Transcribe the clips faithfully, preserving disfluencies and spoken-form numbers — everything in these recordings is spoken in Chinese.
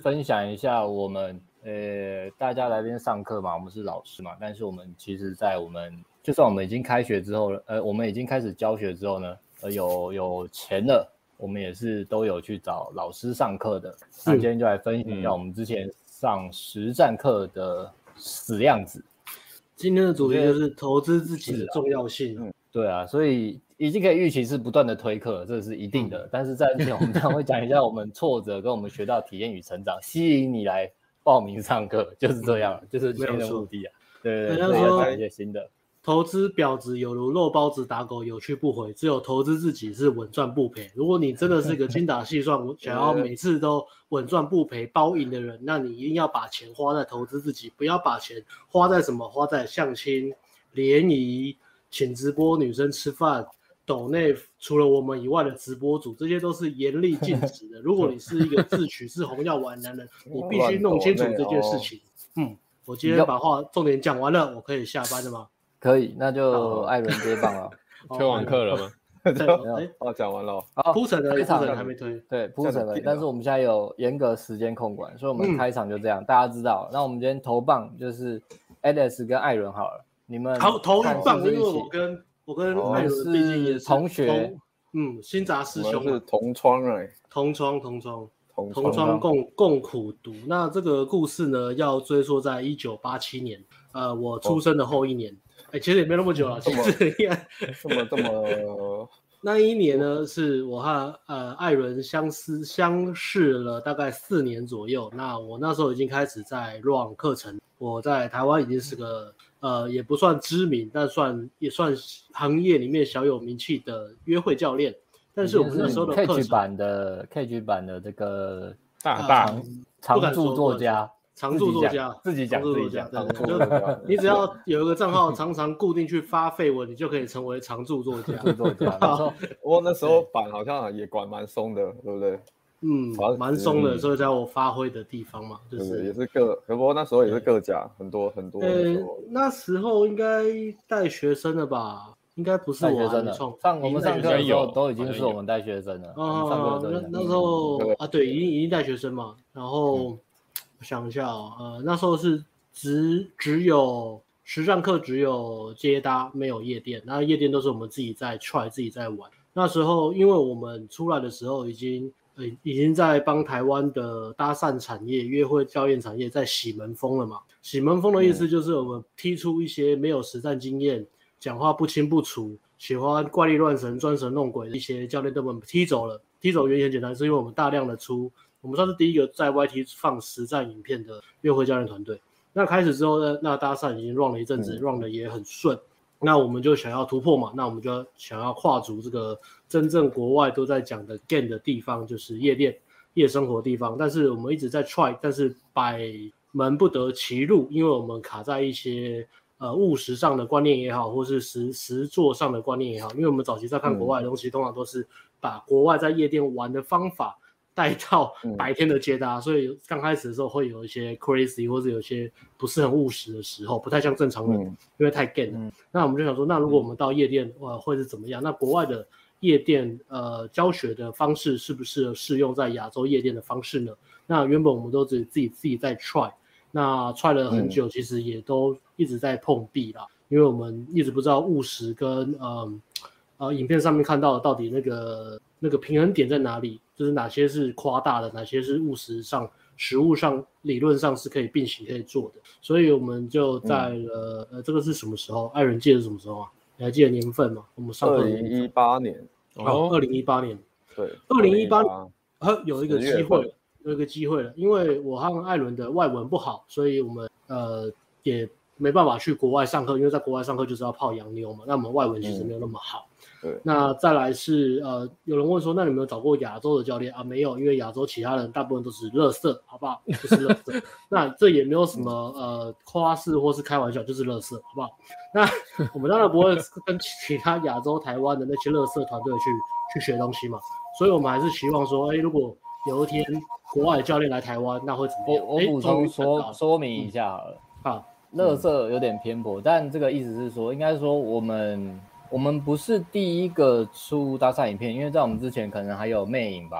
分享一下我们呃大家来这边上课嘛，我们是老师嘛，但是我们其实在我们就算我们已经开学之后，呃，我们已经开始教学之后呢，呃，有有钱了，我们也是都有去找老师上课的。那今天就来分享一下我们之前上实战课的死样子。 今天的主题就是投资自己的重要性。 嗯，对啊，所以已经可以预期是不断的推课，这是一定的。嗯、但是在之前，我们将会讲一下我们挫折跟我们学到体验与成长，吸引你来报名上课，就是这样，嗯、就是今天的目的啊。对对对，所以要讲一些新的。 投资婊子有如肉包子打狗，有去不回，只有投资自己是稳赚不赔。如果你真的是个精打细算，想要每次都稳赚不赔包赢的人，那你一定要把钱花在投资自己，不要把钱花在什么，花在相亲、联谊、请直播女生吃饭、抖内除了我们以外的直播主，这些都是严厉禁止的。如果你是一个自诩是红药丸男人，你必须弄清楚这件事情。嗯，我今天把话重点讲完了，我可以下班了吗？ 可以，那就艾伦接棒了。 推完课了吗？ 哦，讲完了。 铺陈的铺陈还没推， 对，铺陈了。但是我们现在有严格时间控管，所以我们开场就这样，嗯、大家知道。那我们今天投棒就是 Alex 跟艾伦好了，你们好投棒，因为我跟我跟艾伦毕竟也是同学， 嗯，新杂师兄是同窗哎， 同窗同窗。同窗共共苦读。那这个故事呢，要追溯在一九八七年，呃，我出生的后一年。哎、哦，其实也没那么久了，其实这么这么那一年呢，是我和呃艾伦相识相识了大概四年左右。那我那时候已经开始在 run 课程，我在台湾已经是个呃也不算知名，但算也算行业里面小有名气的约会教练。但是我们那时候的课程 K G 版的 K G 版的这个大大常驻作家， 常驻作家自己讲自己讲， 就你只要有一个账号，常常固定去发绯闻，你就可以成为常驻作家。 作家， 我那时候版好像也管蛮松的，对不对？ 嗯，蛮松的，所以在我发挥的地方嘛，就是也是各，不过那时候也是各家很多很多。 呃，那时候应该带学生的吧？应该不是我带学生上我们上课的时候都已经是我们带学生了。 啊，那那时候啊，对，已经已经带学生嘛。然后、嗯、我想一下哦，呃，那时候是只只有实战课，只有接搭，没有夜店。那夜店都是我们自己在 try， 自己在玩。那时候因为我们出来的时候已经呃已经在帮台湾的搭讪产业、约会教练产业在洗门风了嘛。洗门风的意思就是我们踢出一些没有实战经验。讲话不清不楚，喜欢怪力乱神、钻神弄鬼的一些教练都被我们踢走了。踢走原因很简单，是因为我们大量的出，我们算是第一个在 Y T 放实战影片的约会教练团队。那开始之后呢，那搭讪已经 run 了一阵子、嗯、，run 的也很顺。那我们就想要突破嘛，那我们就想要跨足这个真正国外都在讲的 game 的地方，就是夜店、夜生活的地方。但是我们一直在 try， 但是百门不得其路，因为我们卡在一些。呃，务实上的观念也好，或是实实作上的观念也好，因为我们早期在看国外的东西，嗯、通常都是把国外在夜店玩的方法带到白天的接搭，嗯、所以刚开始的时候会有一些 crazy， 或是有一些不是很务实的时候，不太像正常人，嗯、因为太 gay 了。嗯、那我们就想说，那如果我们到夜店，呃，会是怎么样？那国外的夜店呃教学的方式是不是适用在亚洲夜店的方式呢？那原本我们都自己自己自己在 try。那 try 了很久，其实也都一直在碰壁啦，嗯、因为我们一直不知道务实跟呃呃影片上面看到的到底那个那个平衡点在哪里，就是哪些是夸大的，哪些是务实上、实务上、理论上是可以并行可以做的，所以我们就在了、嗯、呃这个是什么时候？艾伦记得是什么时候啊？你还记得年份吗？我们上课二零一八年哦，二零一八年， 对， 二零一八呃有一个机会。有一个机会了，因为我和艾伦的外文不好，所以我们呃也没办法去国外上课，因为在国外上课就是要泡洋妞嘛，那我们外文其实没有那么好。 嗯、对。 那再来是呃，有人问说，那你有没有找过亚洲的教练啊？没有，因为亚洲其他人大部分都是垃圾，好不好？就是垃圾。那这也没有什么呃夸饰或是开玩笑，就是垃圾，好不好？那我们当然不会跟其他亚洲、台湾的那些垃圾团队去去学东西嘛，所以我们还是希望说，哎，如果有一天国外的教练来台湾，那会怎么样？ 我我补充说说明一下好了。 好， 垃圾有点偏颇，但这个意思是说，应该说我们我们不是第一个出搭讪影片，因为在我们之前可能还有魅影吧，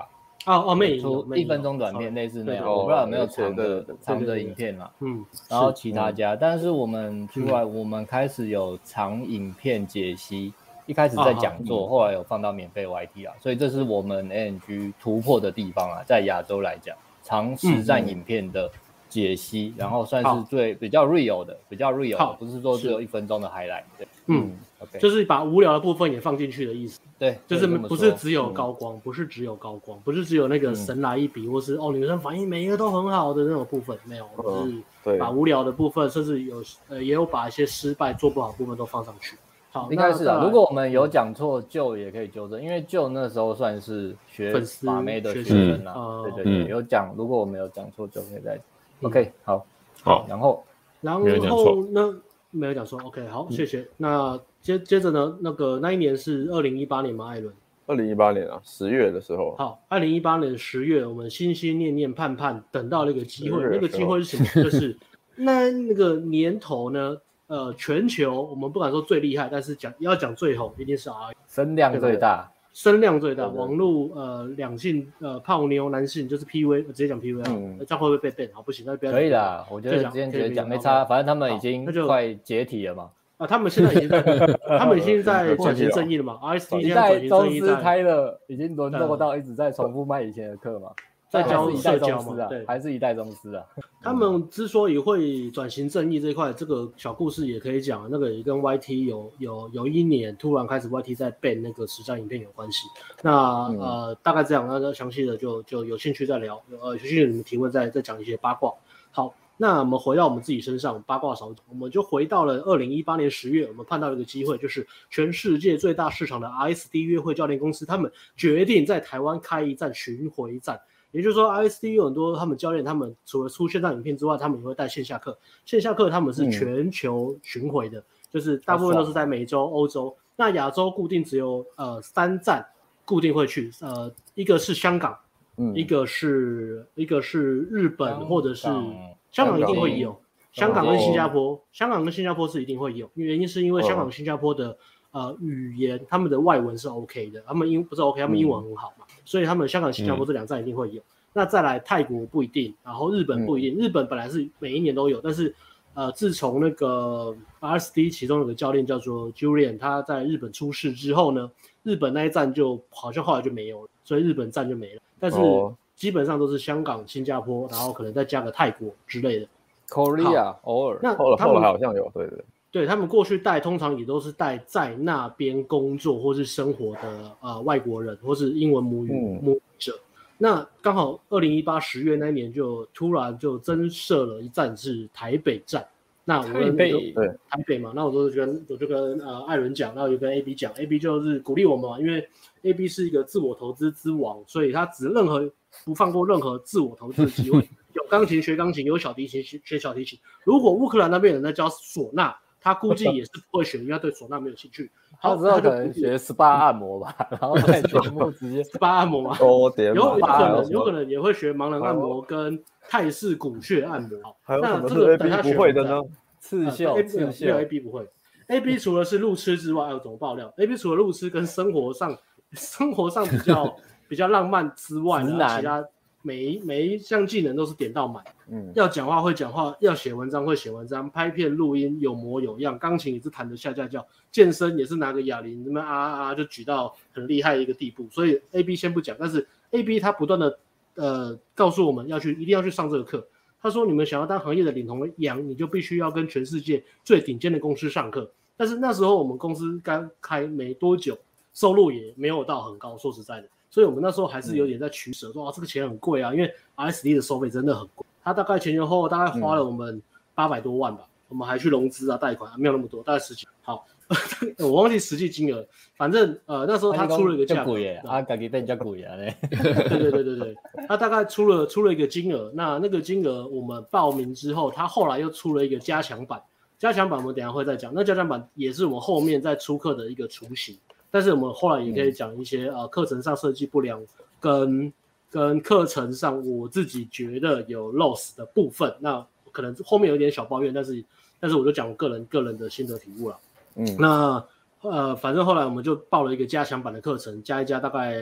哦哦，魅影出一分钟短片类似那样，我不知道有没有长的长的影片啦。 嗯， 然后其他家，但是我们出来，我们开始有长影片解析，一开始在讲座，后来有放到免费 Y T 啊，所以这是我们 A N G 突破的地方啊，在亚洲来讲，长实战影片的解析，然后算是最比较 real 的，比较 real 的，不是说只有一分钟的 highlight。 嗯 ，OK， 就是把无聊的部分也放进去的意思。 对， 就是不是只有高光，不是只有高光，不是只有那个神来一笔，或是哦女生反应每一个都很好的那种部分，没有，就是把无聊的部分，甚至有呃也有把一些失败做不好的部分都放上去。好， 应该是啊。如果我们有讲错，就也可以纠正，因为就那时候算是学把妹的学生啊，对对对，有讲，如果我们有讲错，就可以再 OK， 好，好，然后然后呢没有讲错 ，OK， 好，谢谢。那接接着呢，那个那一年是二零一八年嘛，艾伦。 二零一八年啊，十月的时候。 好，二零一八年十月，我们心心念念盼盼等到了一个机会，那个机会是什么？就是那那个年头呢，呃，全球我们不敢说最厉害，但是讲要讲最红，一定是 R， 声量最大， 声量最大，网络呃两性呃泡妞男性就是 P V， 直接讲 P V 啊，嗯、这样会不会被 ban？ 好，不行，那不要。 可以啦，我觉得今天直接讲没差，反正他们已经快解体了嘛。 啊，他们现在已经在，他们已经在转型正义了嘛 ？R S T 现在转型正义在， 开了，已经沦落到一直在重复卖以前的课嘛， 在教社交嘛，对，还是一代宗师啊。 他们之所以会转型正义这一块，这个小故事也可以讲，那个也跟 Y T 有有有一年突然开始 Y T 在 ban 那个实战影片有关系。那、嗯、呃，大概这样，那详细的就就有兴趣再聊，呃，有兴趣你们提问再再讲一些八卦。好。那我们回到我们自己身上，八卦少讲，我们就回到了二零一八年十月，我们盼到了一个机会，就是全世界最大市场的 R S D 约会教练公司，他们决定在台湾开一站巡回站。也就是说 ，R S D 有很多他们教练，他们除了出线上影片之外，他们也会带线下课。线下课他们是全球巡回的，嗯、就是大部分都是在美洲、欧洲。那亚洲固定只有呃三站固定会去，呃，一个是香港，嗯、一个是一个是日本，或者是。香港一定会有，香港跟新加坡，香港跟新加坡是一定会有，原因是因为香港、新加坡的呃语言，他们的外文是 OK 的，他们英不是 OK， 他们英文很好嘛，嗯、所以他们香港、新加坡这两站一定会有。嗯、那再来泰国不一定，然后日本不一定，嗯、日本本来是每一年都有，但是呃自从那个 R S D 其中有个教练叫做 Julian， 他在日本出事之后呢，日本那一站就好像后来就没有了，所以日本站就没了，但是。哦基本上都是香港、新加坡，然后可能再加个泰国之类的。 Korea 偶尔， 那他们好像有，对对对，他们过去带通常也都是带在那边工作或是生活的呃外国人，或是英文母语、嗯、母语者。那刚好二零一八十月那一年就突然就增设了一站是台北站。那我台北对台北嘛，那我就跟我就跟呃艾伦讲，然后就跟 A B 讲 ，A B 就是鼓励我们嘛，因为 A B 是一个自我投资之王，所以他只任何不放过任何自我投资的机会。有钢琴学钢琴，有小提琴学小提琴。如果乌克兰那边人在教唢呐，他估计也是不会选，因为他对唢呐没有兴趣。 他之后可能学 S P A 按摩吧，然后在节目直接 S P A 按摩嘛，有有可能有可能也会学盲人按摩跟泰式骨穴按摩。 还有什么是 A B 不会的呢？ 刺绣，刺绣， 没有 A B 不会。A B 除了是路痴之外，还有怎么爆料 ？A B 除了路痴跟生活上生活上比较比较浪漫之外，其他每一每一项技能都是点到满。嗯，要讲话会讲话，要写文章会写文章，拍片录音有模有样，钢琴也是弹得下下叫，健身也是拿个哑铃那么啊啊啊就举到很厉害的一个地步。所以 A B 先不讲，但是 A B 他不断的呃告诉我们要去一定要去上这个课。他说：“你们想要当行业的领头羊，你就必须要跟全世界最顶尖的公司上课。但是那时候我们公司刚开没多久，收入也没有到很高，说实在的，所以我们那时候还是有点在取舍，说啊这个钱很贵啊，因为 R S D 的收费真的很贵。他大概前前后后大概花了我们八百多万吧，我们还去融资啊、贷款啊，没有那么多，大概十几。好，我忘记实际金额，反正呃那时候他出了一个价格， 啊，自己变较贵啊嘞。 对对对对对，他大概出了出了一个金额，那那个金额我们报名之后，他后来又出了一个加强版，加强版我们等一下会再讲，那加强版也是我们后面在出课的一个雏形，但是我们后来也可以讲一些、嗯、呃课程上设计不良跟跟课程上我自己觉得有 loss 的部分，那可能后面有点小抱怨，但是但是我就讲我个人个人的心得体悟了。嗯，那呃，反正后来我们就报了一个加强版的课程，加一加大概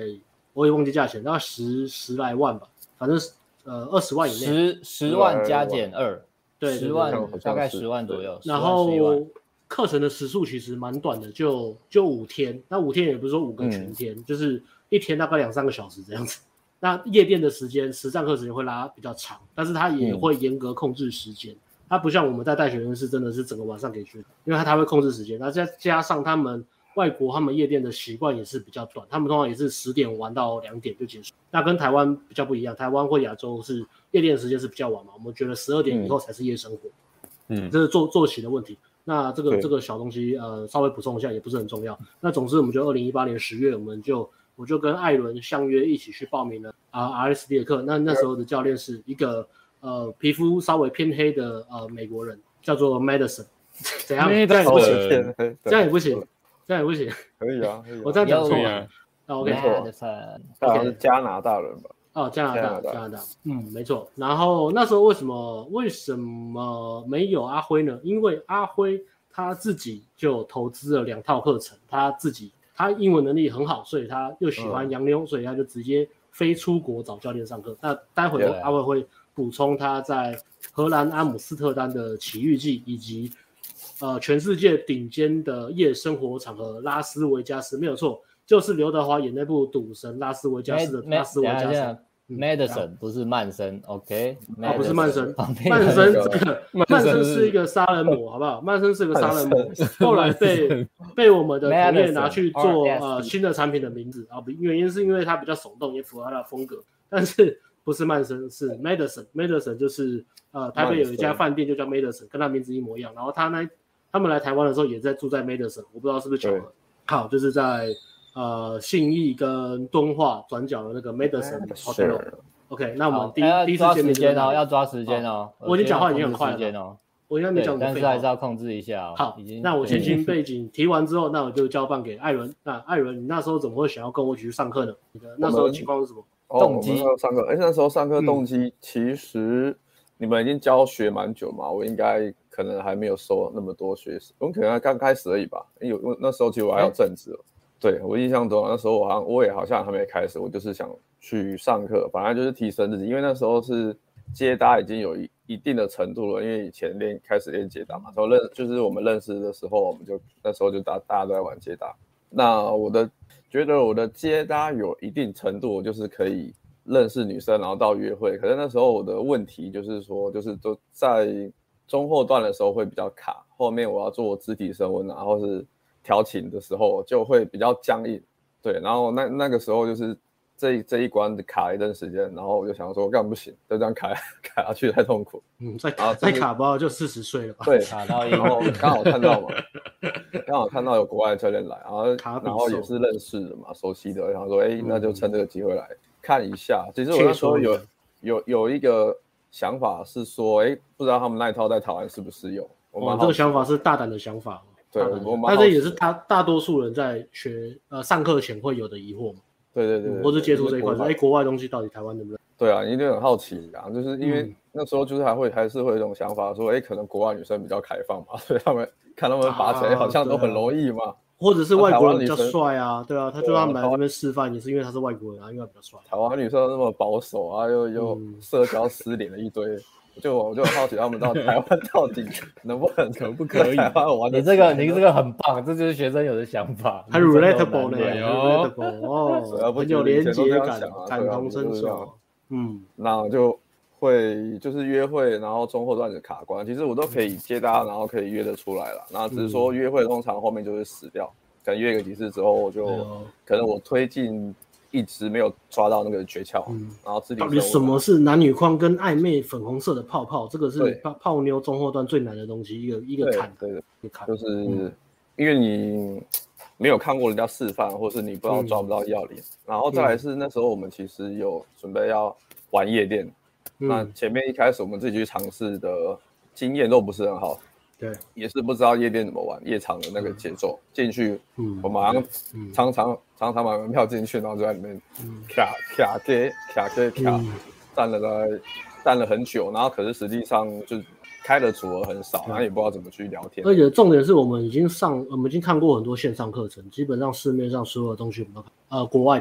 我也忘记价钱，大概十十来万吧，反正呃二十万以内， 十十万加减二， 对， 十万大概十万左右， 然后课程的时数其实蛮短的，就就五天，那五天也不是说五个全天，嗯、就是一天大概两三个小时这样子。那夜店的时间，实战课时间会拉比较长，但是它也会严格控制时间。嗯、它不像我们在带学生是真的是整个晚上给学生，因为它它会控制时间。那再加上他们外国他们夜店的习惯也是比较短，他们通常也是十点玩到两点就结束。那跟台湾比较不一样，台湾或亚洲是夜店的时间是比较晚嘛，我们觉得十二点以后才是夜生活。嗯，这是作作息的问题。那这个这个小东西呃稍微补充一下也不是很重要。那总之我们就二零一八年十月我们就。我就跟艾伦相约一起去报名了啊 R S D 的课。那那时候的教练是一个呃皮肤稍微偏黑的呃美国人，叫做 Madison。怎样？这样也不行，这样也不行，这样也不行。 可以啊，可以啊我这样讲错了。 OK， 他是加拿大人吧？ 哦，加拿大，加拿大，嗯，没错。然后那时候为什么为什么没有阿辉呢？因为阿辉他自己就投资了两套课程，他自己。他英文能力很好，所以他又喜欢洋妞，嗯、所以他就直接飞出国找教练上课。那待会儿阿伟会补充他在荷兰阿姆斯特丹的奇遇记，以及呃全世界顶尖的夜生活场合拉斯维加斯，没有错，就是刘德华演那部《赌神》拉斯维加斯的拉斯维加斯。 Madison 不是曼森 ，OK？ 哦，不是曼森，曼森这个曼森是一个杀人魔，好不好？曼森是个杀人魔，后来被被我们的同业拿去做呃新的产品的名字啊，原因是因为它比较耸动，也符合它的风格，但是不是曼森，是 Madison，Madison 就是呃台北有一家饭店就叫 Madison， 跟他名字一模一样，然后他呢他们来台湾的时候也在住在 Madison， 我不知道是不是巧合，好，就是在。呃，信义跟敦化转角的那个 Madison Hotel。OK， 那我们第一第一次见面就要要抓时间哦。 我已经讲话已经很快了哦，我应该没讲但是还是要控制一下哦。 好，那我先行背景提完之后，那我就交棒给艾伦。那艾伦，你那时候怎么会想要跟我一起去上课呢？你的那时候情况是什么？ 动机上课？哎，那时候上课动机其实你们已经教学蛮久嘛，我应该可能还没有收那么多学生，我可能刚开始而已吧。因为那时候其实我还有正职了。对，我印象中那时候我好像我也好像还没开始，我就是想去上课，反正就是提升自己，因为那时候是接搭已经有 一, 一定的程度了，因为以前练开始练接搭嘛，所以认就是我们认识的时候，我们就那时候就大大家都在玩接搭。那我的觉得我的接搭有一定程度，就是可以认识女生，然后到约会。可是那时候我的问题就是说，就是都在中后段的时候会比较卡，后面我要做肢体升温，然后是。调情的时候就会比较僵硬，对，然后那那个时候就是这这一关卡了一段时间，然后我就想说干不行，就这样卡卡下去太痛苦， 嗯，再卡再卡不到就四十岁了吧？ 对，卡到然后刚好看到嘛，刚好看到有国外的教练来，然后然后也是认识的嘛，熟悉的，然后说哎、欸，那就趁这个机会来看一下。其实我那时候有有有一个想法是说，哎、欸，不知道他们那一套在台湾适不适用？ 哦，这个想法是大胆的想法。 对， 但这也是大大多数人在学呃上课前会有的疑惑嘛。 对对 对, 对, 对， 或是接触这一块，哎，国外东西到底台湾能不能？ 对啊，一定很好奇啊，就是因为那时候就是还会还是会有一种想法说，哎，可能国外女生比较开放嘛，所以他们看他们拔起来好像都很容易嘛。 啊啊、或者是外国人比较帅啊，对啊，他就让他们来这边示范，也是因为他是外国人啊，因为他比较帅。 台湾女生那么保守啊，又又社交失联了一堆。就我就很好奇他们到台湾到底能不能可不可以？你这个你这个很棒，这就是学生有的想法， 还 relatable 呢 ，relatable 哦，很有连结感，感同身受。嗯， 那就会就是约会，然后中后段的卡关，其实我都可以接搭，然后可以约得出来了。那只是说约会通常后面就会死掉，可能约个几次之后，我就可能我推进。一直没有抓到那个诀窍，嗯、然后自己到底什么是男女框跟暧昧粉红色的泡泡？这个是泡泡妞中后段最难的东西，一个一个坎， 对对，就是因为你没有看过人家示范，或是你不知道抓不到要领，嗯、然后再来是那时候我们其实有准备要玩夜店，嗯、那前面一开始我们自己去尝试的经验都不是很好。 对， 也是不知道夜店怎么玩，夜场的那个节奏，进、嗯、去，嗯、我马上常常、嗯、常常买门票进去，然后就在里面卡卡给卡给卡，站了大概站了很久，然后可是实际上就开的组合很少，然后也不知道怎么去聊天。 而且重点是我们已经上，我们已经看过很多线上课程，基本上市面上所有的东西我们都看，呃，国外的啦，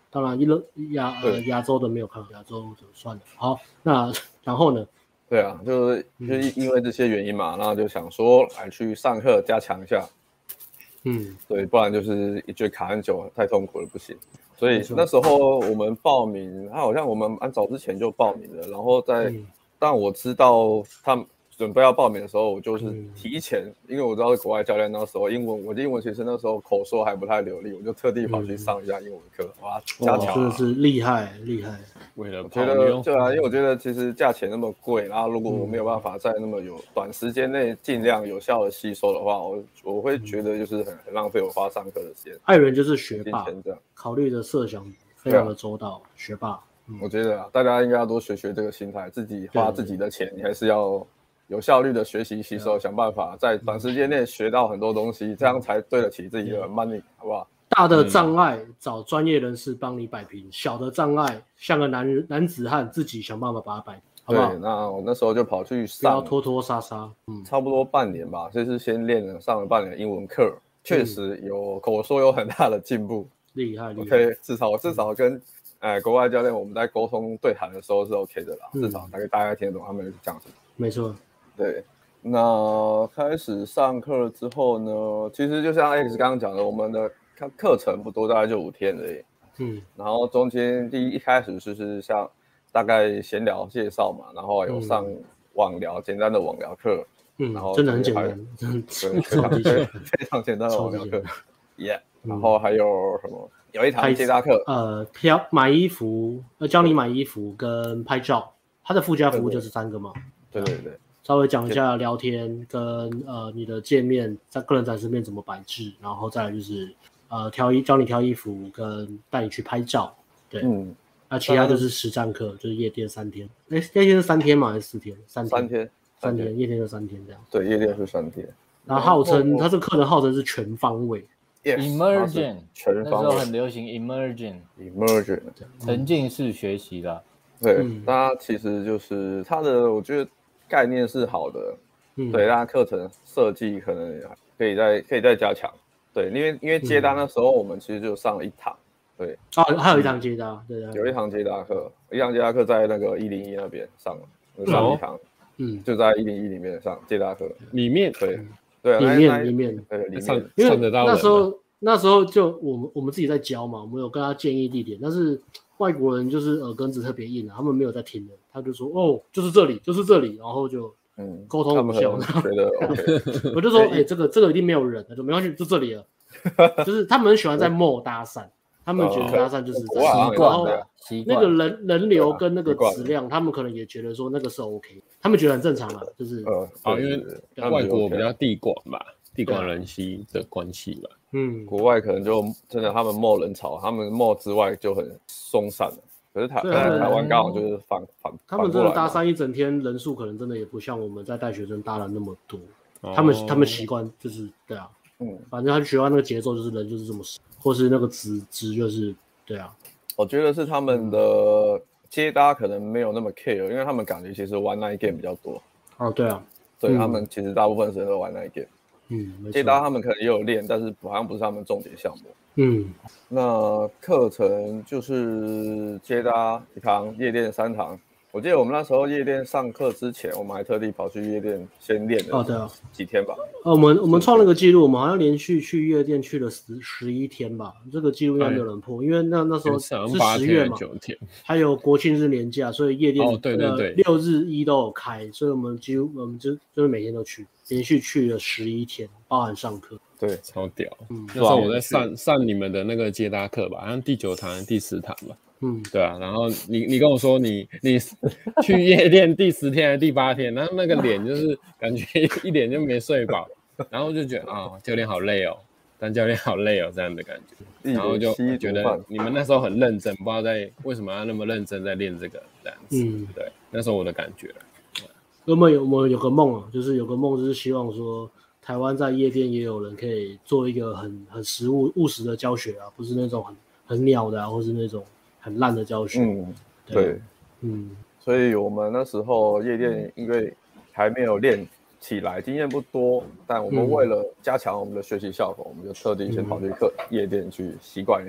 当然一乐亚呃亚洲的没有看，亚洲就算了。好，那然后呢？ 对啊，就是就是因为这些原因嘛，然后就想说来去上课加强一下。 嗯， 对，不然就是觉得卡很久太痛苦了，不行。所以那时候我们报名，他好像我们蛮早之前就报名了，然后在， 嗯、 当我知道他们准备要报名的时候，我就是提前，嗯、因为我知道国外教练那时候英文，我的英文其实那时候口说还不太流利，我就特地跑去上一下英文课，哇，加强、啊， 真的是厉害厉害。 为了我觉得对啊，因为我觉得其实价钱那么贵，然后如果我没有办法在那么有短时间内尽量有效的吸收的话，我我会觉得就是很很浪费我花上课的时间。 艾伦就是学霸，考虑的设想非常的周到，啊、学霸。 嗯、我觉得啊，大家应该要多学学这个心态，自己花自己的钱，你还是要有效率的学习吸收，想办法在短时间内学到很多东西，这样才对得起自己的 money， 好不好？ 大的障碍、嗯、找专业人士帮你摆平，小的障碍像个男人男子汉自己想办法把它摆平，好不好？ 对，那我那时候就跑去上， 不要拖拖沙沙， 嗯，差不多半年吧，就是先练了上了半年英文课，确实有口说有很大的进步， 厉害厉害。 OK， 至少至少跟呃国外教练我们在沟通对谈的时候是 OK 的啦，嗯、至少大概大概听得懂他们是讲什么。 没错， 对。那开始上课之后呢，其实就像 Alex 刚刚讲的，我们的课程不多，大概就五天而已。 嗯， 然后中间第一一开始就是像大概闲聊介绍嘛，然后有上网聊、嗯、简单的网聊课， 嗯， 然后真的很简单， 对，非常非常简单的网聊课 ，Yeah，、嗯、然后还有什么？有一堂接搭课， 呃，挑买衣服，呃，教你买衣服跟拍照，它的附加服务就是三个嘛。 对对 对, 對。 稍微讲一下聊天跟呃你的界面在个人展示面怎么摆置，然后再来就是呃挑衣教你挑衣服跟带你去拍照，对，嗯，那其他就是实战课，就是夜店三天，哎，夜店是三天吗？还是四天？三天， 三天， 三天，夜店就三天这样。 对，夜店是三天。 然后号称他这课程号称是全方位 ，Emergent， 全方位， 那时候很流行 Emergent，Emergent， 沉浸式学习啦。 对，嗯、它其实就是它的，我觉得。概念是好的，嗯，对，但课程设计可能可以再可以再加强，对，因为因为接搭那时候我们其实就上了一堂，对， 哦，还有一堂接搭，对对， 有一堂接搭课，一堂接搭课在那个一零一那边上了，上了一堂，嗯，就在一零一里面上接搭课， 里面， 对，对， 里面里面， 对，里面上上得到那时候那时候就我们我们自己在教嘛，我们有跟他建议地点，但是外国人就是耳根子特别硬啊，他们没有在听的。他就说哦，就是这里，就是这里，然后就嗯沟通无效。 觉得 OK， 我就说哎、欸，这个这个一定没有人，他说没关系，就这里了。就是他们很喜欢在 mall 搭讪，他们觉得搭讪就是这样，然后那个人人流跟那个质量，他们可能也觉得说那个是 OK， 他们觉得很正常啊，就是呃，哦，因为外国比较地广吧，地广人稀的关系吧。 嗯， 国外可能就真的他们 mall 人潮，他们 mall 之外就很松散了。可是台台湾刚好就是反反， 他们真的搭讪一整天人数可能真的也不像我们在带学生搭了那么多，哦、他们他们习惯就是对啊，嗯，反正他学完那个节奏就是人就是这么少，或是那个值值就是对啊， 我觉得是他们的接搭可能没有那么 care， 因为他们感觉其实玩 night game 比较多。 哦，对啊， 对、嗯、他们其实大部分时间都玩 night game。 嗯， 接搭他们可能也有练，但是好像不是他们重点项目。 嗯， 那课程就是接搭一堂，夜店三堂。我记得我们那时候夜店上课之前，我们还特地跑去夜店先练了，哦，对啊，几天吧。 哦，我们我们创了个记录，我们好像连续去夜店去了十十一天吧，这个记录应该没有人破，因为那那时候是十月嘛，还有国庆日连假，所以夜店哦对对对， 六日一都有开，所以我们几乎我们就就是每天都去，连续去了十一天，包含上课。 对， 超屌。嗯，那时候我在上上你们的那个接搭课吧，好像第九堂、第十堂吧。嗯，对啊。然后你你跟我说你你去夜店第十天还是第八天，然后那个脸就是感觉一脸就没睡饱，然后就觉得啊、哦，教练好累哦，当教练好累哦这样的感觉。然后就觉得你们那时候很认真，不知道在为什么要那么认真在练这个这样子。嗯，对，那时候我的感觉。 我们有我们有个梦啊，就是有个梦，就是希望说。台湾在夜店也有人可以做一个很很实务务实的教学啊，不是那种很很鸟的啊，或是那种很烂的教学。 嗯，对，嗯，所以我们那时候夜店因为还没有练起来，经验不多，但我们为了加强我们的学习效果，我们就特地先跑去课、嗯、夜店去习惯一下。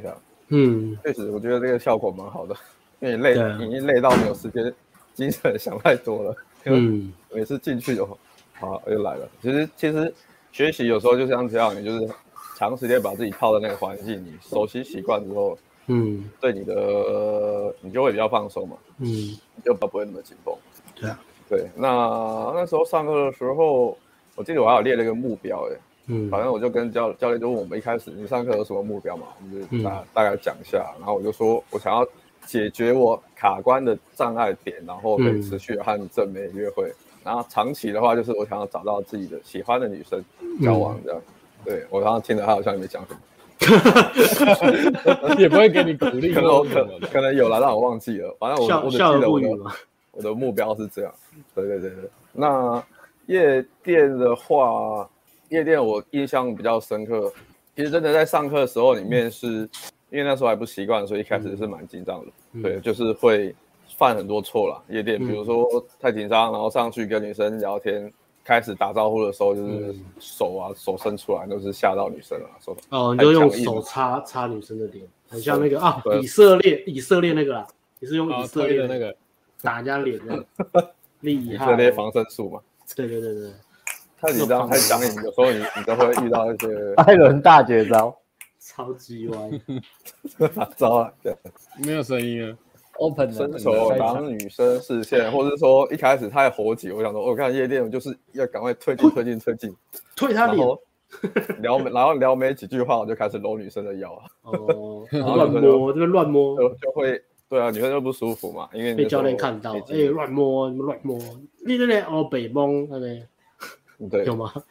嗯， 确实，我觉得这个效果蛮好的，因为你累，啊、已经累到没有时间、精神想太多了。嗯，每次进去哦，好又来了。其实其实学习有时候就像这样，你就是长时间把自己泡在那个环境，你熟悉习惯之后，嗯，对你的你就会比较放松嘛，嗯，你就不会那么紧绷。 对啊， 对。那那时候上课的时候，我记得我还有列了一个目标，哎。嗯，反正我就跟教教练就问我们一开始你上课有什么目标嘛，我们就大、嗯、大概讲一下，然后我就说我想要解决我卡关的障碍点，然后可以持续的和正妹约会、嗯，然后长期的话就是我想要找到自己的喜欢的女生交往这样。嗯、对我刚刚听着他好像也没讲什么，也不会给你鼓励， 可能可可能有啦，但我忘记了，反正我我只记得我的我的目标是这样。对对对对，那夜店的话。夜店我印象比较深刻，其实真的在上课的时候里面是，因为那时候还不习惯，所以一开始是蛮紧张的、嗯，对，就是会犯很多错啦。夜店比如说太紧张，然后上去跟女生聊天，开始打招呼的时候就是手啊、嗯、手伸出来都是吓到女生了，手哦，你就用手擦擦女生的脸，很像那个啊以色列以色列那个啦，你是用以色列的那个打人家脸的，厉害， 以色列防身术嘛， 对对对对。 太紧张、太僵硬，有时候你你都会遇到一些艾伦大绝招， 超级歪， 哪招啊？对， 没有声音啊 ，open 伸手挡女生视线，或者是说一开始太火急，我想说，我、哦、看夜店，我就是要赶快推进、推进、推进， 推他脸， 聊然后聊没几句话，我就开始搂女生的腰， 哦，然后乱摸，这边乱摸， 就就会。对啊，女生就不舒服嘛，因为被教练看到，哎、欸，乱摸，你们乱摸，你那个哦北蒙那边。 对， 有吗？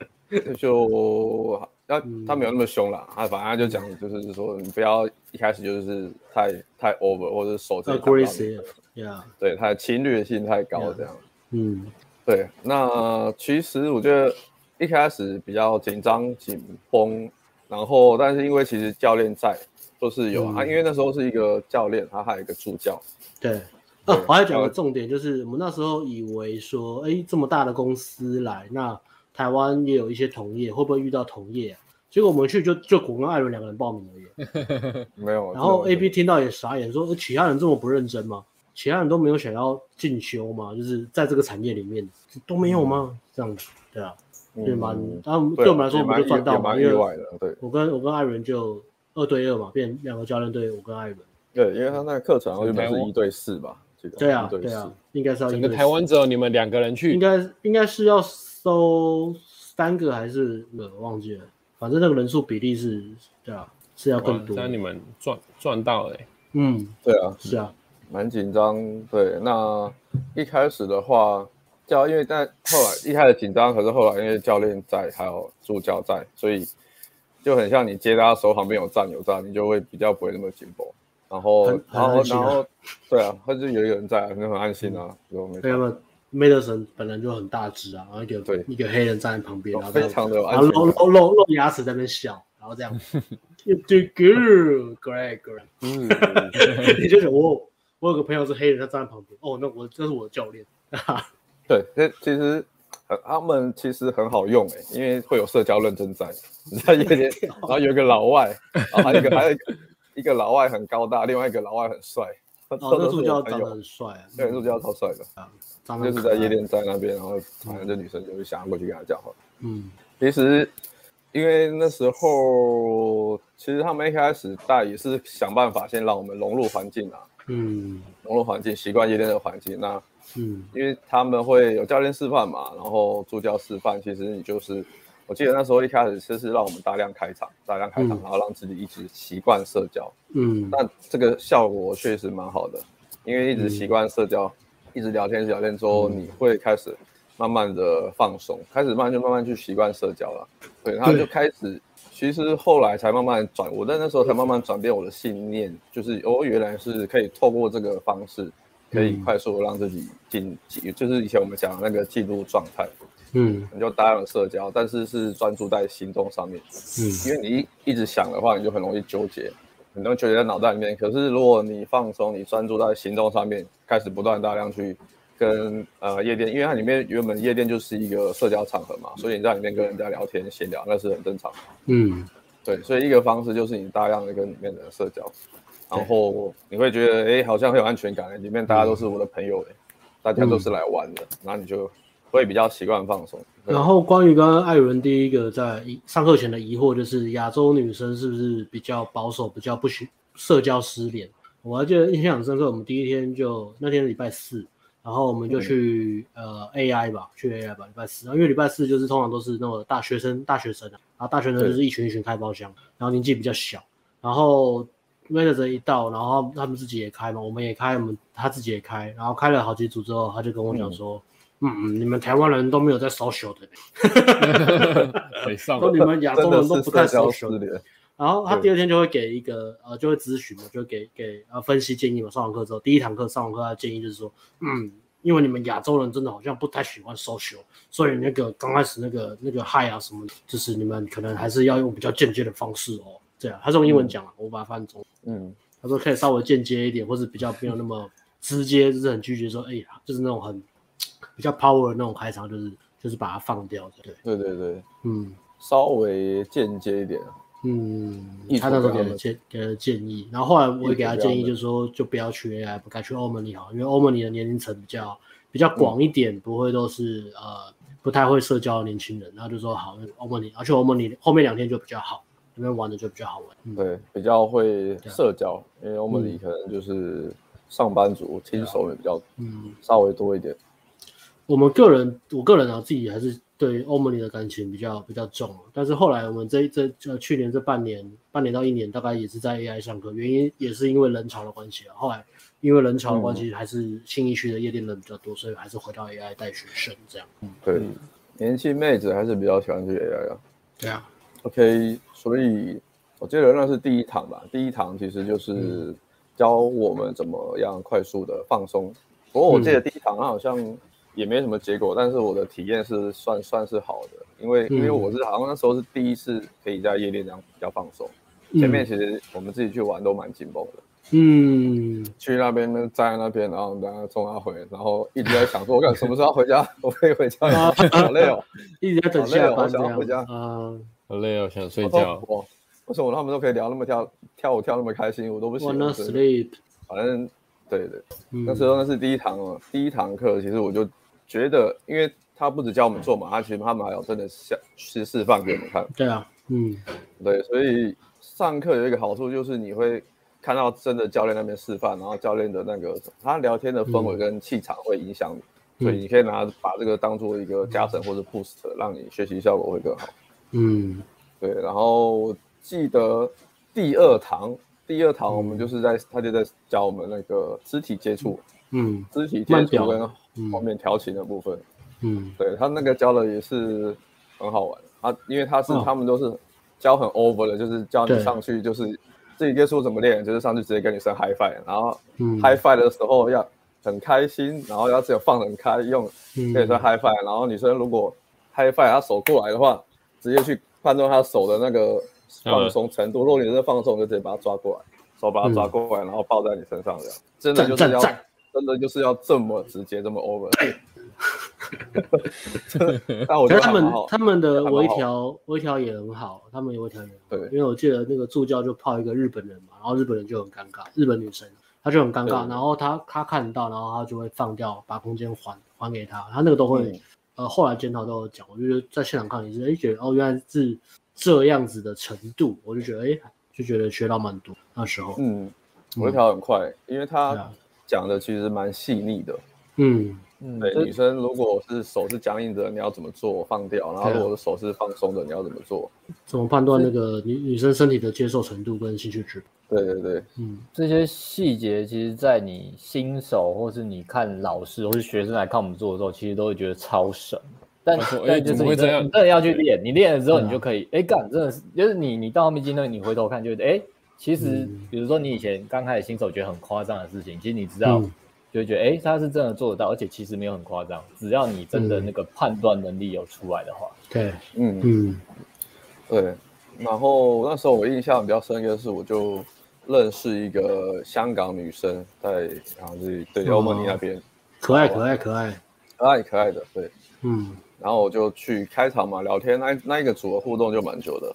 就他他没有那么凶啦，他反正就讲，就是说你不要一开始就是太太 over， 或者手直接打到你 ，yeah， 对，他的侵略性太高这样。 Yeah. 嗯， 对。那其实我觉得一开始比较紧张紧绷，然后但是因为其实教练在，就是有、嗯、啊，因为那时候是一个教练，他还有一个助教。 对。哦，我还讲个重点，就是我们那时候以为说，哎，这么大的公司来，那台湾也有一些同业，会不会遇到同业啊？结果我们去就就我跟艾伦两个人报名而已， 没有。 然后 A B 听到也傻眼，说其他人这么不认真吗？其他人都没有想要进修吗？就是在这个产业里面都没有吗？嗯、这样子，对啊，就蛮，然后、嗯、对我们来说我们就赚到嘛， 因为对， 我跟我跟艾伦就二对二嘛，变两个教练对我跟艾伦。 对，因为他那个课程原本是一对四吧。 对啊，对啊，应该是要整个台湾只有你们两个人去， 应该应该是要收三个还是呃忘记了，反正那个人数比例是，对啊，是要更多。 那你们赚赚到了、欸， 嗯， 对啊， 是啊， 蛮紧张。对，那一开始的话，教因为但后来一开始紧张，可是后来因为教练在，还有助教在，所以就很像你接他手旁边有站有站，你就会比较不会那么紧绷。然后，然后，然后，对啊，他就有一个人在，就很安心啊。 对啊 ，Madison 本来就很大只啊，然后一个对一个黑人站在旁边，然后非常的有安心，然后露露露露牙齿在那边笑，然后这样 ，You do good, great, great。嗯，你就想我我有个朋友是黑人，他站在旁边，哦，那我这是我的教练。 对，这其实他们其实很好用诶，因为会有社交认真在，你在夜店，然后有一个老外，然后还有一个还有一个。一个老外很高大，另外一个老外很帅。 哦，那助教长得很帅啊。 对，助教超帅的。啊，就是在夜店在那边，然后反正这女生就会想要过去跟他讲话。嗯，其实因为那时候，其实他们一开始大也是想办法先让我们融入环境啊。嗯，融入环境，习惯夜店的环境。那嗯，因为他们会有教练示范嘛，然后助教示范，其实你就是。我记得那时候一开始就是让我们大量开场，大量开场，嗯、然后让自己一直习惯社交。嗯，但这个效果确实蛮好的，因为一直习惯社交，嗯、一直聊天，一直聊天之后，你会开始慢慢的放松，开始慢慢就慢慢去习惯社交了。对，然后就开始，其实后来才慢慢转，我在那时候才慢慢转变我的信念，就是哦，原来是可以透过这个方式，可以快速的让自己进，就是以前我们讲的那个进入状态。嗯，你就大量的社交，但是是专注在行动上面。嗯，因为你 一, 一直想的话，你就很容易纠结，很容易纠结在脑袋里面。可是如果你放松，你专注在行动上面，开始不断大量去跟呃夜店，因为它里面原本夜店就是一个社交场合嘛，所以你在里面跟人家聊天闲聊，那是很正常。嗯， 对，所以一个方式就是你大量的跟里面的人社交，然后你会觉得哎，好像很有安全感，里面大家都是我的朋友，嗯、大家都是来玩的，然后你就会比较习惯放松。 然后关于刚刚艾伦第一个在上课前的疑惑，就是亚洲女生是不是比较保守，比较不许社交失联？我还记得印象很深刻，我们第一天就那天礼拜四，然后我们就去、嗯、呃 A I 吧，去 A I 吧，礼拜四，因为礼拜四就是通常都是那种大学生，大学生啊，然后大学生就是一群一群开包厢，然后年纪比较小，然后 manager 一到，然后他们自己也开嘛，我们也开，我们他自己也开，然后开了好几组之后，他就跟我讲说。嗯嗯，你们台湾人都没有在 social 的，说你们亚洲人都不太 social 的。然后他第二天就会给一个呃，就会咨询嘛，就给给呃分析建议嘛。上完课之后，第一堂课上完课，他的建议就是说，嗯，因为你们亚洲人真的好像不太喜欢 social， 所以那个刚开始那个那个 hi 啊什么，就是你们可能还是要用比较间接的方式哦。这样，他是用英文讲了、嗯，我把它翻中。嗯，他说可以稍微间接一点，或者比较没有那么直接，就是很拒绝说，哎呀，就是那种很。比较 power 的那种开场，就是就是把它放掉，对对对对，嗯，稍微间接一点， 嗯，他那时候给了建给了建议，然后后来我也给他建议，就是说就不要去 A I， 不该去欧盟尼好，因为欧盟尼的年龄层比较比较广一点，嗯、不会都是呃不太会社交的年轻人，然后就说好，欧盟尼，而且欧盟尼后面两天就比较好，那边玩的就比较好玩， 嗯、对，比较会社交，因为欧盟尼可能就是上班族、新手也比较嗯稍微多一点。 我们个人，我个人啊，自己还是对欧盟尼的感情比较比较重，但是后来我们这这呃去年这半年，半年到一年，大概也是在 A I 上课，原因也是因为人潮的关系啊。后来因为人潮的关系，还是信义区的夜店人比较多，所以还是回到 A I 带学生这样。 嗯，对，年轻妹子还是比较喜欢去 A I 啊。 对啊。 OK， 所以我记得那是第一堂吧，第一堂其实就是教我们怎么样快速的放松。不过我记得第一堂好像。也没什么结果，但是我的体验是算算是好的，因为、嗯、因为我是好像那时候是第一次可以在夜店这样比较放松、嗯。前面其实我们自己去玩都蛮紧绷的，嗯，去那边站在那边，然后大家冲他回，然后一直在想说，我看什么时候回家，我可以回家，好累哦， 一直在等下班这样，我想要回家， 啊，好累哦，想睡觉。 哇，为什么他们都可以聊那么跳跳舞跳那么开心，我都不行。 Wanna sleep， 反正对对，嗯、那时候那是第一堂哦，第一堂课其实我就。觉得，因为他不只教我们做嘛，他其实他们还有真的是示范给我们看。 对啊，嗯， 对，所以上课有一个好处就是你会看到真的教练那边示范，然后教练的那个他聊天的氛围跟气场会影响你，嗯、所以你可以拿把这个当做一个加成或者 boost， 让你学习效果会更好。嗯，对。然后记得第二堂，第二堂我们就是在、嗯、他就在教我们那个肢体接触，嗯，肢体接触跟。后面调情的部分，嗯，对他那个教的也是很好玩。他因为他是、哦、他们都是教很 over 的，就是教你上去就是自己接触怎么练，就是上去直接跟女生 high five， 然后、嗯、high five 的时候要很开心，然后要只有放很开用跟女生 high five，、嗯、然后女生如果 high five 她手过来的话，直接去判断她手的那个放松程度。嗯、如果女生放松，就直接把她抓过来，手把她抓过来，嗯、然后抱在你身上这样，真的就是要。真的就是要这么直接，这么 over。但我觉得他们他们的微调微调也很好，他们微调也很好。对，因为我记得那个助教就泡一个日本人嘛，然后日本人就很尴尬，日本女生她就很尴尬，然后她她看到，然后她就会放掉，把空间还还给她，她那个都会、嗯、呃后来检讨都有讲，我就觉得在现场看也是，哎觉得哦原来是这样子的程度，我就觉得哎就觉得学到蛮多那时候。 嗯，微调很快，嗯、因为他。讲的其实蛮细腻的，嗯，对，女生如果是手是僵硬的，你要怎么做放掉？然后如果是手是放松的，你要怎么做？ 怎么判断那个女女生身体的接受程度跟兴趣值？ 对对对， 嗯，这些细节其实，在你新手或是你看老师或是学生来看我们做的时候，其实都会觉得超神。但但就是你真的你真的要去练，你练了之后，你就可以，哎，干，真的是，就是你你到后面进那个，你回头看就，哎。其实，比如说你以前刚开始新手觉得很夸张的事情，其实你知道，嗯、就会觉得，哎，他是真的做得到，而且其实没有很夸张，只要你真的那个判断能力有出来的话。 对， 嗯嗯，对。然后那时候我印象比较深刻的是，我就认识一个香港女生，在然后是对欧盟尼那边， 可爱可爱可爱可爱可爱的，对，嗯。然后我就去开场嘛，聊天，那那一个组的互动就蛮久的。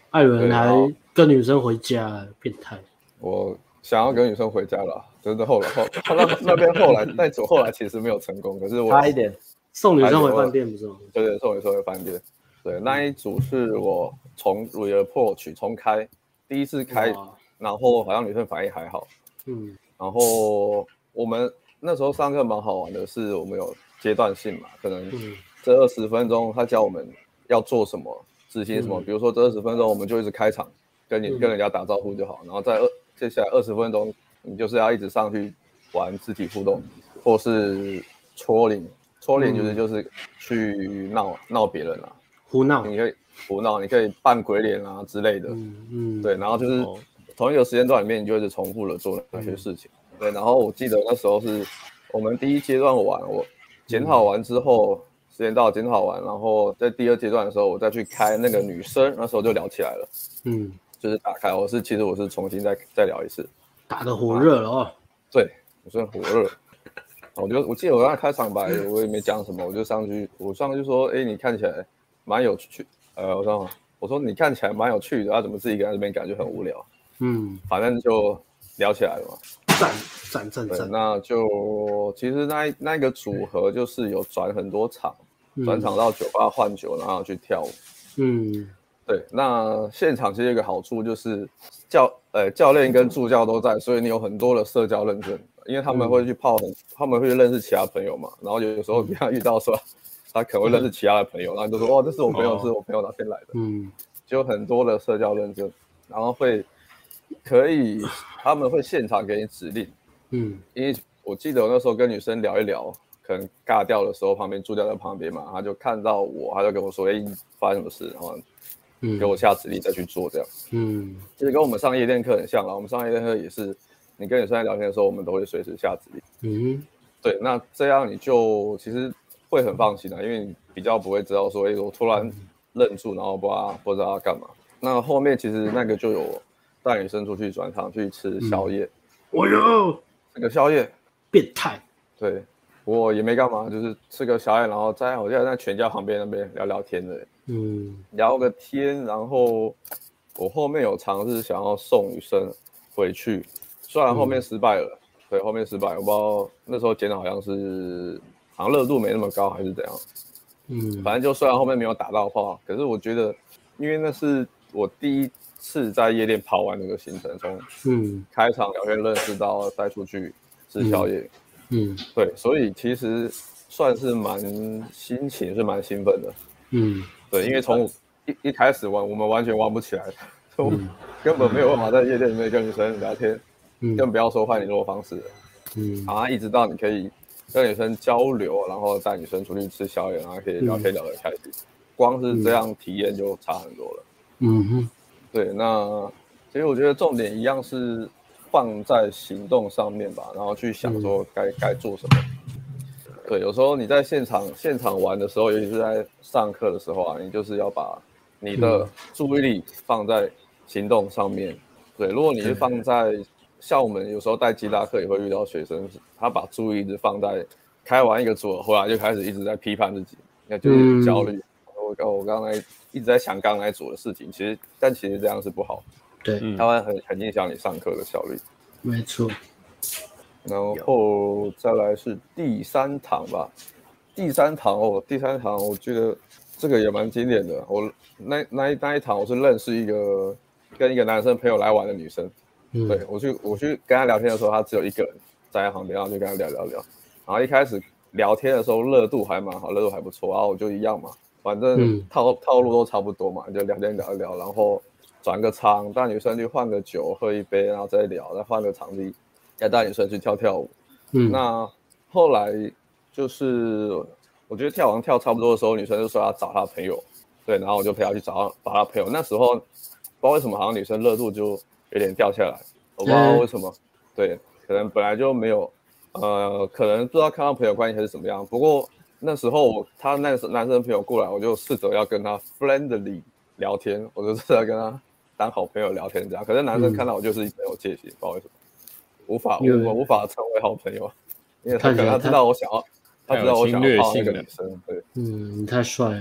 艾伦还跟女生回家，变态。 我想要跟女生回家了，真的后来后那那边后来那组后来其实没有成功，可是我差一点送女生回饭店不是吗？ 对对，送女生回饭店。对，那一组是我重 reapproach 重开，第一次开，然后好像女生反应还好。嗯，然后我们那时候上课蛮好玩的，是我们有阶段性嘛，可能这二十分钟他教我们要做什么，执行什么，嗯、比如说这二十分钟我们就一直开场，跟你、嗯、跟人家打招呼就好，然后在二接下来二十分钟你就是要一直上去玩肢体互动，或是戳脸，戳脸就是、嗯、就是去闹闹别人啊， 胡闹， 你可以胡闹，你可以扮鬼脸啊之类的，嗯嗯，对，然后就是同一个时间段里面你就一直重复的做那些事情，嗯、对，然后我记得那时候是我们第一阶段玩，我检讨完之后。嗯时间到检讨完，然后在第二阶段的时候，我再去开那个女生，那时候就聊起来了。嗯，就是打开，我是其实我是重新再再聊一次， 打得火热了哦。啊、 对，我算火热。我就我记得我刚才开场白，我也没讲什么，我就上去，我上去就说，哎，你看起来蛮有趣，呃，我说我说你看起来蛮有趣的，啊，怎么自己在这边感觉很无聊？嗯，反正就聊起来了嘛。 赞赞赞赞， 那就其实那那个组合就是有转很多场。转场到酒吧换酒，然后去跳舞。嗯，对。那现场其实有一个好处就是教呃教练跟助教都在，所以你有很多的社交认证，因为他们会去泡很，嗯、他们会认识其他朋友嘛。然后有时候比较遇到说他可能会认识其他的朋友，然后你就说哦，这是我朋友，哦、是我朋友哪天来的。嗯，就有很多的社交认证，然后会可以他们会现场给你指令。嗯，因为我记得我那时候跟女生聊一聊。可能尬掉的时候，旁边助教在旁边嘛，他就看到我，他就跟我说：“哎、欸，发生什么事？”然后给我下指令再去做这样。嗯，其实跟我们上夜店课很像啦。我们上夜店课也是，你跟女生在聊天的时候，我们都会随时下指令。嗯，对，那这样你就其实会很放心啦，因为你比较不会知道说，哎、欸，我突然愣住，然后不知道不知道要干嘛。那后面其实那个就有带女生出去转场去吃宵夜。 我有这个宵夜变态。 对。我也没干嘛，就是吃个宵夜，然后在我记得在全家旁边那边聊聊天的，嗯，聊个天，然后我后面有尝试想要送女生回去，虽然后面失败了，嗯、对，后面失败，我不知道那时候检讨好像是好像热度没那么高还是怎样，嗯，反正就虽然后面没有打到话，可是我觉得，因为那是我第一次在夜店跑完那个行程，从嗯开场聊天认识到带出去吃宵夜。嗯嗯，对，所以其实算是蛮心情是蛮兴奋的，嗯，对，因为从一一开始玩我们完全玩不起来，嗯、根本没有办法在夜店里面跟女生聊天，嗯、更不要说换联络方式，嗯，然后一直到你可以跟女生交流，然后带女生出去吃宵夜，然后可以聊天聊得开心，嗯、光是这样体验就差很多了，嗯哼，对，那其实我觉得重点一样是。放在行动上面吧，然后去想说该、嗯、该做什么。对，有时候你在现场现场玩的时候，尤其是在上课的时候啊，你就是要把你的注意力放在行动上面。对，如果你是放在像我们有时候带吉他课也会遇到学生，他把注意力一直放在开完一个组合回来就开始一直在批判自己，那就是焦虑。嗯、我我刚才一直在想刚才组的事情，其实但其实这样是不好。 对， 它会很很影响你上课的效率。 没错。 然后再来是第三堂吧，第三堂哦，第三堂我觉得这个也蛮经典的。我那那一那一堂我是认识一个跟一个男生朋友来玩的女生，嗯、对我去我去跟他聊天的时候，他只有一个人站在旁边，然后就跟他聊聊聊。然后一开始聊天的时候热度还蛮好，热度还不错，然后我就一样嘛，反正套、嗯、套路都差不多嘛，就聊天聊一聊，然后。转个场，带女生去换个酒，喝一杯，然后再聊，再换个场地，再带女生去跳跳舞。嗯，那后来就是我觉得跳完跳差不多的时候，女生就说要找她朋友，对，然后我就陪她去找找她朋友。那时候不知道为什么，好像女生热度就有点掉下来，我不知道为什么。嗯、对，可能本来就没有，呃，可能不知道看到朋友关系还是怎么样。不过那时候我他那个男生朋友过来，我就试着要跟他 friendly 聊天，我就试着跟他。当好朋友聊天这样，可是男生看到我就是很有戒心，嗯、不知道为什么，无法我无法成为好朋友，因为他可能他知道我想要，他知道我想要泡那个女生，对， 嗯，你太帅了。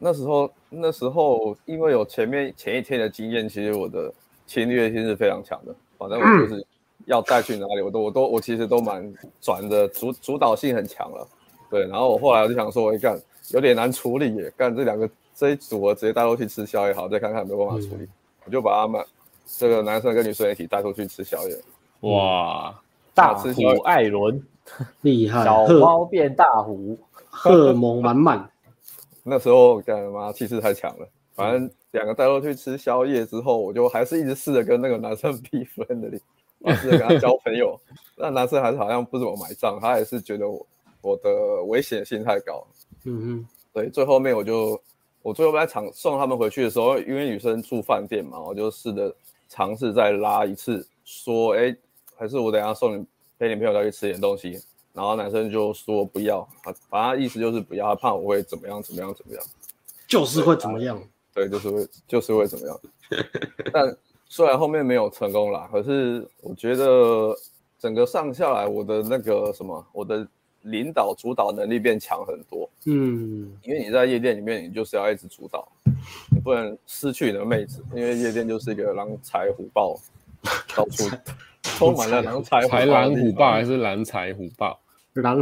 那时候那时候因为有前面前一天的经验，其实我的侵略性是非常强的。反正我就是要带去哪里，我都我都我其实都蛮转的，主主导性很强了。对，然后我后来我就想说，我干有点难处理耶，干这两个这一组合直接带过去吃宵夜好，再看看有没有办法处理。嗯、我就把他们这个男生跟女生一起带出去吃宵夜。 哇， 大虎艾伦厉害， 小猫变大虎， 荷尔蒙满满。 那时候干妈气势太强了，反正两个带过去吃宵夜之后，我就还是一直试着跟那个男生比分的，试着跟他交朋友。那男生还是好像不怎么买账，他也是觉得我我的危险性太高。 嗯哼， 对，最后面我就我最后在场送他们回去的时候，因为女生住饭店嘛，我就试着尝试再拉一次，说，哎，还是我等一下送你陪你朋友再去吃点东西。然后男生就说不要，反正意思就是不要，他怕我会怎么样怎么样怎么样， 就是会怎么样， 对，就是会就是会怎么样。但虽然后面没有成功啦，可是我觉得整个上下来，我的那个什么，我的领导主导能力变强很多。 嗯， 因为你在夜店里面，你就是要一直主导，你不能失去你的妹子，因为夜店就是一个狼财虎豹，到处充满了狼财虎豹。 豺狼虎豹还是狼财虎豹？ 狼，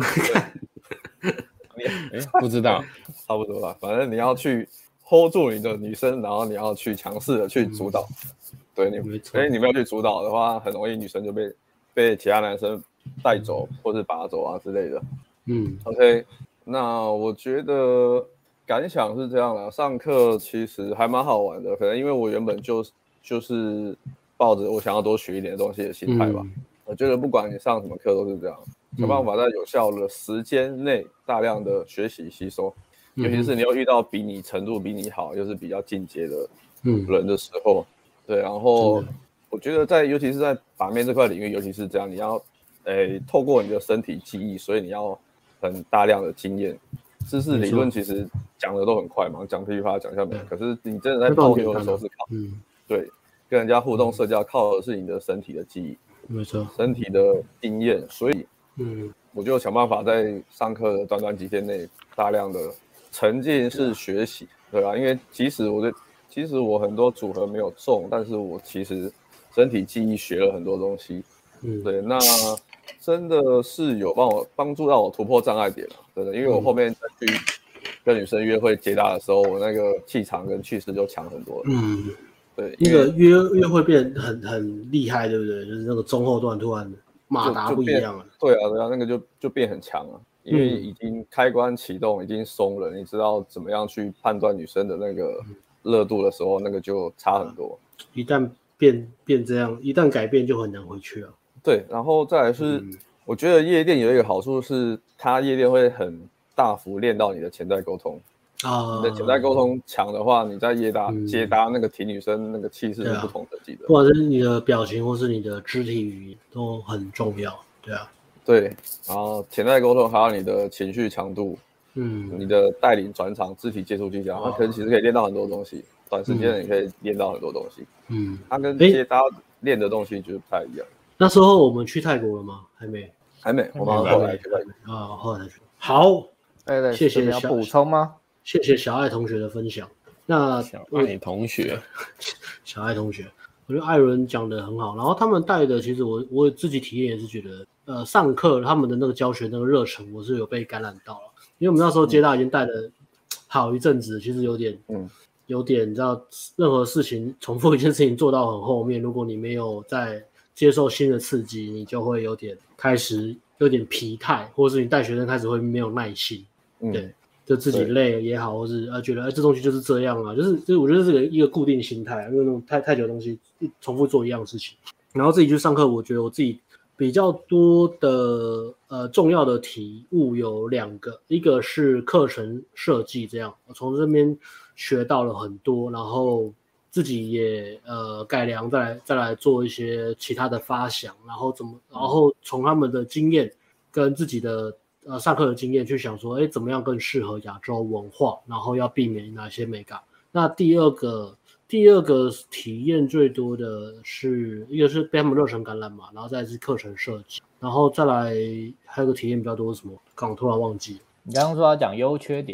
哎，不知道， 差不多啦。反正你要去 hold 住你的女生，然后你要去强势的去主导。嗯、对你，哎，你没有去主导的话，很容易女生就被被其他男生带走，或是拔走啊之类的。 嗯 ，OK， 那我觉得感想是这样啦。上课其实还蛮好玩的，可能因为我原本就就是抱着我想要多学一点东西的心态吧。嗯、我觉得不管你上什么课都是这样。想办法在有效的时间内大量的学习吸收，嗯、尤其是你又遇到比你程度比你好，又是比较进阶的人的时候，嗯、对，然后我觉得在尤其是在把妹这块领域，尤其是这样，你要诶透过你的身体记忆，所以你要很大量的经验，知识理论其实讲的都很快嘛，讲噼里啪啦讲下面，可是你真的在泡妞的时候是靠，嗯、对，跟人家互动社交靠的是你的身体的记忆， 没错， 身体的经验，所以。 嗯， 我就想办法在上课的短短几天内大量的沉浸式学习，对啊，因为即使我的其实我很多组合没有中，但是我其实身体记忆学了很多东西，嗯，对，那真的是有帮我帮助到我突破障碍点了，真的，因为我后面再去跟女生约会接搭的时候，我那个气场跟气势就强很多了， 嗯， 对， 那个约约会变很很厉害，对不对？就是那个中后段突然马达不一样了， 对啊，对啊，那个就就变很强了，因为已经开关启动，已经松了，你知道怎么样去判断女生的那个热度的时候，那个就差很多。 一旦变变这样，一旦改变就很难回去了。 对，然后再来是，嗯、我觉得夜店有一个好处是，它夜店会很大幅练到你的潜在沟通。 啊， 你的潜在沟通强的话，你在夜搭、嗯、接搭那个挺女生那个气势是不同的，记得。 不管是你的表情或是你的肢体语言都很重要，对啊。 对，然后潜在沟通还有你的情绪强度，嗯，你的带领转场、肢体接触技巧，它可能其实可以练到很多东西，短时间你可以练到很多东西。嗯，它跟接搭练的东西就是不太一样。 那时候我们去泰国了吗？还没， 还没，我们后来去泰国啊，后来去。好， 哎对， 谢谢要补充吗？ 谢谢小爱同学的分享。那小爱同学， 小爱同学，我觉得艾伦讲的很好。然后他们带的，其实我我自己体验也是觉得，呃，上课他们的那个教学那个热忱，我是有被感染到了。因为我们那时候接搭已经带了好一阵子，其实有点，嗯，有点你知道，任何事情重复一件事情做到很后面，如果你没有在接受新的刺激，你就会有点开始有点疲态，或者是你带学生开始会没有耐心，嗯、对。就自己累也好，或是呃觉得哎、欸、这东西就是这样啊，就是就是我觉得这个一个固定心态，因为那种太太久的东西重复做一样的事情，然后自己去上课，我觉得我自己比较多的呃重要的体悟有两个，一个是课程设计，这样我从这边学到了很多，然后自己也呃改良，再来再来做一些其他的发想，然后怎么，然后从他们的经验跟自己的。呃，上课的经验去想说，哎，怎么样更适合亚洲文化，然后要避免哪些美感。那第二个，第二个体验最多的是一个是被他们热忱感染嘛，然后再来是课程设计，然后再来还有个体验比较多是什么？刚突然忘记了。 你刚刚说要讲优缺点啊？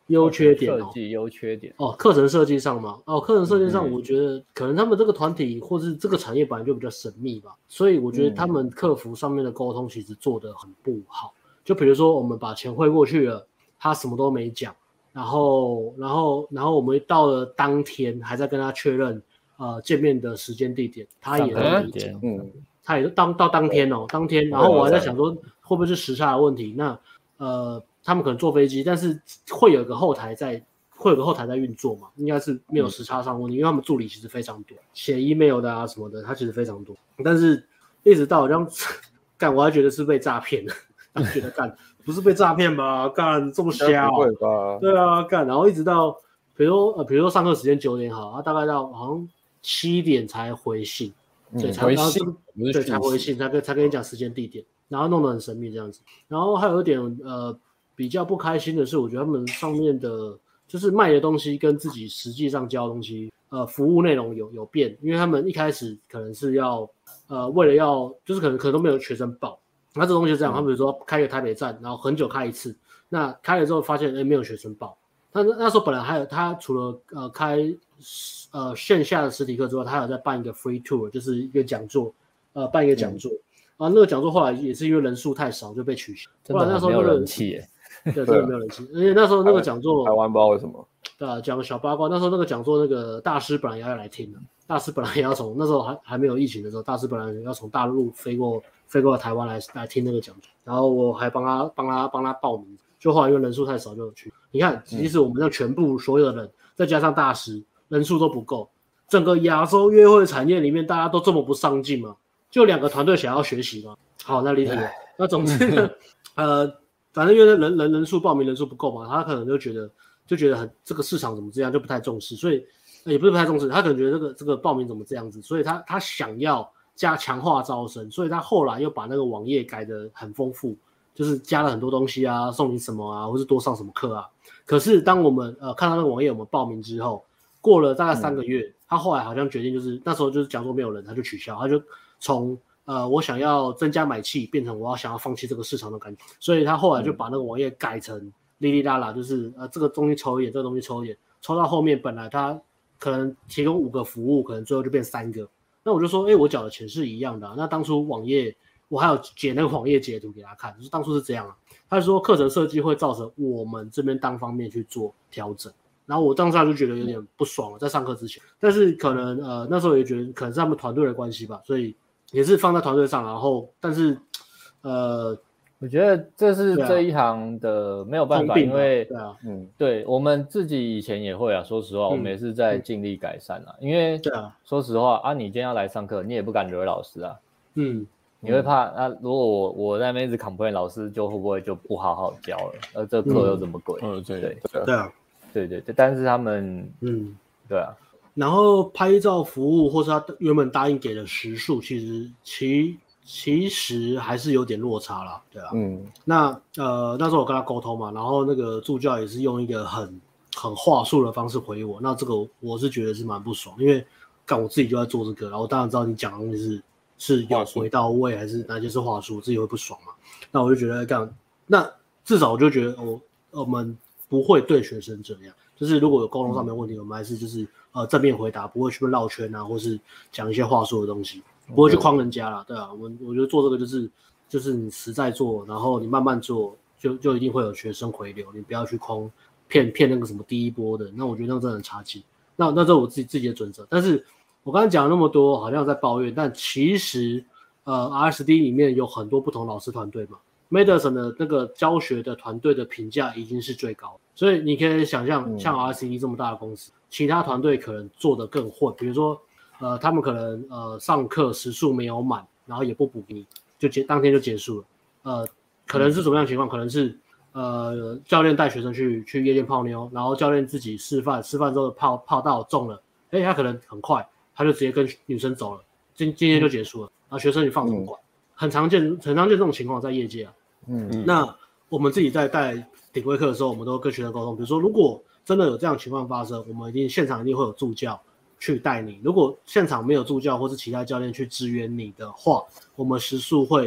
优缺点设计优缺点哦，课程设计上嘛，哦，课程设计上，我觉得可能他们这个团体或是这个产业本来就比较神秘吧，所以我觉得他们客服上面的沟通其实做得很不好。就比如说我们把钱汇过去了，他什么都没讲，然后然后然后我们到了当天还在跟他确认呃见面的时间地点，他也都没讲，嗯，他也当到当天哦，当天，然后我还在想说会不会是时差的问题，那呃。他们可能坐飞机，但是会有一个后台在，会有个后台在运作嘛，应该是没有时差上的问题，因为他们助理其实非常多，写 email 的啊什么的，他其实非常多。但是一直到这样干，我还觉得是被诈骗的，我觉得干不是被诈骗吧？干这么瞎、哦？ 不会吧？ 对啊，干，然后一直到比如说呃，比如说上课时间九点好，他大概到好像七点才回信，对，才回信， 对，才回信，才跟才跟你讲时间地点，然后弄得很神秘这样子。然后还有一点呃。比较不开心的是，我觉得他们上面的，就是卖的东西跟自己实际上教的东西，呃，服务内容有有变，因为他们一开始可能是要，呃，为了要，就是可能可能都没有学生报，那这东西是这样，他们比如说开个台北站，然后很久开一次，那开了之后发现，哎，没有学生报，他那时候本来还有他除了呃开呃线下的实体课之外，他还有在办一个 free tour， 就是一个讲座，呃，办一个讲座，嗯、啊，那个讲座后来也是因为人数太少就被取消， 真的那时候没有人气耶。 对，真的没有人气，而且那时候那个讲座， 台湾不知道为什么， 对啊，讲小八卦。那时候那个讲座，那个大师本来也要来听的，大师本来也要从那时候还还没有疫情的时候，大师本来要从大陆飞过飞过台湾来来听那个讲座，然后我还帮他帮他帮他报名，就后来因为人数太少就去。你看，即使我们的全部所有的人，再加上大师，人数都不够，整个亚洲约会产业里面大家都这么不上进吗？就两个团队想要学习吗？好，那离题了。那总之呢，呃。反正因为人人人数报名人数不够嘛，他可能就觉得就觉得很这个市场怎么这样，就不太重视，所以也不是不太重视，他可能觉得这个这个报名怎么这样子，所以他他想要加强化招生，所以他后来又把那个网页改得很丰富，就是加了很多东西啊，送你什么啊，或是多上什么课啊。可是当我们呃看到那个网页我们报名之后，过了大概三个月，嗯、他后来好像决定就是那时候就是讲说没有人，他就取消，他就从呃，我想要增加买气，变成我要想要放弃这个市场的感觉，所以他后来就把那个网页改成哩哩啦啦，就是呃这个东西抽一点，这个东西抽一点，抽到后面本来他可能提供五个服务，可能最后就变三个。那我就说，哎，我缴的钱是一样的、啊，那当初网页我还有截那个网页截图给他看，就是当初是这样啊。他说课程设计会造成我们这边单方面去做调整，然后我当时就觉得有点不爽了，在上课之前，但是可能呃那时候也觉得可能是他们团队的关系吧，所以。也是放在团队上，然后但是，呃， 我觉得这是这一行的没有办法，因为对啊， 嗯，对我们自己以前也会啊，说实话，我们也是在尽力改善啊，因为对啊， 说实话啊，你今天要来上课，你也不敢惹老师啊， 嗯， 你会怕啊，如果我我在那边一直 complain， 老师就会不会就不好好教了，而这课又这么贵， 嗯，对对对啊， 对对对，但是他们， 嗯， 对啊。 然后拍照服务或是他原本答应给的时数，其实其其实还是有点落差啦，对啊， 嗯， 那呃那时候我跟他沟通嘛，然后那个助教也是用一个很很话术的方式回我，那这个我是觉得是蛮不爽，因为干我自己就在做这个，然后当然知道你讲的东西是是有回到位还是哪些是话术，自己会不爽嘛，那我就觉得干，那至少我就觉得我我们不会对学生这样，就是如果有沟通上面问题，我们还是就是呃正面回答，不会去绕圈啊，或是讲一些话术的东西，不会去诓人家啦，对啊，我我觉得做这个就是就是你实在做，然后你慢慢做，就就一定会有学生回流，你不要去诓骗骗那个什么第一波的，那我觉得那个真的很差劲，那那这是我自己自己的准则，但是我刚才讲了那么多，好像在抱怨，但其实呃 R S D 里面有很多不同老师团队嘛。Medicine 的那个教学的团队的评价已经是最高，所以你可以想象，像 R C D 这么大的公司，嗯、其他团队可能做得更混，比如说，呃，他们可能呃上课时数没有满，然后也不补你，就结当天就结束了，呃，可能是什么样的情况？可能是呃教练带学生去去夜店泡妞，然后教练自己示范，示范之后泡泡到中了，哎，他可能很快他就直接跟女生走了，今今天就结束了，然后学生你放怎么管？嗯、很常见，很常见这种情况在业界啊。嗯，那我们自己在带顶规课的时候，我们都跟学生沟通，比如说如果真的有这样的情况发生，我们一定现场一定会有助教去带你。如果现场没有助教或是其他教练去支援你的话，我们时数会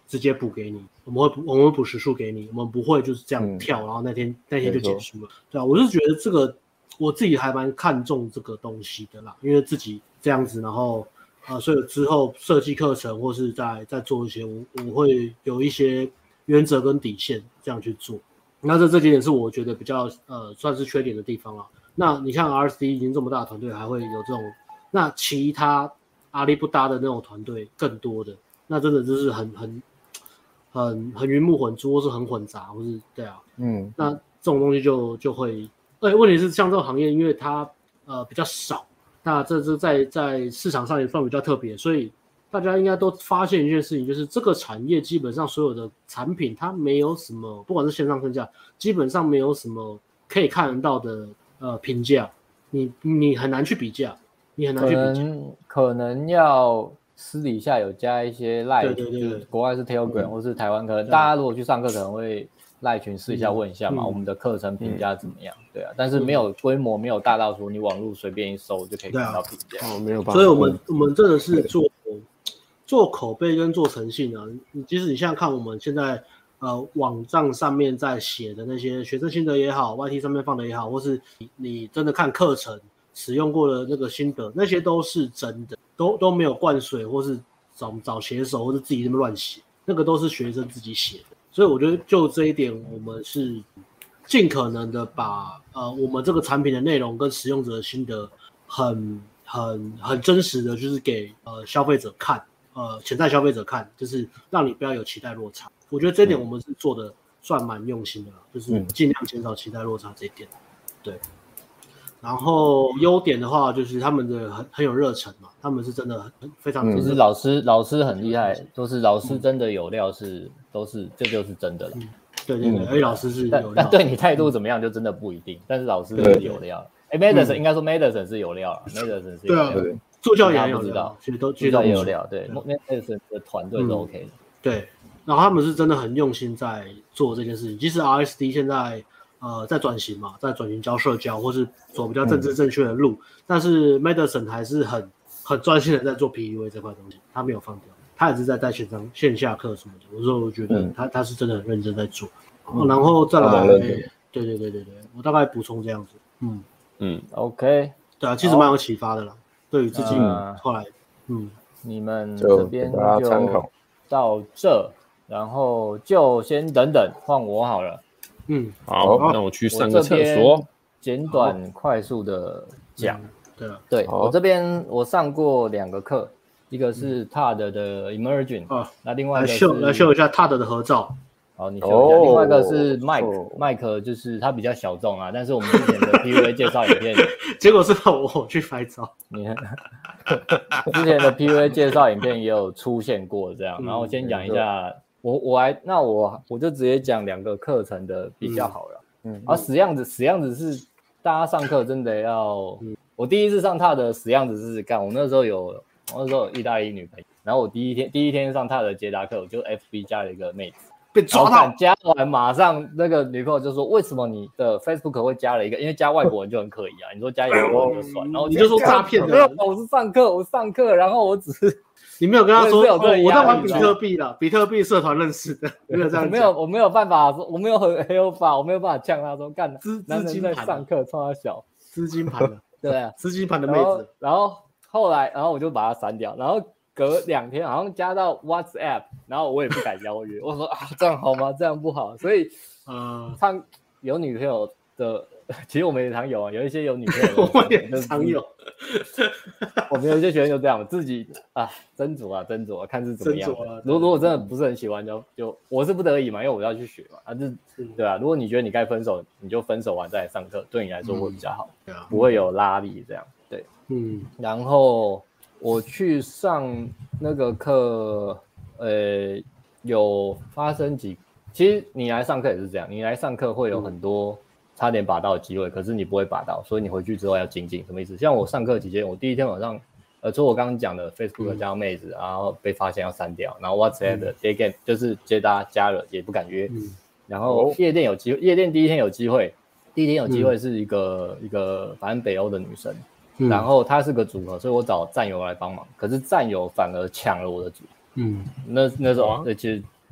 直接补给你，我们会补我们会补时数给你，我们不会就是这样跳，嗯、然后那天那天就结束了。对啊，我是觉得这个我自己还蛮看重这个东西的啦，因为自己这样子，然后呃，所以之后设计课程或是在在做一些，我我会有一些原则跟底线这样去做。那这这几点是我觉得比较呃算是缺点的地方啦。那你看 R S D 已经这么大的团队，还会有这种，那其他阿里不搭的那种团队更多的，那真的就是很很很很鱼目混珠，或是很混杂，或是对啊，嗯，那这种东西就就会，而且问题是像这种行业，因为它呃比较少，那这是在在市场上也算比较特别，所以大家应该都发现一件事情，就是这个产业基本上所有的产品，它没有什么，不管是线上线下，基本上没有什么可以看得到的呃评价，你你很难去比价，你很难去比价， 可能可能要私底下有加一些 Line， 对对对， 就是国外是 Telegram，、嗯、或是台湾可能大家如果去上课可能会 Line 群试一下问一下嘛，嗯、我们的课程评价怎么样？嗯、对啊，但是没有规模，没有大到说你网络随便一搜就可以看到评价， 啊、 哦，没有办法。 所以我们我们真的是做做口碑跟做诚信啊，即使你现在看我们现在呃网站上面在写的那些学生心得也好 ，Y T 上面放的也好，或是你你真的看课程使用过的那个心得，那些都是真的，都都没有灌水或是找找写手或是自己这么乱写，那个都是学生自己写的。所以我觉得就这一点，我们是尽可能的把呃我们这个产品的内容跟使用者的心得很很很真实的，就是给呃消费者看，呃潜在消费者看，就是让你不要有期待落差。我觉得这一点我们是做的算蛮用心的啦，就是尽量减少期待落差这一点。对。然后优点的话，就是他们的很很有热忱嘛，他们是真的很非常。 其实老师老师很厉害，都是老师真的有料是，是都是这就是真的了。 嗯、对对对，而且、嗯、老师是有料， 但对你态度怎么样就真的不一定。但是老师是有料。哎 ，Madison 应该说 Madison 是有料了 ，Madison 是有料。 对啊，助教也很有料， 其实都助教也有料。对 ，Madison 的团队都 OK 的、嗯。 对，然后他们是真的很用心在做这件事情。即使 R S D 现在。呃，在转型嘛，在转型教社交，或是走比较政治正确的路，嗯、但是 Madison 还是很很专心的在做 P U A 这块东西，他没有放掉，他也是在带线上线下课什么的。我说我觉得他、嗯、他是真的很认真在做，嗯、然后再来，对对对对对，我大概补充这样子，嗯嗯 ，OK， 对啊，其实蛮有启发的啦，对于自己后来，嗯， 你们这边就到这，然后就先等等，换我好了。 嗯，好，那我去上个厕所。 简短快速的讲， 嗯、对啊， 对我这边我上过两个课，一个是 T A D 的 Emerging，、嗯、那另外一个是来秀来秀一下 T A D 的合照。 好，你秀一下。哦、另外一个是 Mike，Mike、哦、就是他比较小众啊，但是我们之前的 P U A 介绍影片， 结果是我去拍照。 你看，之前的 P U A 介绍影片也有出现过这样，然后我先讲一下。嗯我我来，那我我就直接讲两个课程的比较好了。嗯，啊，死样子死样子是大家上课真的要，嗯、我第一次上他的死样子试试看。我那时候有，我那时候有意大利女朋友，然后我第一天第一天上他的捷达课，我就 F B 加了一个妹子， 被抓到， 加完马上那个女朋友就说，为什么你的 Facebook 会加了一个？因为加外国人就很可疑啊，你说加亚洲人就算，然后你就说诈骗的， 没有，我是上课，我上课，然后我只是。 你没有跟他说，我, 哦、我在玩比特币啦，比特币社团认识的，没有这样。 我没有，我没有办法说，我没有很很有法，我没有办法呛他说干。资资金盘在上课，冲他小资金盘的， 对啊， 资金盘的妹子。 然后, 然后后来，然后我就把它删掉，然后隔两天好像加到 WhatsApp， 然后我也不敢邀约，我说啊这样好吗？这样不好，所以嗯，他有女朋友的。其实我们也常有啊，有一些有女朋友的， 我们也常有。 我们有一些学生就这样，自己啊斟酌啊斟酌啊，看是怎么样的。如果如果真的不是很喜欢，就就我是不得已嘛，因为我要去学嘛，啊，就是对啊。如果你觉得你该分手，你就分手完再来上课，对你来说会比较好，嗯、不会有拉力这样。对，嗯。然后我去上那个课，呃，有发生几，其实你来上课也是这样，你来上课会有很多。嗯差点把到的机会，可是你不会把到，所以你回去之后要精进。什么意思？像我上课期间，我第一天晚上，呃，除了我刚刚讲的 Facebook 加妹子，嗯、然后被发现要删掉，然后 WhatsApp 的 Day Game 就是接大家加了也不敢约，嗯、然后夜店有机会，夜店第一天有机会，第一天有机会是一个、嗯、一个反正北欧的女生，嗯、然后她是个组合，所以我找战友来帮忙，可是战友反而抢了我的组。嗯，那那时候、啊、其实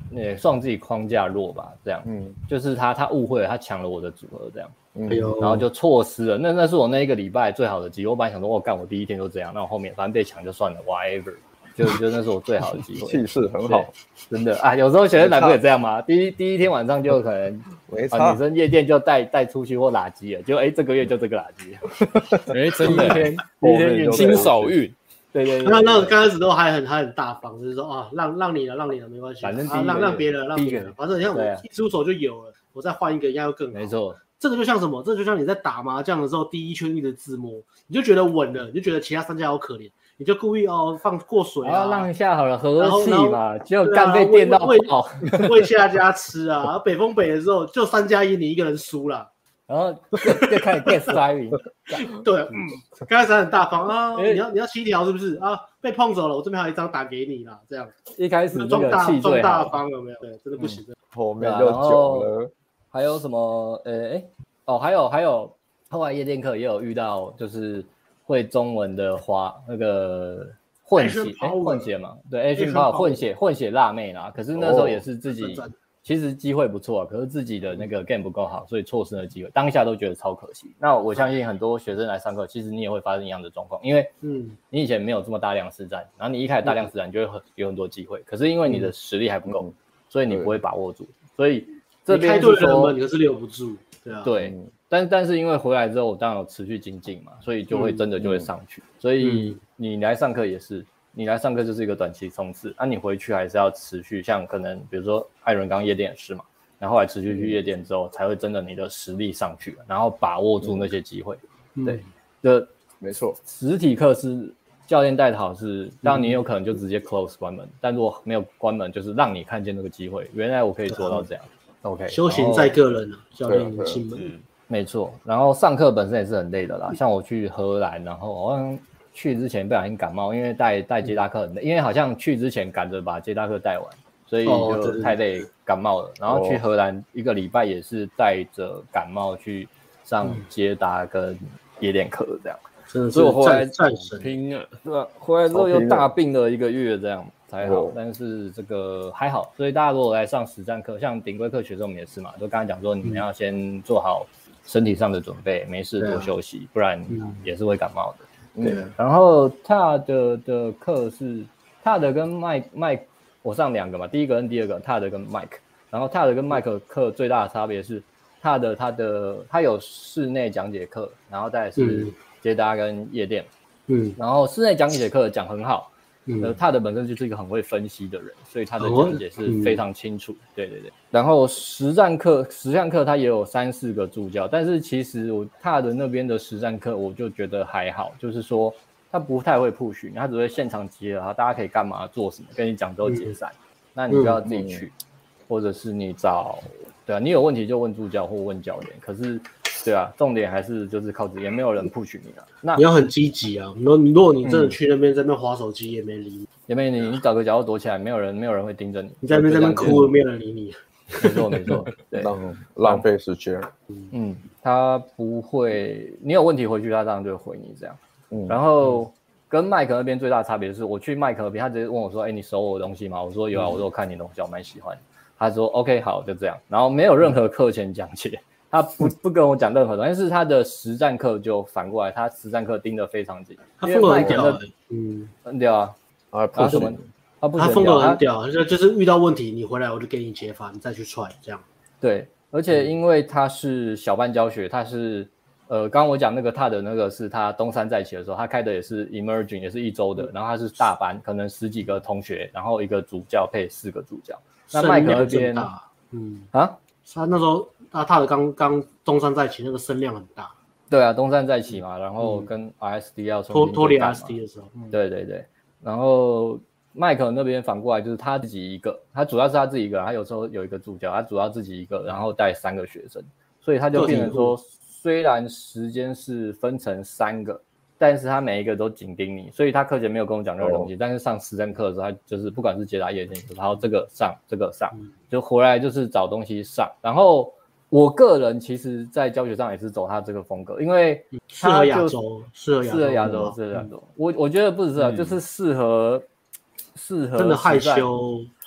也算自己框架弱吧，这样，嗯，就是他他误会了，他抢了我的组合这样，嗯，然后就错失了，那那是我那一个礼拜最好的机会，我本来想说，我、哦、干我第一天就这样，那我后面反正被抢就算了 ，whatever， 就就那是我最好的机会， 气势很好， 真的啊，有时候学生来不也这样吗？第一第一天晚上就可能，啊，女生夜店就带带出去或垃圾了，就哎这个月就这个垃圾， 哎真的， 第一天第一天运新手运。 对对对， 那那刚开始都还很还很大方，就是说啊，让让你了，让你了，没关系， 反正啊、让让别人，让别人，反正你看我一出手就有了，我再换一个应该会更好。 没错， 这个就像什么？这就像你在打麻将的时候，第一圈一直自摸，你就觉得稳了，你就觉得其他三家好可怜，你就故意哦放过水啊， 让一下好了，和气嘛，结果干被电到爆， 喂下家吃啊。北风北的时候就三家赢，你一个人输了。 然后就开始 get saving， 对，嗯，刚开始很大方啊，你要你要七条是不是啊？被碰走了，我这边还有一张打给你啦，这样。 一开始那个气最大方有没有？对，真的不行。 嗯、后面就久了。 还有什么？呃，哎，哦，还有还有，后来夜店课也有遇到，就是会中文的花那个混血，哎，混血嘛，对 ，Asian Power 混血混血辣妹啦。可是那时候也是自己。哦，其实机会不错、啊，可是自己的那个 game 不够好，所以错失了机会，当下都觉得超可惜。那我相信很多学生来上课，其实你也会发生一样的状况，因为嗯，你以前没有这么大量实战，然后你一开始大量实战，你就会有很多机会，可是因为你的实力还不够，嗯、所以你不会把握住。所以这边是说，你开对人门，可是留不住，对啊， 对。嗯、但但是因为回来之后，我当然有持续精进嘛，所以就会真的就会上去。嗯、所以你来上课也是。你来上课就是一个短期冲刺，那、啊、你回去还是要持续，像可能比如说艾伦刚夜店也是嘛，然后后来持续去夜店之后，才会真的你的实力上去，然后把握住那些机会。嗯、对，这没错。 实体课是教练带的好是，当然你有可能就直接 close 关门，但如果没有关门，就是让你看见那个机会，原来我可以做到这样。OK， 修行在个人啊，教练进门。 没错，然后上课本身也是很累的啦，像我去荷兰，然后好像。去之前不小心感冒，因为带带接搭课很累，因为好像去之前赶着把接搭课带完，所以就太累感冒了。然后去荷兰一个礼拜也是带着感冒去上接搭跟夜店课这样， 真的所以我后来战神拼啊， 对吧？回来之后又大病了一个月这样才好，但是这个还好。所以大家如果来上实战课，像顶规课学生我们也是嘛，就刚才讲说你们要先做好身体上的准备，没事多休息，不然也是会感冒的。对，然后他的的课是他的跟麦麦，我上两个嘛，第一个跟第二个他的跟麦克，然后他的跟麦克课最大的差别是他的他的他有室内讲解课，然后再来是接搭跟夜店，嗯，然后室内讲解课讲很好，嗯，呃，他的本身就是一个很会分析的人，所以他的讲解是非常清楚，嗯、对对对。然后实战课实战课他也有三四个助教，但是其实我他的那边的实战课我就觉得还好，就是说他不太会 push 你，他只会现场集合，然后大家可以干嘛做什么，跟你讲之后解散，嗯、那你就要自己去，嗯、或者是你找，对啊，你有问题就问助教或问教练，可是。对啊，重点还是就是靠自己，也没有人 push 你啊。那你要很积极啊！如果你真的去那边在那边滑手机，也没理你， 也没理你，你找个角落躲起来，没有人，没有人会盯着你。 你在那边在那边哭，没有人理你。 没错没错，对， 浪浪费时间。 嗯，他不会，你有问题回去，他当然就会回你这样。嗯，然后跟麦克那边最大的差别是，我去麦克那边，他直接问我说：“哎，你收我的东西吗？”我说：“有啊，我都有看你的东西，我蛮喜欢。”他说 ：“OK， 好，就这样。”然后没有任何课前讲解。他不不跟我讲任何的，但是他的实战课就反过来，他实战课盯得非常紧。 他风格很屌的， 嗯，很屌啊！ 啊，他什么？他不他风格很屌，就就是遇到问题，你回来我就给你解法，你再去踹这样。 对，而且因为他是小班教学，他是呃，刚刚我讲那个他的那个是他东山再起的时候，他开的也是 emerging， 也是一周的，然后他是大班，可能十几个同学，然后一个主教配四个助教。那麦克那边， 嗯啊， 他那时候。他他的刚刚东山再起那个声量很大， 对啊，东山再起嘛，然后跟 R S D 要脱脱离 R S D 的时候， 嗯、对对对，然后麦克那边反过来就是他自己一个，他主要是他自己一个，他有时候有一个助教，他主要自己一个，然后带三个学生，所以他就变成说，虽然时间是分成三个，但是他每一个都紧盯你，所以他课前没有跟我讲任何东西，哦、但是上实战课的时候，他就是不管是解答夜店，然后这个上这个上，嗯、就回来就是找东西上，然后。我个人其实，在教学上也是走他这个风格，因为适合亚洲，适合亚洲，适合亚洲，适合亚洲。我我觉得不只是啊，就是适合适合真的害羞，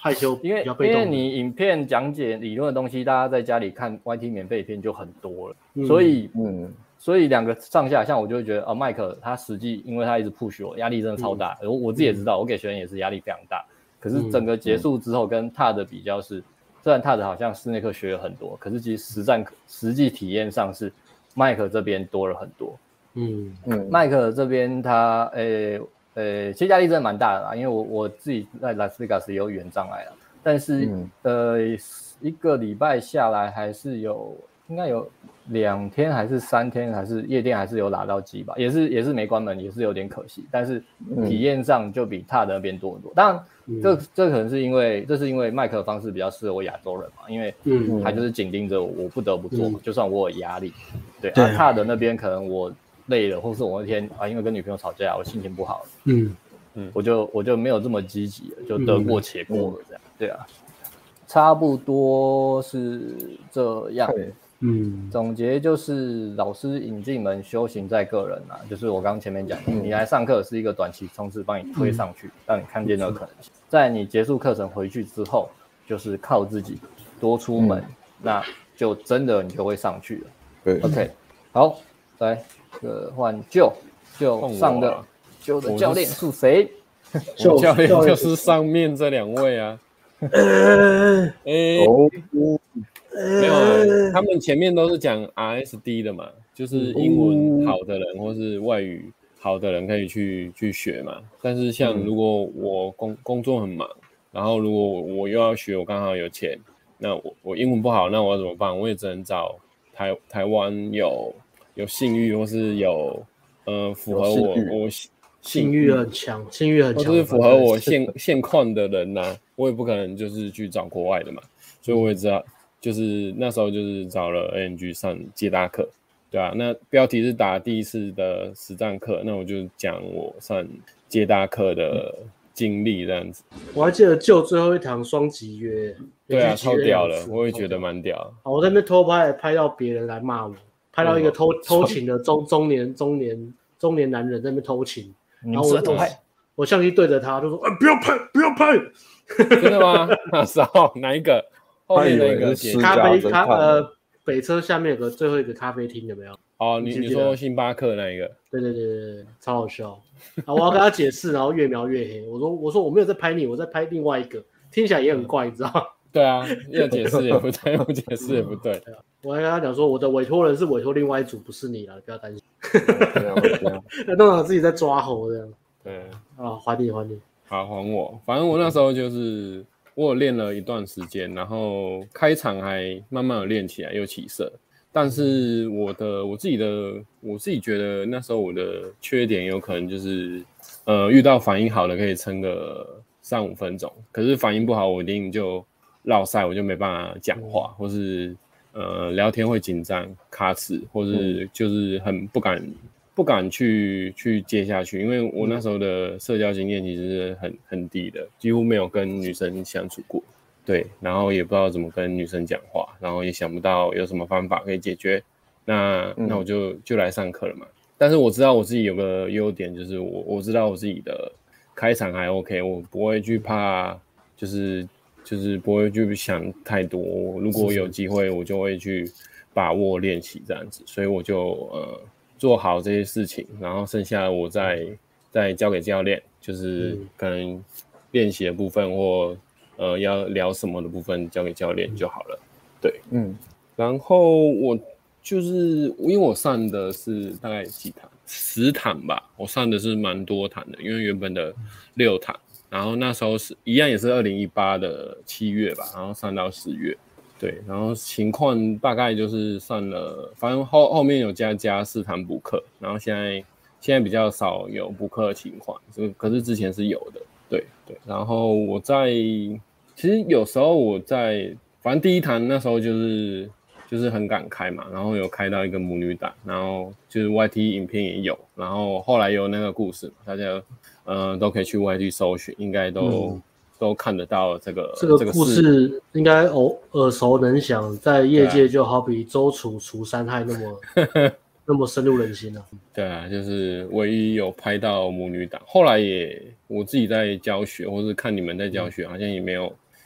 害羞， 因为因为你影片讲解理论的东西，大家在家里看 Y T 免费片就很多了，嗯、所以嗯，所以两个上下，像我就会觉得啊，麦克他实际因为他一直 push 我，压力真的超大，嗯、我我自己也知道，我给学员也是压力非常大。可是整个结束之后，跟他的比较是，虽然他的好像室内课学了很多，可是其实实战实际体验上是麦克这边多了很多。嗯嗯，麦克这边他诶。呃，其实压力真的蛮大的啦，因为我我自己在拉斯维加斯也有语言障碍啦，但是、嗯、呃一个礼拜下来还是有应该有两天还是三天还是夜店还是有拉到机吧，也是也是没关门，也是有点可惜，但是体验上就比他的那边多很多。当然，嗯、这这可能是因为这是因为麦克的方式比较适合我亚洲人嘛，因为他就是紧盯着我，我不得不做，嗯、就算我有压力，对，对啊，他的那边可能我。累了，或是我那天啊，因为跟女朋友吵架，我心情不好，嗯嗯，我就我就没有这么积极了，就得过且过了这样，嗯、对啊，差不多是这样，嗯，总结就是老师引进门，修行在个人啊，就是我刚刚前面讲的，嗯、你来上课是一个短期冲刺，帮你推上去，嗯、让你看见那个可能性，在你结束课程回去之后，就是靠自己多出门，嗯、那就真的你就会上去了， 对 ，OK， 好，来。呃，换就就上的就的教练是谁？ 我教练就是上面这两位啊。呃，哦，没有，他们前面都是讲 R S D 的嘛，就是英文好的人或是外语好的人可以去去学嘛。但是像如果我工工作很忙，然后如果我又要学，我刚好有钱，那我我英文不好，那我要怎么办？我也只能找台台湾有。有性欲或是有呃符合我我性欲很强，性欲很强， 或是符合我现现况的人呐、啊，我也不可能就是去找国外的嘛，所以我也知道，就是那时候就是找了 A N G 上接搭课，对啊，那标题是打第一次的实战课，那我就讲我上接搭课的经历这样子。 我还记得就最后一堂双集约， 对啊，超屌了，我也觉得蛮屌。 我在那边偷拍，拍到别人来骂我。拍到一个偷偷情的中中年中年中年男人在那边偷情，然后我偷拍，我相机对着他，就说：“哎，不要拍，不要拍！” 真的吗？那时候哪一个？后面那个咖啡咖呃北车下面有个最后一个咖啡厅有没有？ 哦，你你说星巴克那一个？ 对对对对对，超好笑。啊，我要跟他解释，然后越描越黑。我说我说我没有在拍你，我在拍另外一个，听起来也很怪，你知道吗？ 对啊，要解释也不对，不解释也不对。 我还跟他讲说，我的委托人是委托另外一组，不是你啦，不要担心。那弄到自己在抓猴这样。 对啊，还你还你。 好，还我。反正我那时候就是我有练了一段时间，然后开场还慢慢有练起来，有起色。但是我的我自己的我自己觉得那时候我的缺点有可能就是呃遇到反应好的可以撑个三五分钟，可是反应不好我一定就落赛，我就没办法讲话，或是呃聊天会紧张卡词，或是就是很不敢不敢去去接下去，因为我那时候的社交经验其实是很很低的，几乎没有跟女生相处过。对，然后也不知道怎么跟女生讲话，然后也想不到有什么方法可以解决，那、嗯、那我就就来上课了嘛。但是我知道我自己有个优点，就是我我知道我自己的开场还 OK， 我不会去怕，就是就是不会去想太多。如果有机会，我就会去把握练习这样子，所以我就呃做好这些事情，然后剩下我再再交给教练，就是可能练习的部分或。呃，要聊什么的部分交给教练就好了。对，嗯，然后我就是因为我上的是大概几堂，十堂吧，我上的是蛮多堂的，因为原本的六堂，然后那时候是一样也是二零一八的七月吧，然后上到十月，对，然后情况大概就是上了，反正后后面有加加四堂补课，然后现在现在比较少有补课的情况，可是之前是有的。对对，然后我在其实有时候我在，反正第一堂那时候就是就是很敢开嘛，然后有开到一个母女档，然后就是 Y T 影片也有，然后后来有那个故事嘛，大家呃都可以去 Y T 搜寻，应该都、嗯、都看得到这个这个故事，应该偶耳熟能详，在业界就好比周楚除三害那么。那么深入人心啊！ 对啊，就是唯一有拍到母女档，后来也我自己在教学，或是看你们在教学，好像也没有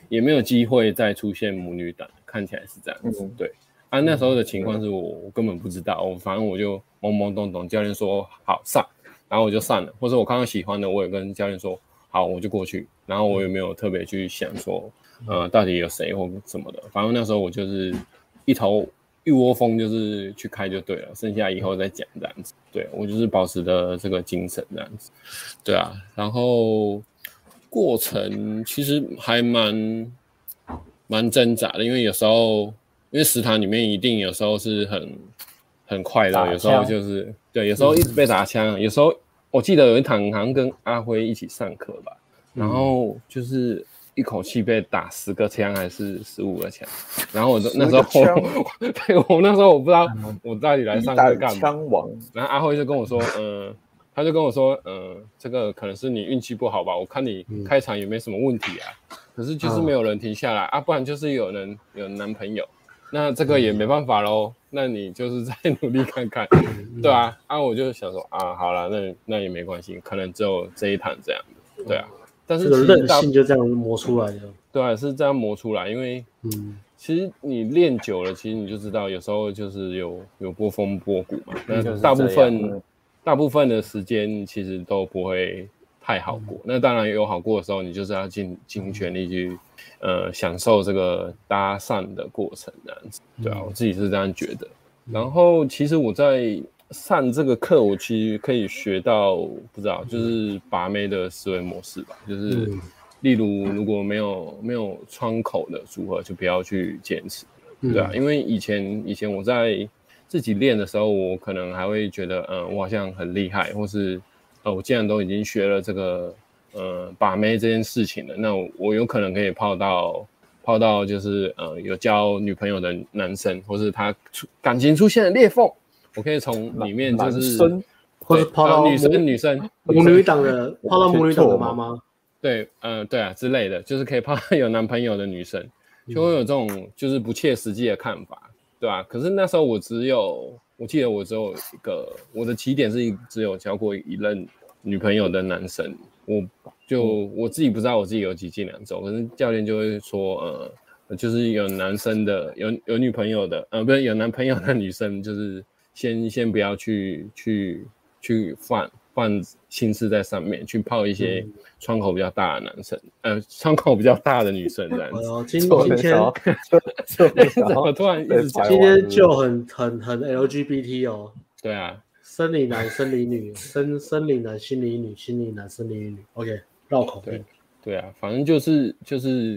也没有机会再出现母女档，看起来是这样子。嗯、对啊，那时候的情况是我我根本不知道，我反正我就懵懵懂懂，教练说好上，然后我就上了，或者我看到喜欢的，我也跟教练说好，我就过去，然后我也没有特别去想说，呃，到底有谁或什么的，反正那时候我就是一头一窝蜂，就是去开就对了，剩下以后再讲这样子。对，我就是保持的这个精神这样子，对啊，然后过程其实还蛮蛮挣扎的，因为有时候因为食堂里面一定有时候是很很快乐，有时候就是对，有时候一直被打枪，有时候我记得有一堂好像跟阿辉一起上课吧，然后就是一口气被打十个枪还是十五个枪，然后我那时候我对我那时候我不知道我到底来上课干嘛，枪王，然后阿辉就跟我说，嗯、呃，他就跟我说，嗯、呃，这个可能是你运气不好吧，我看你开场也没什么问题啊，可是就是没有人停下来啊，不然就是有人有男朋友，那这个也没办法咯，那你就是再努力看看，对啊，啊我就想说啊，好啦，那那也没关系，可能只有这一堂这样的，对啊。但是这个韧性就这样磨出来的， 对啊，是这样磨出来，因为嗯，其实你练久了，其实你就知道，有时候就是有有波峰波谷嘛。那大部分大部分的时间其实都不会太好过。嗯、那当然有好过的时候，你就是要尽尽全力去呃享受这个搭讪的过程，这样子。对啊，我自己是这样觉得。然后其实我在上这个课，我其实可以学到不知道，就是把妹的思维模式吧。就是，例如如果没有没有窗口的组合，就不要去坚持，对啊。因为以前以前我在自己练的时候，我可能还会觉得，嗯，我好像很厉害，或是呃，我既然都已经学了这个呃把妹这件事情了，那我, 我有可能可以泡到泡到就是呃有交女朋友的男生，或是他感情出现了裂缝。我可以从里面就是， 或者泡到女生女生母女档的，泡到母女档的妈妈， 对，嗯、呃，对啊之类的，就是可以泡到有男朋友的女生，就会有这种就是不切实际的看法，对吧、啊？可是那时候我只有，我记得我只有一个，我的起点是只有交过一任女朋友的男生，我就我自己不知道我自己有几斤两重，可是教练就会说，呃，就是有男生的，有有女朋友的，呃，不是有男朋友的女生，就是。先先不要去去去放放心思在上面，去泡一些窗口比较大的男生，嗯、呃，窗口比较大的女生这样子。 哦，今今天我突然一直今天就很很很 L G B T 哦。 对啊， 生理男、生理女，生生理男、心理女、心理男、生理女。OK， 绕口令。 对啊，反正就是就是，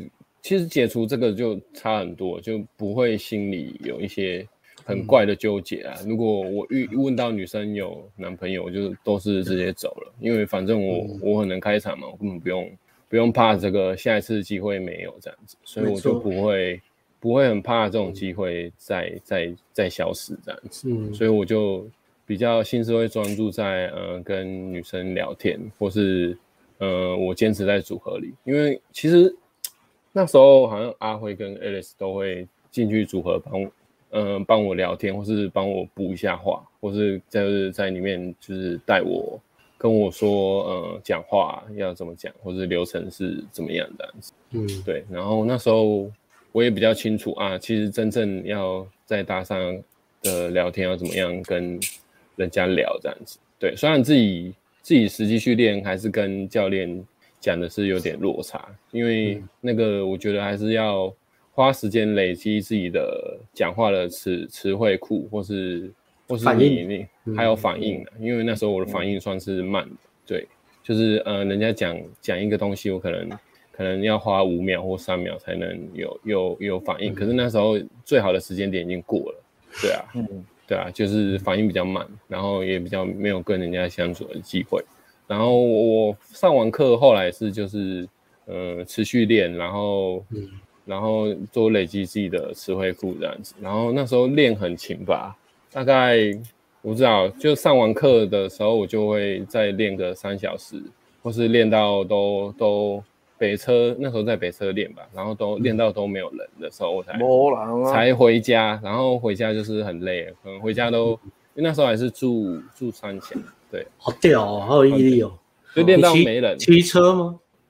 其实解除这个就差很多，就不会心里有一些。很怪的纠结啊！如果我遇问到女生有男朋友，我就都是直接走了，因为反正我我很能开场嘛，我根本不用不用怕这个下一次机会没有这样子，所以我就不会不会很怕这种机会再再再消失这样子，嗯，所以我就比较心思会专注在呃跟女生聊天，或是呃我坚持在组合里，因为其实那时候好像阿辉跟 Alice 都会进去组合帮我。嗯，帮我聊天，或是帮我补一下话，或是就是在里面就是带我跟我说，呃，讲话要怎么讲，或是流程是怎么样的。嗯，对。然后那时候我也比较清楚啊，其实真正要在搭上的聊天要怎么样跟人家聊这样子。对，虽然自己自己实际去练，还是跟教练讲的是有点落差，因为那个我觉得还是要。花时间累积自己的讲话的词词汇库，或是或是你你还有反应的、嗯，因为那时候我的反应算是慢的，对，就是呃，人家讲讲一个东西，我可能可能要花五秒或三秒才能有有有反应，可是那时候最好的时间点已经过了，对啊，嗯、对啊，就是反应比较慢，然后也比较没有跟人家相处的机会，然后我上完课后来是就是呃持续练，然后。嗯然后多累积自己的词汇库这样子，然后那时候练很勤吧，大概我不知道，就上完课的时候，我就会再练个三小时，或是练到都都北车那时候在北车练吧，然后都练到都没有人的时候，我才、啊、才回家，然后回家就是很累，可能回家都因为那时候还是住住三峡，对， 好屌哦，好有毅力哦， 就练到没人， 骑车吗？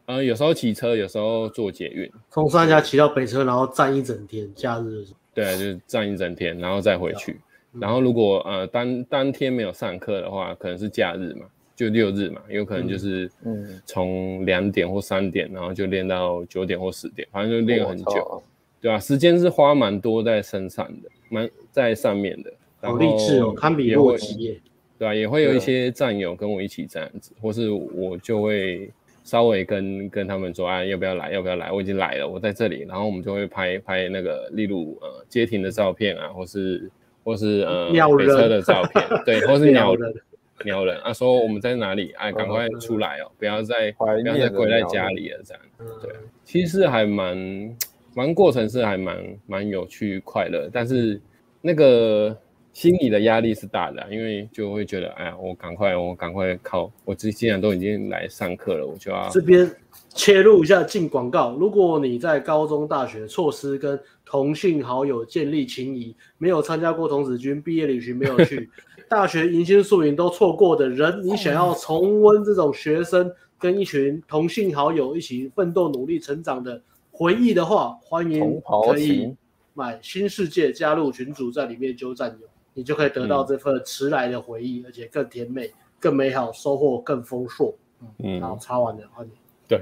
呃，有时候骑车，有时候坐捷运， 从三峡骑到北车，然后站一整天，假日的时候。 对啊，就是站一整天，然后再回去。嗯、然后如果呃当当天没有上课的话，可能是假日嘛，就六日嘛，有可能就是从两点或三点，然后就练到九点或十点，反正就练很久，对吧、啊？时间是花蛮多在身上的，蛮在上面的。 好励志哦，堪比洛基耶。 对啊，也会有一些战友跟我一起这样子，或是我就会稍微跟跟他们说，啊，要不要来，要不要来？我已经来了，我在这里，然后我们就会拍拍那个，例如呃街亭的照片啊，或是或是呃北车的照片，对，或是鸟人鸟人啊，说我们在哪里，哎，赶快出来哦，不要再不要再归在家里了，这样，对，其实还蛮蛮过程是还蛮蛮有趣快乐，但是那个。心理的压力是大的、啊，因为就会觉得，哎呀，我赶快，我赶快靠，我既然都已经来上课了，我就要这边切入一下进广告。如果你在高中、大学错失跟同性好友建立情谊，没有参加过童子军，毕业旅行没有去，大学迎新宿营都错过的人，你想要重温这种学生跟一群同性好友一起奋斗、努力、成长的回忆的话，欢迎可以买新世界，加入群组，在里面揪战友。你就可以得到这份迟来的回忆、嗯、而且更甜美、更美好，收获更丰硕。嗯，然后擦完了，换你。 对。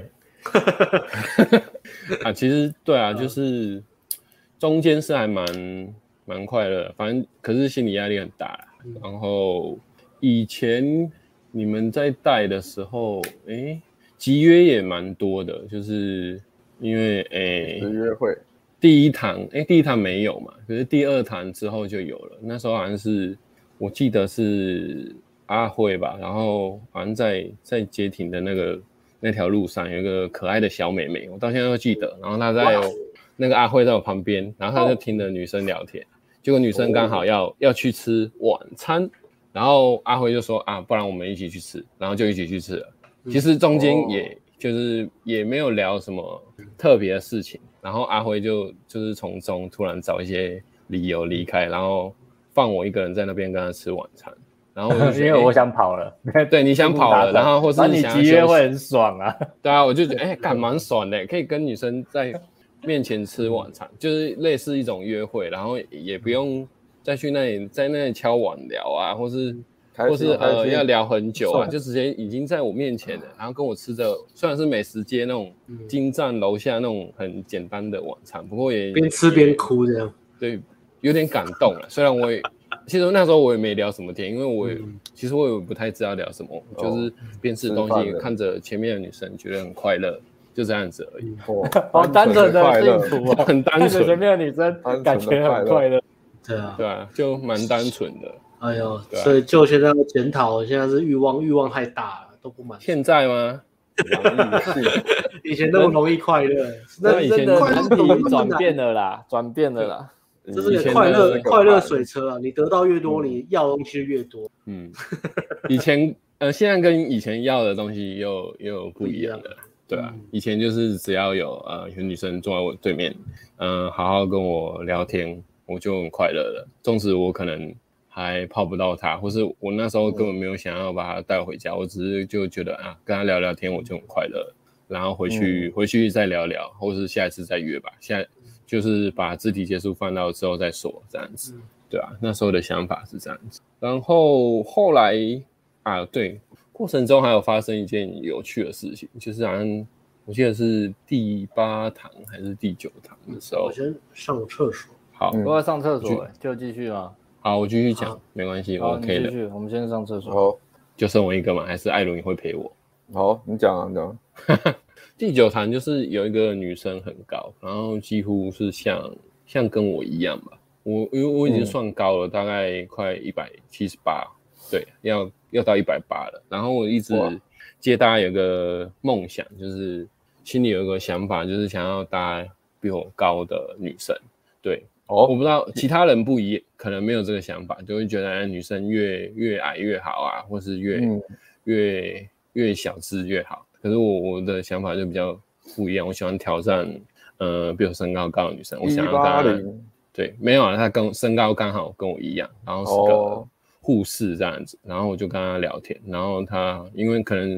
啊，其实对啊，就是中间是还蛮蛮快乐的，反正可是心理压力很大啦、嗯、然后以前你们在带的时候，哎，集约也蛮多的，就是因为哎， 集约会。 第一堂，哎，第一堂没有嘛，可是第二堂之后就有了。那时候好像是，我记得是阿慧吧，然后好像在在街亭的那个那条路上有一个可爱的小妹妹，我到现在都记得。然后她在那个阿慧在我旁边，然后她就听着女生聊天，结果女生刚好要、哦、要去吃晚餐，然后阿慧就说啊，不然我们一起去吃，然后就一起去吃了。其实中间也。哦就是也没有聊什么特别的事情，然后阿辉就就是从中突然找一些理由离开，然后放我一个人在那边跟他吃晚餐，然后我就因为我想跑了， 对，你想跑了，然后或是你想要集约会很爽啊， 对啊，我就觉得哎，干蛮爽的，可以跟女生在面前吃晚餐，就是类似一种约会，然后也不用再去那里在那里敲碗聊啊，或是。或是呃要聊很久啊，就直接已经在我面前了，然后跟我吃着虽然是美食街那种金站楼下那种很简单的晚餐，不过也边吃边哭这样， 对，有点感动了。虽然我也其实那时候我也没聊什么天，因为我也、嗯、其实我也不太知道聊什么，就是边吃东西看着前面的女生，觉得很快乐，就这样子而已。 哦，好单纯的幸福啊， 很单纯， 前面的女生感觉很快乐， 对啊， 对啊，就蛮单纯的。 哎呦，啊、所以就现在要检讨，现在是欲望欲望太大了，都不满。 现在吗？ 以前那么容易快乐， 那以前快乐转变了啦，转变了啦。 这是快乐快乐水车啊！你得到越多，嗯、你要的东西越多。 嗯，以前呃，现在跟以前要的东西又又不一样的，对啊，嗯、以前就是只要有呃有女生坐在我对面，嗯、呃，好好跟我聊天，我就很快乐了。纵使我可能。还泡不到他，或是我那时候根本没有想要把他带回家，我只是就觉得啊，跟他聊聊天我就很快乐，然后回去、嗯、回去再聊聊，或是下一次再约吧。现在就是把肢体接触放到之后再说，这样子，对啊，那时候的想法是这样子。然后后来啊，对，过程中还有发生一件有趣的事情，就是好像我记得是第八堂还是第九堂的时候， 我先上个厕所。 好， 我要上厕所，就继续吗？ 好，我继续讲，没关系，我 OK 的。 继续，我们先上厕所。 好， 就剩我一个嘛，还是艾伦会陪我？ 好，你讲啊，你讲。 第九堂就是有一个女生很高，然后几乎是像像跟我一样吧。我因为我已经算高了，嗯、大概快一百七十八，对，要要到一百八了。然后我一直接大家有个梦想，就是心里有一个想法，就是想要搭比我高的女生，对。哦，我不知道其他人不一，可能没有这个想法，就会觉得女生越越矮越好啊，或是越、嗯、越越小只越好。可是我我的想法就比较不一样，我喜欢挑战，呃，比我身高高的女生，我想要跟她，对，没有啊，她跟身高刚好跟我一样，然后是个护士这样子，然后我就跟她聊天，然后她因为可能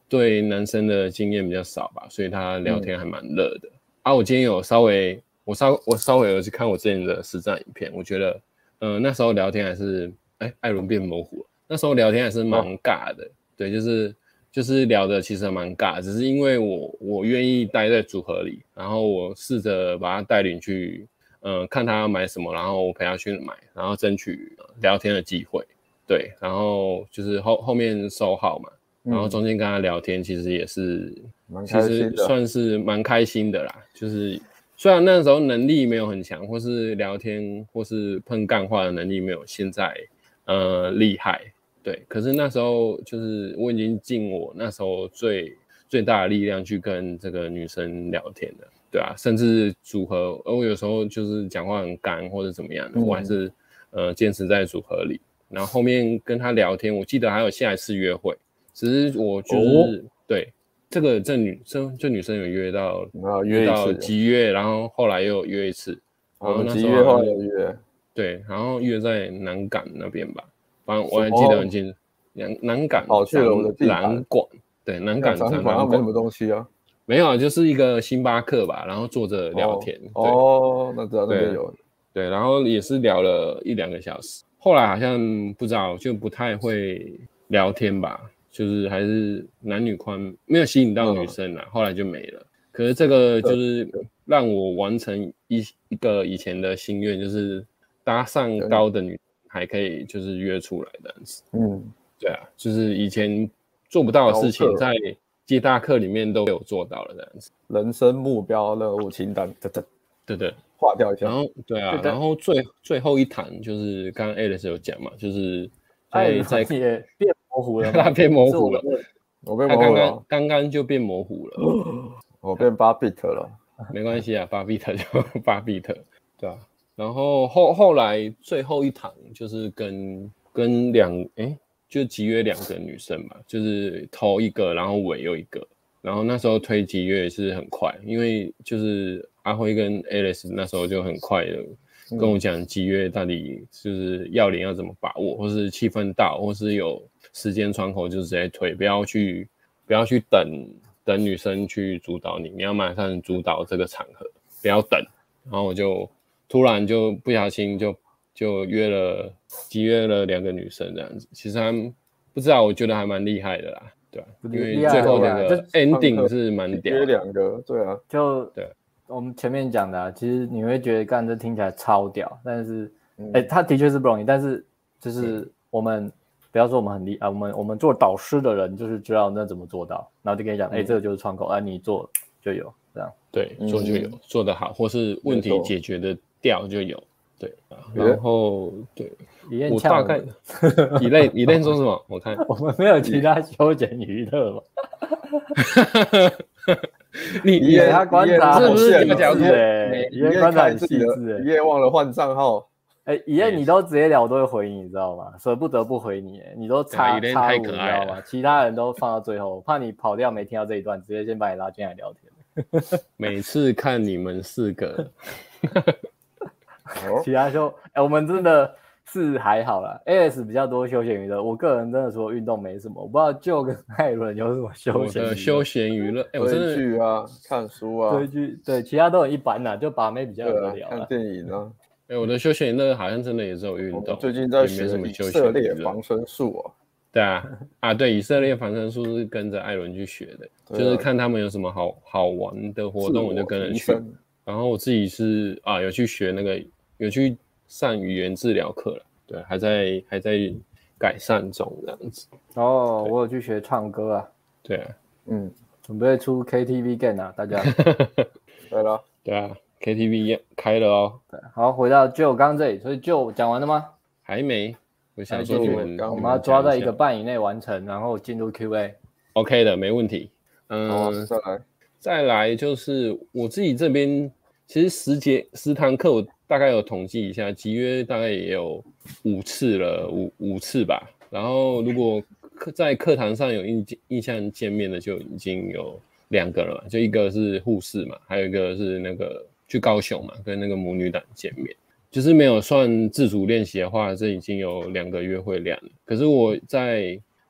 对男生的经验比较少吧，所以他聊天还蛮热的、嗯、啊。我今天有稍微我稍我稍微有去看我之前的实战影片，我觉得呃那时候聊天还是哎艾伦变模糊了，那时候聊天还是蛮尬的、哦、对，就是就是聊的其实蛮尬，只是因为我我愿意待在组合里，然后我试着把他带领去呃看他要买什么，然后我陪他去买，然后争取聊天的机会，对，然后就是后后面收号嘛，然后中间跟他聊天，其实也是， 嗯、 其实算是蛮开心的啦。就是虽然那时候能力没有很强，或是聊天或是喷干话的能力没有现在呃厉害，对。可是那时候就是我已经尽我那时候最最大的力量去跟这个女生聊天了，对啊，甚至组合，而我有时候就是讲话很干或者怎么样的，嗯、我还是呃坚持在组合里。然后后面跟他聊天，我记得还有下一次约会。只是我就是、哦、对这个这女生这女生有约到、 啊、约一次到集约，然后后来又约一次，然后那时候集约后来又约， 对，然后约在南港那边吧，反正我还记得很清楚，南南港跑去了我的地盘南馆，对，南港展览馆没什么东西啊， 没有，就是一个星巴克吧，然后坐着聊天， 哦，哦那知道那边有， 对，然后也是聊了一两个小时，后来好像不知道就不太会聊天吧。就是还是男女宽没有吸引到女生啦、嗯，后来就没了。可是这个就是让我完成一一个以前的心愿，就是搭上高的女生还可以就是约出来这样子。嗯，对啊，就是以前做不到的事情，在接大课里面都有做到了这样子。 人生目标任务清单，对对对对， 划掉一下。 然后对啊，然后最最后一堂就是刚刚 Alex 有讲嘛，就是在在也变。模糊了， 他变模糊了， 我变模糊了， 刚刚就变模糊了， 我变八 bit 了， 没关系啊，八 bit 就八 bit， 对啊。然后后后来最后一堂就是跟跟两哎，就集约两个女生嘛，就是头一个，然后尾又一个，然后那时候推集约也是很快，因为就是阿辉跟 Alex 那时候就很快的。跟我讲集约到底就是要领要怎么把握，或是气氛到，或是有时间窗口就直接推，不要去不要去等等女生去主导你，你要马上主导这个场合，不要等。然后我就突然就不小心就就约了集约了两个女生这样子，其实他们不知道，我觉得还蛮厉害的啦，对吧、啊？因为最后那个 ending 是蛮屌的， 约两个，对啊， 就对。 我们前面讲的、啊，其实你会觉得干这听起来超屌，但是，哎、嗯，他的确是不容易，但是就是我们不要说我们很厉害、啊，我们我们做导师的人就是知道那怎么做到，然后就跟你讲，哎、嗯，这个就是窗口，啊，你做就有这样， 对，做就有，嗯、做得好，或是问题解决的掉就有，对，然后对，我大概以类以类说什么？我看我们没有其他休闲娱乐嘛。 你你他观察是不是这个角度？ 哎，一夜观察很细致， 一夜忘了换账号。 哎，一夜你都直接聊，我都会回你，你知道吗？舍不得不回你，你都插插入，你知道吗？其他人都放到最后，怕你跑掉没听到这一段，直接先把你拉进来聊天。 每次看你们四个， 其他就哎，我们真的。是还好啦 ，A S 比较多休闲娱乐。我个人真的说运动没什么，我不知道就跟艾伦有什么休闲娱乐。 我的休闲娱乐，哎、欸，我真的追剧啊，看书啊， 追剧对，其他都很一般啦，就把妹比较无聊、 啊。看电影啊， 哎、欸，我的休闲娱乐好像真的也只有运动。 最近在学以色列防身术啊。 对啊，啊对，以色列防身术是跟着艾伦去学的，啊、就是看他们有什么好好玩的活动，我就跟着去。然后我自己是啊，有去学那个，有去上语言治疗课了。对，还在还在改善中这样子。 哦，我有去学唱歌啊。 对啊， 嗯，准备出 K T V game 啊，大家。 对了， 对啊 ，K T V 开了哦。 对，好，回到 Joe 刚这里，所以 Joe 讲完了吗？ 还没，我想说你们， 我们要抓在一个半以内完成，然后进入 Q A。OK 的，没问题。嗯、 呃，再来， 再来就是我自己这边，其实十节十堂课我大概有统计一下，集约大概也有五次了，五五次吧。然后如果在课堂上有印印象见面的，就已经有两个了嘛，就一个是护士嘛，还有一个是那个去高雄嘛，跟那个母女党见面。就是没有算自主练习的话，这已经有两个约会量了。可是我在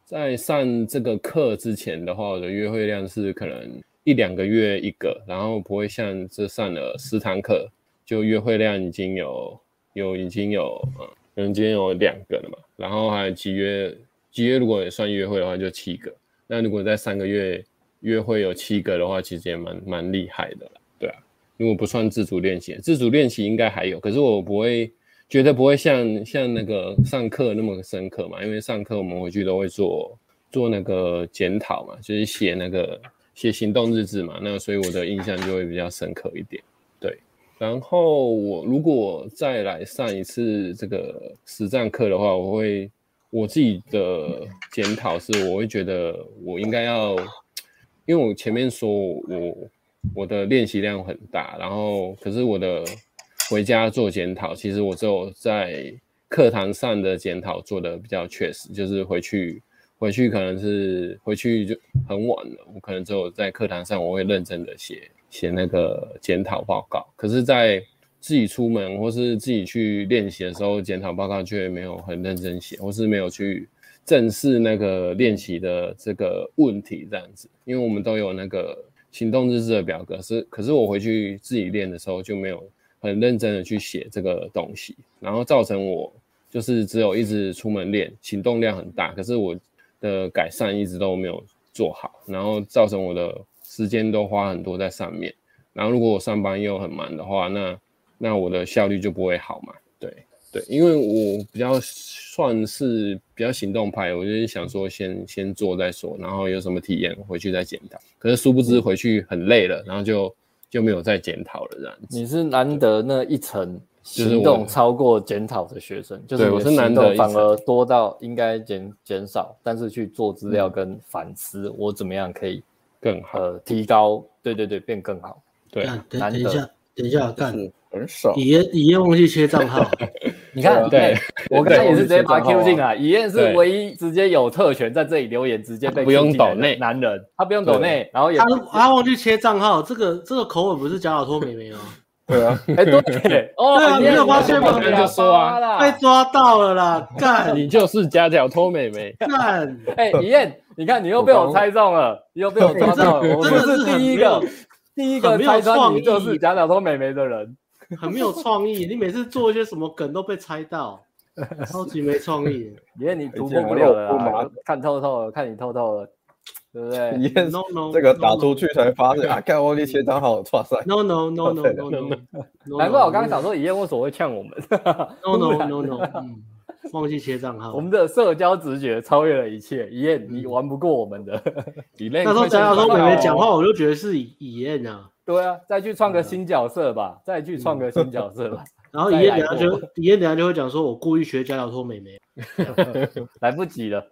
在上这个课之前的话，我的约会量是可能一两个月一个，然后不会像这上了十堂课，就约会量已经有有已经有呃，可能今天有两个了嘛，然后还有集约，集约如果也算约会的话就七个，那如果在三个月约会有七个的话，其实也蛮蛮厉害的啦，对啊，如果不算自主练习，自主练习应该还有，可是我不会。觉得不会像像那个上课那么深刻嘛，因为上课我们回去都会做做那个检讨嘛，就是写那个写行动日志嘛，那所以我的印象就会比较深刻一点。对，然后我如果再来上一次这个实战课的话，我会我自己的检讨是，我会觉得我应该要，因为我前面说我我的练习量很大，然后可是我的回家做检讨，其实我只有在课堂上的检讨做的比较确实，就是回去回去可能是回去就很晚了，我可能只有在课堂上我会认真的写写那个检讨报告，可是在自己出门或是自己去练习的时候，检讨报告却没有很认真写，或是没有去正视那个练习的这个问题这样子，因为我们都有那个行动日志的表格，是可是我回去自己练的时候就没有很认真的去写这个东西，然后造成我就是只有一直出门练，行动量很大，可是我的改善一直都没有做好，然后造成我的时间都花很多在上面，然后如果我上班又很忙的话，那那我的效率就不会好嘛。对对，因为我比较算是比较行动派，我就是想说先先做再说，然后有什么体验回去再检讨，可是殊不知回去很累了，然后就就没有再检讨了这样子。 你是难得那一层行动超过检讨的学生，就是我是难得反而多到应该减减少，但是去做资料跟反思，我怎么样可以更好， 呃，提高，对对对，变更好。 对， 等等一下，等一下，干很少。 乙燕乙燕忘记切账号， 你看， 对， 我刚才也是直接把他 Q 进来。乙燕是唯一直接有特权在这里留言，直接被 Q 不用抖内男人，他不用抖内，然后也他他忘记切账号，这个这个口吻不是假老托妹妹吗？ 对啊， 哎对，哦， 对啊，你没有发现吗？ 就说啊， 被抓到了啦，干， 你就是夹脚托妹妹， 干， 哎，乙燕，你看你又被我猜中了，你又被我抓到了，我们是第一个第一个猜穿你就是夹脚托妹妹的人。 很没有创意，你每次做一些什么梗都被猜到，超级没创意。 因为你突破不了了啦，看透透了，看你透透了，对不对？ No no， 这个打出去才发现啊，看忘记切账号，哇塞 ！No no no no no no， 难怪我刚刚想说，乙燕为什么会呛我们 ？No no no no， 嗯，忘记切账号。 我们的社交直觉超越了一切，乙燕你玩不过我们的。 那时候假如说妹妹讲话，我就觉得是乙燕啊。 对啊，再去创个新角色吧，再去创个新角色吧。 然后乙燕等下就乙燕等下就会讲说，我故意学假脚托妹妹， 来不及了。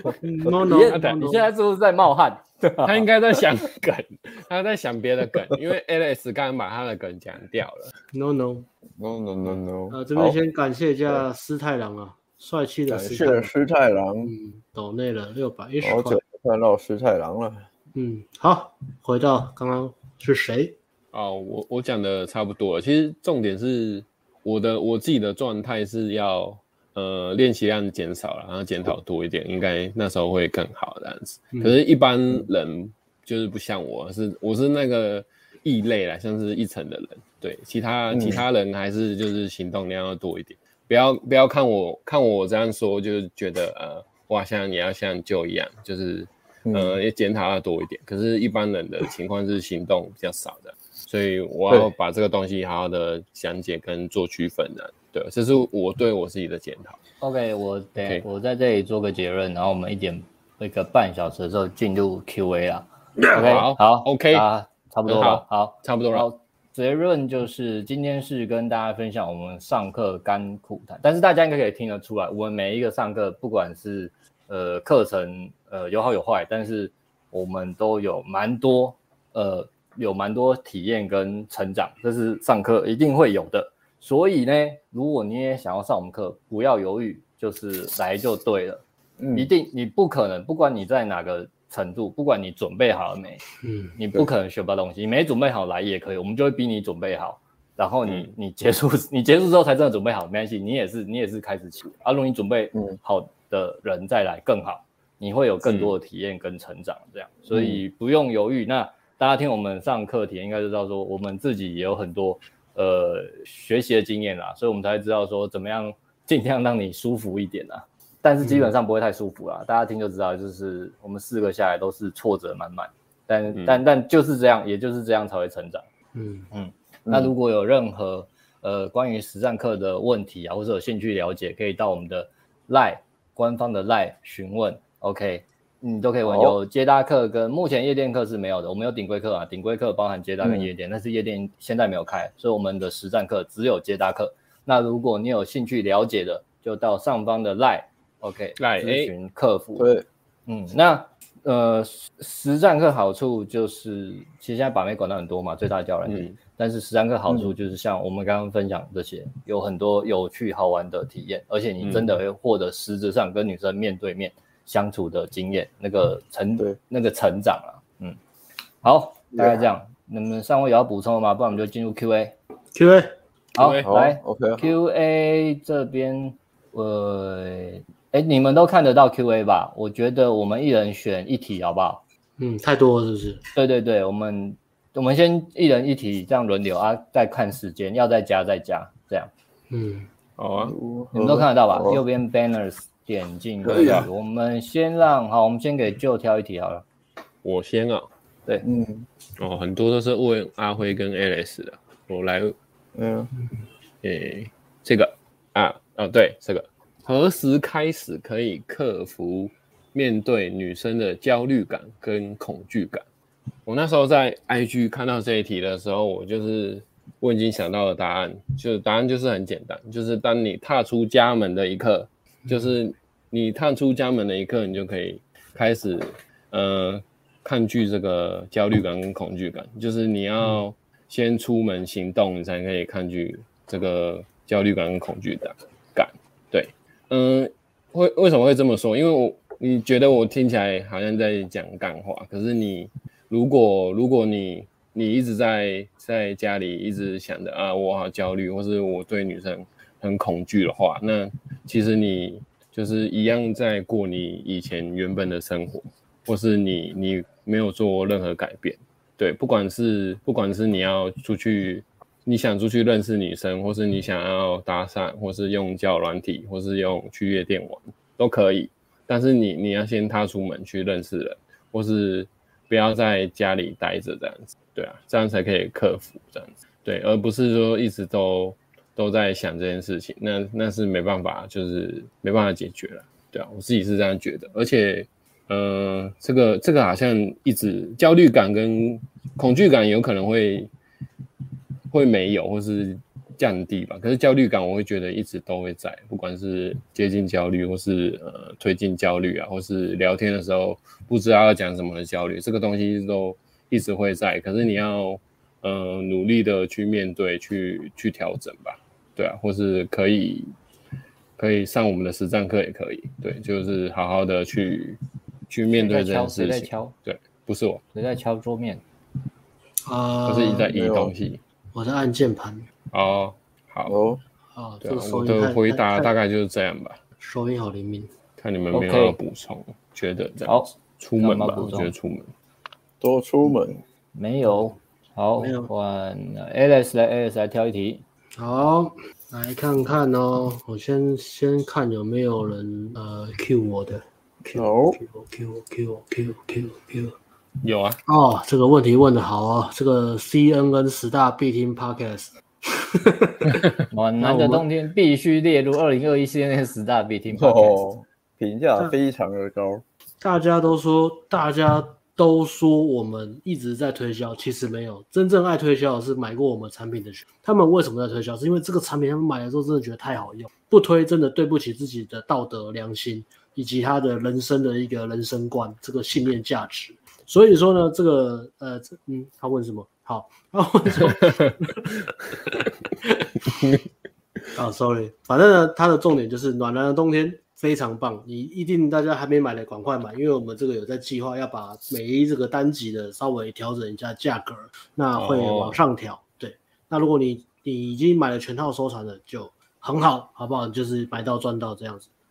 No no， 你现在是不是在冒汗？ 他应该在想梗，他在想别的梗，因为 Alex 刚刚把他的梗讲掉了。 No no no no no no。 呃，这边先感谢一下师太郎啊，帅气的师太郎。感谢师太郎， 嗯，抖内了六百一十块。 好久没看到师太郎了。 嗯，好，回到刚刚是谁？ 哦，我我讲的差不多了。其实重点是我的我自己的状态是要呃练习量减少了，然后检讨多一点，应该那时候会更好这样子。嗯、可是，一般人就是不像我，是我是那个异类啦，像是一层的人。对，其他、嗯、其他人还是就是行动量要多一点。不要不要看我看我这样说，就是觉得呃，我好像也要像旧一样，就是呃也检讨要多一点。可是，一般人的情况是行动比较少的。所以我要把这个东西好好的详解跟做区分的，对，这是我对我自己的检讨。 OK， 我等 okay. 我在这里做个结论，然后我们一点一个半小时的时候进入 Q A 啦。OK， 好， 好 ，OK， 啊，差不多了，好， 差不多了。 结论就是今天是跟大家分享我们上课甘苦谈，但是大家应该可以听得出来，我们每一个上课不管是呃课程呃有好有坏，但是我们都有蛮多呃。有蛮多体验跟成长，这是上课一定会有的。所以呢，如果你也想要上我们课，不要犹豫，就是来就对了。嗯，一定你不可能，不管你在哪个程度，不管你准备好了没，嗯，你不可能学不到东西。你没准备好来也可以，我们就会逼你准备好。然后你、嗯、你结束你结束之后才真的准备好，没关系，你也是你也是开始起啊。如果你准备好的人再来更好。 你会有更多的体验跟成长，这样，所以不用犹豫。那大家听我们上课体验，应该就知道说，我们自己也有很多呃学习的经验啦，所以我们才知道说怎么样尽量让你舒服一点啦。但是基本上不会太舒服啦，嗯、大家听就知道，就是我们四个下来都是挫折满满，但、嗯、但但就是这样，也就是这样才会成长。嗯嗯。那如果有任何呃关于实战课的问题啊，或者有兴趣了解，可以到我们的 LINE 官方的 LINE 询问 ，OK。你都可以问，有接搭课跟目前夜店课是没有的，我们有顶规课啊，顶规课包含接搭跟夜店，嗯、但是夜店现在没有开，所以我们的实战课只有接搭课。那如果你有兴趣了解的，就到上方的 LINE OK 咨询客服。对，嗯，那呃实战课好处就是，其实现在把妹管道很多嘛，最大教人、嗯，但是实战课好处就是像我们刚刚分享这些，有很多有趣好玩的体验，而且你真的会获得实质上跟女生面对面相处的经验，那个成那个成长啊，嗯，好，大概这样。你们上位有要补充的吗？不然我们就进入 Q A。Q A， 好，来 ，OK。 Q A 这边，呃，哎，你们都看得到 Q A 吧？我觉得我们一人选一题，好不好？ 嗯，太多了是不是？ 对对对，我们我们先一人一题，这样轮流啊，再看时间，要再加再加，这样。 嗯， 好啊， 你们都看得到吧？右边 banners。点进去、啊，我们先让好，我们先给就挑一题好了。 我先啊， 对， 嗯，哦，很多都是问阿辉跟 Alice 的，我来，嗯，诶，这个啊，哦，对，这个何时开始可以克服面对女生的焦虑感跟恐惧感？我那时候在 I G 看到这一题的时候，我就是我已经想到了答案，就答案就是很简单，就是当你踏出家门的一刻。就是你踏出家门的一刻，你就可以开始呃抗拒这个焦虑感跟恐惧感。就是你要先出门行动，你才可以抗拒这个焦虑感跟恐惧感。对，嗯、呃，为为什么会这么说？因为我你觉得我听起来好像在讲干话，可是你如果如果你你一直在在家里一直想着啊，我好焦虑，或是我对女生很恐惧的话，那其实你就是一样在过你以前原本的生活，或是你你没有做任何改变。对，不管是不管是你要出去，你想出去认识女生，或是你想要搭讪，或是用交友软体，或是用去夜店玩都可以。但是你你要先踏出门去认识人，或是不要在家里待着这样子。对啊，这样才可以克服这样子。对，而不是说一直都。都在想这件事情，那那是没办法，就是没办法解决了，对啊，我自己是这样觉得，而且，呃，这个这个好像一直焦虑感跟恐惧感有可能会会没有，或是降低吧，可是焦虑感我会觉得一直都会在，不管是接近焦虑，或是呃推进焦虑啊，或是聊天的时候不知道要讲什么的焦虑，这个东西都一直会在，可是你要呃努力的去面对，去去调整吧。对啊，或是可以可以上我们的实战课也可以，对，就是好好的去去面对这件事情。 谁在敲？ 对，不是我。 谁在敲桌面？ 啊， 我是在移东西。 我在按键盘。 哦，好哦， 好， 对啊，我的回答大概就是这样吧。 收音好灵敏。 看你们没有要补充，觉得这样。 好， 出门吧，我觉得出门。 多出门。 没有。好，换 Alice 来 ，Alice 来挑一题。 好，来看看哦。我先先看有没有人呃 Q 我的 ，Q Q Q Q Q Q Q 有啊。 哦，这个问题问得好啊。这个 C N N 十大必听 Podcast， 暖男的冬天必须列入二零二一 C N N 十大必听 Podcast， 哦，评价非常的高。 大家都说，大家。都说我们一直在推销，其实没有，真正爱推销的是买过我们产品的人。他们为什么在推销？是因为这个产品他们买的时候真的觉得太好用，不推真的对不起自己的道德良心以及他的人生的一个人生观，这个信念价值。所以说呢，这个呃，嗯，他问什么？好，他问说，啊 ，sorry， 反正呢，他的重点就是暖男的冬天。非常棒，你一定大家还没买的赶快买，因为我们这个有在计划要把每一这个单集的稍微调整一下价格，那会往上调。哦、对，那如果你你已经买了全套收藏的就很好，好不好？就是买到赚到这样子。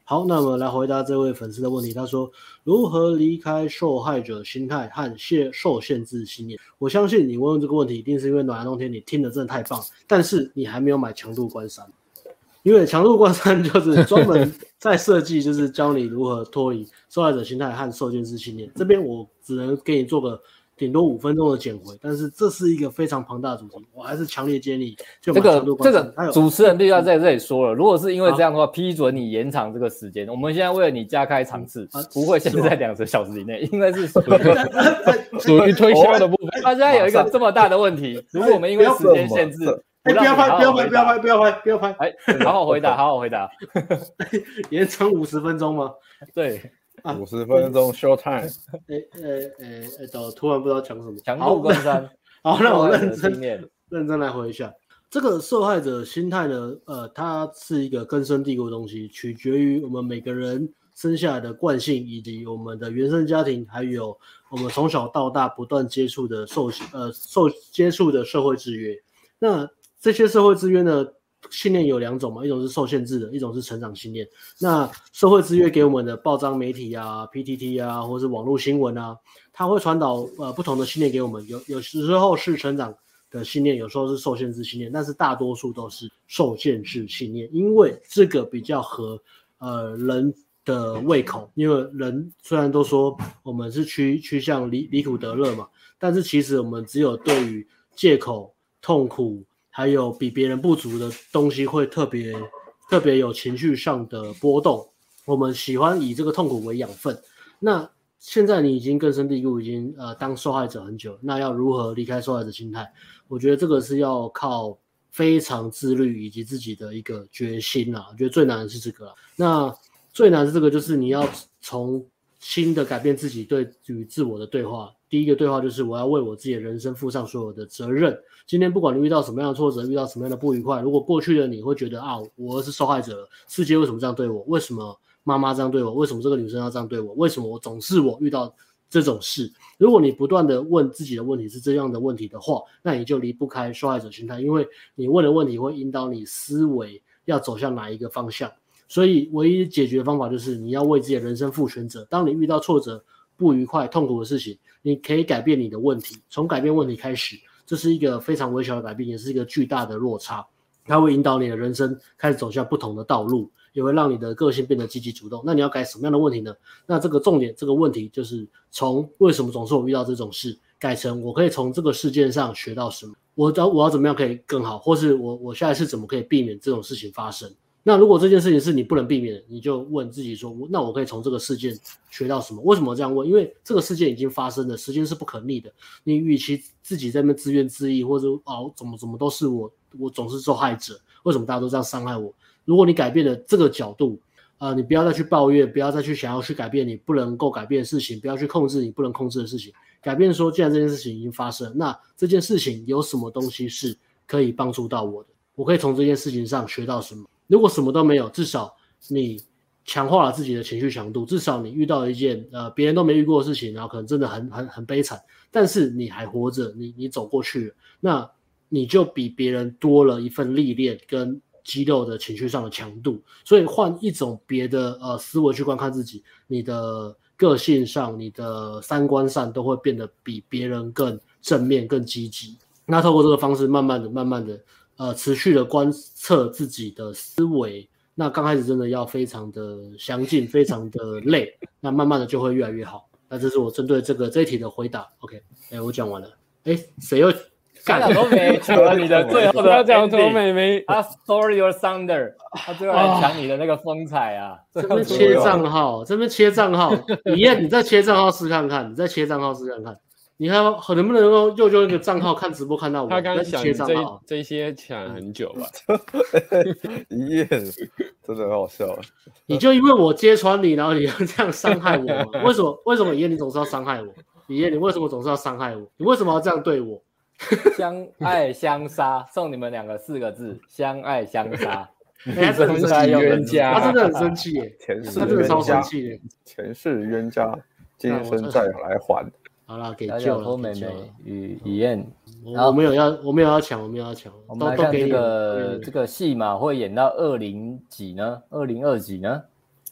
好，那我们来回答这位粉丝的问题。他说：如何离开受害者心态和受限制信念？我相信你问这个问题，一定是因为暖冬天你听的真的太棒，但是你还没有买强度关山。因为强度关山就是专门在设计，就是教你如何脱离受害者心态和受限制信念。这边我只能给你做个顶多五分钟的简回，但是这是一个非常庞大的主题，我还是强烈建议就买强度关山。 这个主持人就要在这里说了，如果是因为这样的话，批准你延长这个时间。我们现在为了你加开场次，啊、不会现在两个小时以内，因为是属于属于推销的部分。 他现在有一个这么大的问题，如果我们因为时间限制。 哎、欸，不要拍，不要拍，不要拍，不要拍，不要拍！ 哎，好好回答，好好回答。 延长五十分钟吗？ 对， 五十分钟 show time。 哎哎哎哎，突突然不知道讲什么。 强度关山。 好，那我认真认真来回一下。这个受害者心态呢，呃，它是一个根深蒂固的东西，取决于我们每个人生下来的惯性，以及我们的原生家庭，还有我们从小到大不断接触的受呃受接触的社会制约。那这些社会制约呢，信念有两种嘛，一种是受限制的，一种是成长信念。那社会制约给我们的报章媒体啊、P T T 啊，或是网络新闻啊，它会传导呃不同的信念给我们，有有时候是成长的信念，有时候是受限制信念，但是大多数都是受限制信念，因为这个比较合呃人的胃口。因为人虽然都说我们是趋趋向离离苦得乐嘛，但是其实我们只有对于借口、痛苦。还有比别人不足的东西会特别特别有情绪上的波动，我们喜欢以这个痛苦为养分。那现在你已经根深蒂固，已经呃当受害者很久，那要如何离开受害者心态？我觉得这个是要靠非常自律以及自己的一个决心啦。我觉得最难的是这个啦。那最难的是这个，就是你要从新的改变自己对与自我的对话。第一个对话就是我要为我自己的人生负上所有的责任。今天不管你遇到什么样的挫折，遇到什么样的不愉快，如果过去的你会觉得啊，我是受害者了，世界为什么这样对我？为什么妈妈这样对我？为什么这个女生要这样对我？为什么我总是我遇到这种事？如果你不断的问自己的问题是这样的问题的话，那你就离不开受害者心态，因为你问的问题会引导你思维要走向哪一个方向。所以唯一解决的方法就是你要为自己的人生负全责。当你遇到挫折、不愉快、痛苦的事情，你可以改变你的问题，从改变问题开始，这是一个非常微小的改变，也是一个巨大的落差。它会引导你的人生开始走向不同的道路，也会让你的个性变得积极主动。那你要改什么样的问题呢？那这个重点，这个问题就是从为什么总是我遇到这种事，改成我可以从这个事件上学到什么，我要我要怎么样可以更好，或是我我下一次怎么可以避免这种事情发生。那如果这件事情是你不能避免的，你就问自己说，那我可以从这个事件学到什么？为什么这样问？因为这个事件已经发生了，时间是不可逆的。你与其自己在那边自怨自艾，或者哦怎么怎么都是我，我总是受害者，为什么大家都这样伤害我？如果你改变了这个角度，呃，你不要再去抱怨，不要再去想要去改变你不能够改变的事情，不要去控制你不能控制的事情，改变说，既然这件事情已经发生，那这件事情有什么东西是可以帮助到我的？我可以从这件事情上学到什么？如果什么都没有，至少你强化了自己的情绪强度，至少你遇到一件呃别人都没遇过的事情，然后可能真的很很很悲惨，但是你还活着，你你走过去了，那你就比别人多了一份历练跟肌肉的情绪上的强度。所以换一种别的呃思维去观看自己，你的个性上、你的三观上都会变得比别人更正面、更积极。那透过这个方式，慢慢的、慢慢的。呃，持续的观测自己的思维，那刚开始真的要非常的详尽，非常的累，那慢慢的就会越来越好。那这是我针对这个这一题的回答。OK， 哎，我讲完了。哎，谁又干头没抢了你的最后的？ 要讲头妹妹啊 ，Story Your Thunder， 他最后来抢你的那个风采啊！ 这边切账号，这边切账号，李燕，你再切账号试看看，你再切账号试看看。你还能不能够又用一个账号看直播看到我？ 他刚刚想这这些抢很久吧？ 一夜真的很好笑。 你就因为我揭穿你，然后你要这样伤害我吗？为什么？为什么一夜你总是要伤害我？一夜你为什么总是要伤害我？你为什么要这样对我？ 相爱相杀，送你们两个四个字：相爱相杀。 他真的很生气， 冤家， 他真的很生气耶！他真的超生气耶！ 前世冤家，今生再来还。 好啦，给救了， 妹妹与以燕， 我没有要，我没有要抢，我没有要抢。 我们来看这个这个戏嘛，会演到二零几呢？二零二几呢？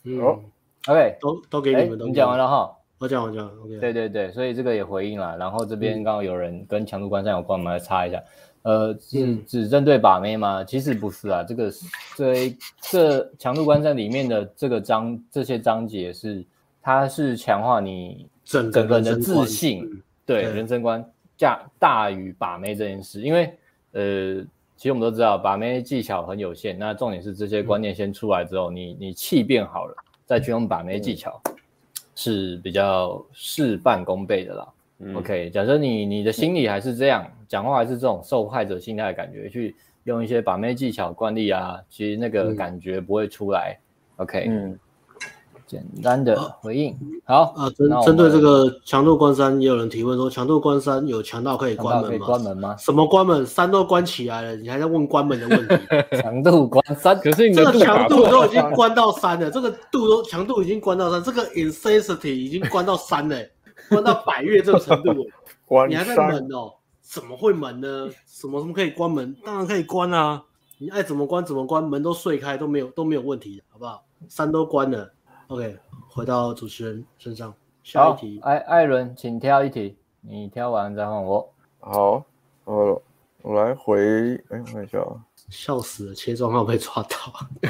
嗯 ，OK， 都都给你们， 你讲完了哈。 我讲我讲 ，OK。 对对对，所以这个也回应了。然后这边刚好有人跟强度关山有关，我们来插一下。呃，是只针对把妹吗？其实不是啊，这个这这强度关山里面的这个章这些章节是，它是强化你整个人的自信，嗯、对, 对人生观价大于把妹这件事。因为呃，其实我们都知道把妹技巧很有限，那重点是这些观念先出来之后，嗯、你你气变好了，再去用把妹技巧。嗯是比较事半功倍的啦。嗯、OK， 假设你你的心理还是这样，讲话还是这种受害者心态的感觉，去用一些把妹技巧、惯例啊，其实那个感觉不会出来。嗯、OK， 嗯，简单的回应。好啊，针针对这个强度关山，也有人提问说，强度关山有强到可以关门吗？ 可以关门吗？ 什么关门？山都关起来了，你还在问关门的问题？ 强度关山， 可是你的这个强度都已经关到三了，这个度都强度已经关到三，这个 intensity 已经关到三了，关到百岳这个程度了，你还在门哦？怎么会门呢？什么什么可以关门？当然可以关啊！你爱怎么关怎么关，门都碎开都没有都没有问题的，好不好？山都关了。OK， 回到主持人身上，下一题。 艾艾伦，请挑一题，你挑完再换我。 好，我我来回，哎，我看一下啊。 笑死了，切装号被抓到。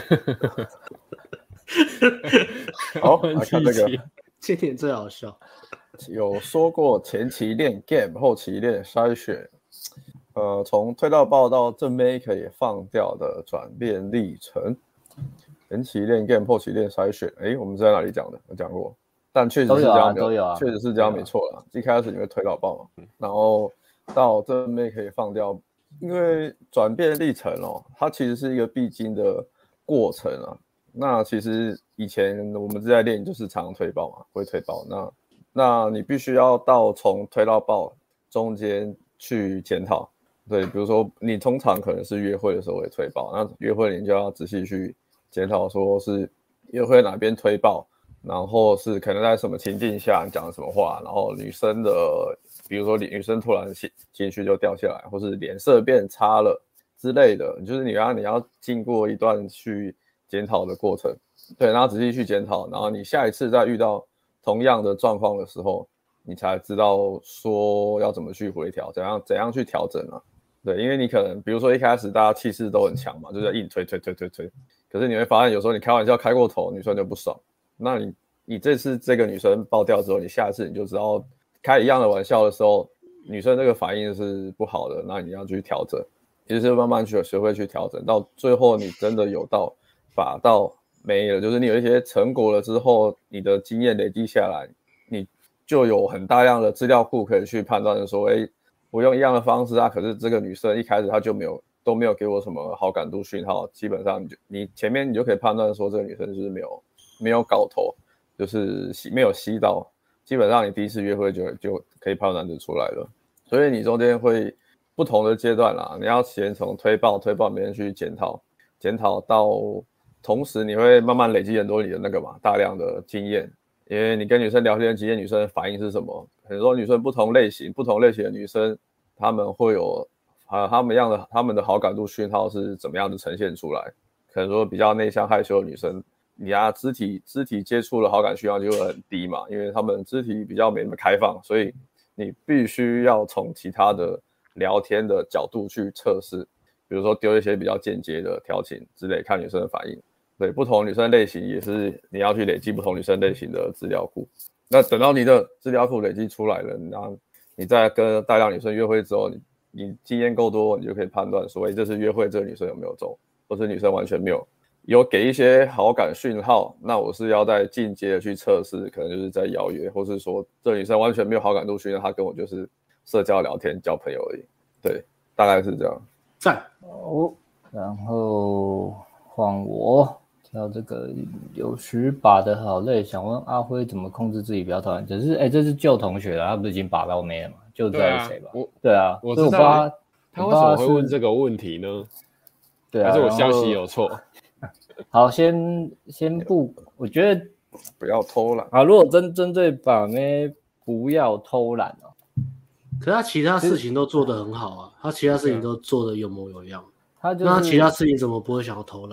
好，来看这个， 这点最好笑。 有说过前期练 game， 后期练筛选，呃，从推到爆到正妹可以放掉的转变历程。前期练 game， 后期练筛选。哎，我们是在哪里讲的？我讲过，但确实是这样的， 都有啊， 确实是这样，没错啦。一开始你会推到爆嘛，然后到正妹可以放掉，因为转变历程哦，它其实是一个必经的过程啊。那其实以前我们是在练，就是常推爆嘛，会推爆。那那你必须要到从推到爆中间去检讨。对，比如说你通常可能是约会的时候会推爆，那约会你就要仔细去检讨，说是约会哪边推爆，然后是可能在什么情境下你讲了什么话，然后女生的，比如说女生突然情绪就掉下来，或是脸色变差了之类的，就是你要你要经过一段去检讨的过程，对，然后仔细去检讨，然后你下一次再遇到同样的状况的时候，你才知道说要怎么去回调，怎样怎样去调整啊。对，因为你可能比如说一开始大家气势都很强嘛，就是硬推推推推推，可是你会发现有时候你开玩笑开过头，女生就不爽。那你你这次这个女生爆掉之后，你下次你就知道开一样的玩笑的时候，女生这个反应是不好的，那你要去调整，也就是慢慢去学会去调整，到最后你真的有到把到没了，就是你有一些成果了之后，你的经验累积下来，你就有很大量的资料库可以去判断说，哎，我用一样的方式啊，可是这个女生一开始她就没有都没有给我什么好感度讯号，基本上你就你前面你就可以判断说这个女生就是没有没有搞头，就是没有吸到，基本上你第一次约会就就可以判断得出来了。所以你中间会不同的阶段啦，你要先从推爆推爆里面去检讨，检讨到同时你会慢慢累积很多你的那个嘛大量的经验，因为你跟女生聊天，经验女生的反应是什么？很多女生不同类型，不同类型的女生，她们会有啊，她们样的她们的好感度讯号是怎么样的呈现出来？可能说比较内向害羞的女生，你啊肢体肢体接触的好感讯号就会很低嘛，因为她们肢体比较没那么开放，所以你必须要从其他的聊天的角度去测试，比如说丢一些比较间接的调情之类，看女生的反应。对，不同女生类型也是你要去累积不同女生类型的资料库。那等到你的资料库累积出来了，然后你再跟大量女生约会之后，你你经验够多，你就可以判断说，哎，这次约会这个女生有没有中，或是女生完全没有有给一些好感讯号，那我是要再进阶的去测试，可能就是在邀约，或是说这个女生完全没有好感度讯号，她跟我就是社交聊天交朋友而已。对，大概是这样。 赞哦，然后换我。到这个有时把的好累，想问阿辉怎么控制自己不要讨厌？只是哎，这是旧同学了，他不是已经把到妹了吗？就知道是谁吧？ 对啊， 对啊， 我知道他他为什么会问这个问题呢？ 对啊， 还是我消息有错？ 好，先先不，我觉得不要偷懒啊。如果针针对把妹，不要偷懒哦。 可是他其他事情都做得很好啊，他其他事情都做得有模有样。 他就是那他其他事情怎么不会想要偷懒？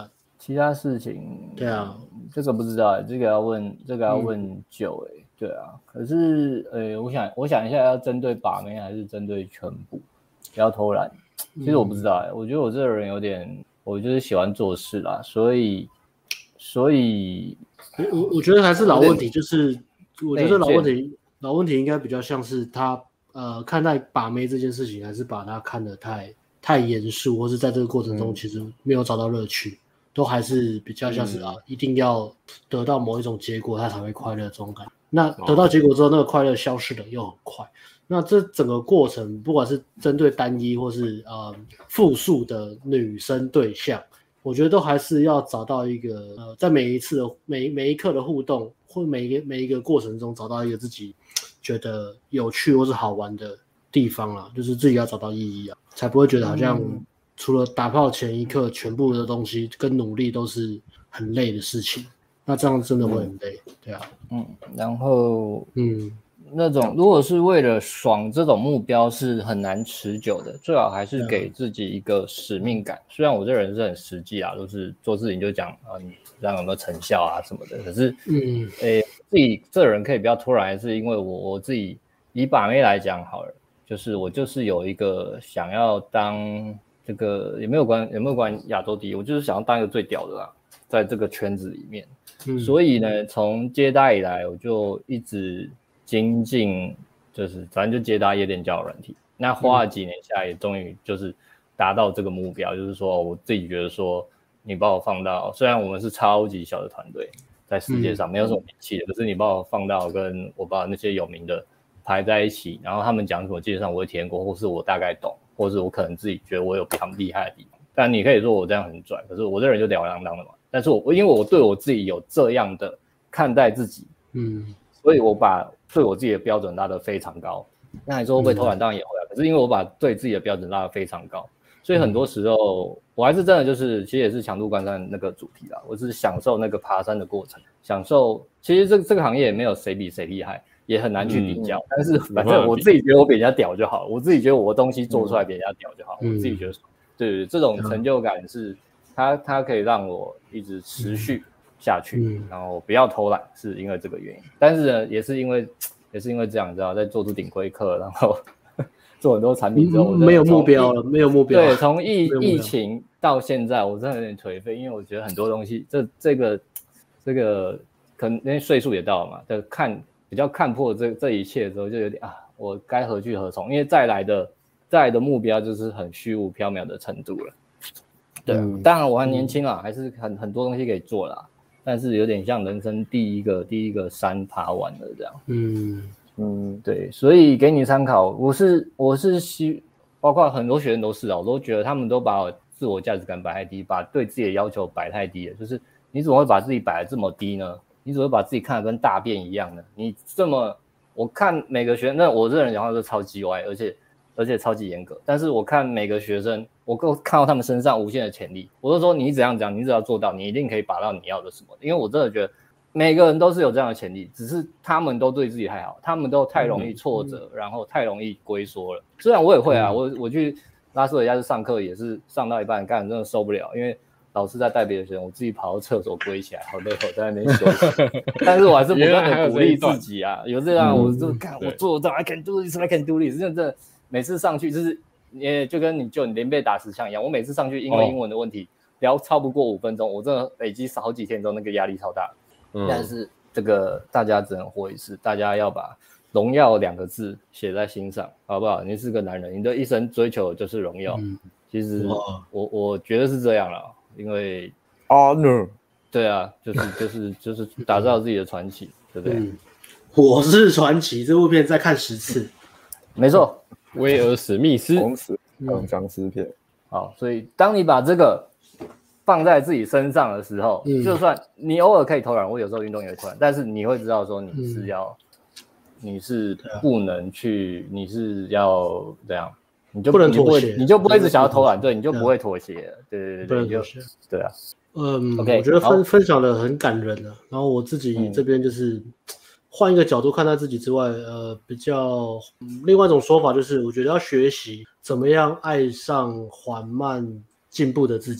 其他事情， 对啊， 这个不知道，这个要问，这个要问九哎、欸，对啊。可是，呃，我想，我想一下，要针对把妹还是针对全部？不要偷懒。其实我不知道哎、欸，我觉得我这个人有点，我就是喜欢做事啦，所以，所以， 我我我觉得还是老问题，就是我觉得老问题，老问题应该比较像是他呃看待把妹这件事情，还是把它看得太太严肃，或是在这个过程中其实没有找到乐趣。都还是比较像是啊，一定要得到某一种结果，他才会快乐这种感觉。那得到结果之后，那个快乐消失的又很快。那这整个过程，不管是针对单一或是呃复数的女生对象，我觉得都还是要找到一个呃，在每一次的每每一刻的互动，或每一个每一个过程中，找到一个自己觉得有趣或是好玩的地方啦，就是自己要找到意义啊，才不会觉得好像。嗯除了打炮前一刻，全部的东西跟努力都是很累的事情，那这样真的会很累，嗯、对啊， 嗯，然后，嗯，那种如果是为了爽这种目标是很难持久的，最好还是给自己一个使命感。嗯、虽然我这人是很实际啊，都是做事情就讲啊，你这样有没有成效啊什么的，可是，嗯，诶，自己这人可以比较突然，是因为我我自己以把妹来讲好了，就是我就是有一个想要当。这个也没有关，有没有关亚洲第一？我就是想要当一个最屌的啦，在这个圈子里面。嗯、所以呢，从接搭以来，我就一直精进，就是反正就接搭夜店交友软体。那花了几年下来，也终于就是达到这个目标，嗯、就是说我自己觉得说，你把我放到，虽然我们是超级小的团队，在世界上没有什么名气的，嗯、可是你把我放到跟我把那些有名的排在一起，然后他们讲什么，基本上我会体验过，或是我大概懂。或是我可能自己觉得我有比他们厉害的地方，但你可以说我这样很拽，可是我这人就吊儿郎当的嘛。但是我因为我对我自己有这样的看待自己，嗯，所以我把对我自己的标准拉得非常高。那你说会不会偷懒？当然也会啊。可是因为我把对自己的标准拉得非常高，所以很多时候我还是真的就是，其实也是强度关山那个主题啦。我是享受那个爬山的过程，享受。其实这这个行业也没有谁比谁厉害。也很难去比较，嗯、但是反正我自己觉得我比人家屌就好了，我自己觉得我的东西做出来比人家屌就好了，嗯、我自己觉得，对对，这种成就感是它它可以让我一直持续下去，嗯、然后不要偷懒，是因为这个原因。但是呢，也是因为也是因为这样，你知道，在做出顶规课，然后做很多产品之后， 嗯、没有目标了，没有目标。 对，从疫疫情到现在，我真的有点颓废，因为我觉得很多东西，这这个这个可能因为岁数也到了嘛，就看。比较看破这这一切的时候，就有点啊，我该何去何从？因为再来的再来的目标就是很虚无缥缈的程度了。对，嗯、当然我还年轻啦，嗯、还是很很多东西可以做啦。但是有点像人生第一个第一个山爬完了这样。嗯嗯，对，所以给你参考。我是我是希，包括很多学生都是啊，我都觉得他们都把我自我价值感摆太低，把对自己的要求摆太低了。就是你怎么会把自己摆得这么低呢？你怎么会把自己看得跟大便一样呢？你这么，我看每个学生，那我这人讲话都超级歪，而且而且超级严格。但是我看每个学生，我都看到他们身上无限的潜力。我都说你怎样讲，你只要做到，你一定可以把到你要的什么。因为我真的觉得每个人都是有这样的潜力，只是他们都对自己太好，他们都太容易挫折，嗯、然后太容易龟缩了。虽然我也会啊，嗯、我我去拉斯维加斯上课也是上到一半，干真的受不了，因为。老师在带别的学生，我自己跑到厕所跪起来，好累，我在那边休息。但是我还是不断的鼓励自己啊，有这样，我就看、嗯、我做得到 ，I can do this, I can do this。真的，每次上去就是也就跟你就你连被打十枪一样，我每次上去因为英文的问题、哦、聊超不过五分钟，我真的累积好几天之后那个压力超大。嗯、但是这个大家只能活一次，大家要把荣耀两个字写在心上，好不好？你是个男人，你的一生追求的就是荣耀。嗯、其实我我觉得是这样啦。因为 honor， 对啊，就是就是就是打造自己的传奇，对不对？嗯、 我是传奇这部片再看十次， 没错。 威尔史密斯， 同时讲僵尸片。 好，所以当你把这个放在自己身上的时候，嗯、就算你偶尔可以偷懒，我有时候运动也会偷懒，但是你会知道说你是要，嗯、你是不能去，你是要这样。你就不能妥协， 你就不会一直想要偷懒，对，你就不会妥协了，对对对对， 你就对啊， 嗯 ，OK， 我觉得分分享的很感人啊。然后我自己这边就是换一个角度看待自己之外，呃，比较、嗯、另外一种说法就是，我觉得要学习怎么样爱上缓慢进步的自己。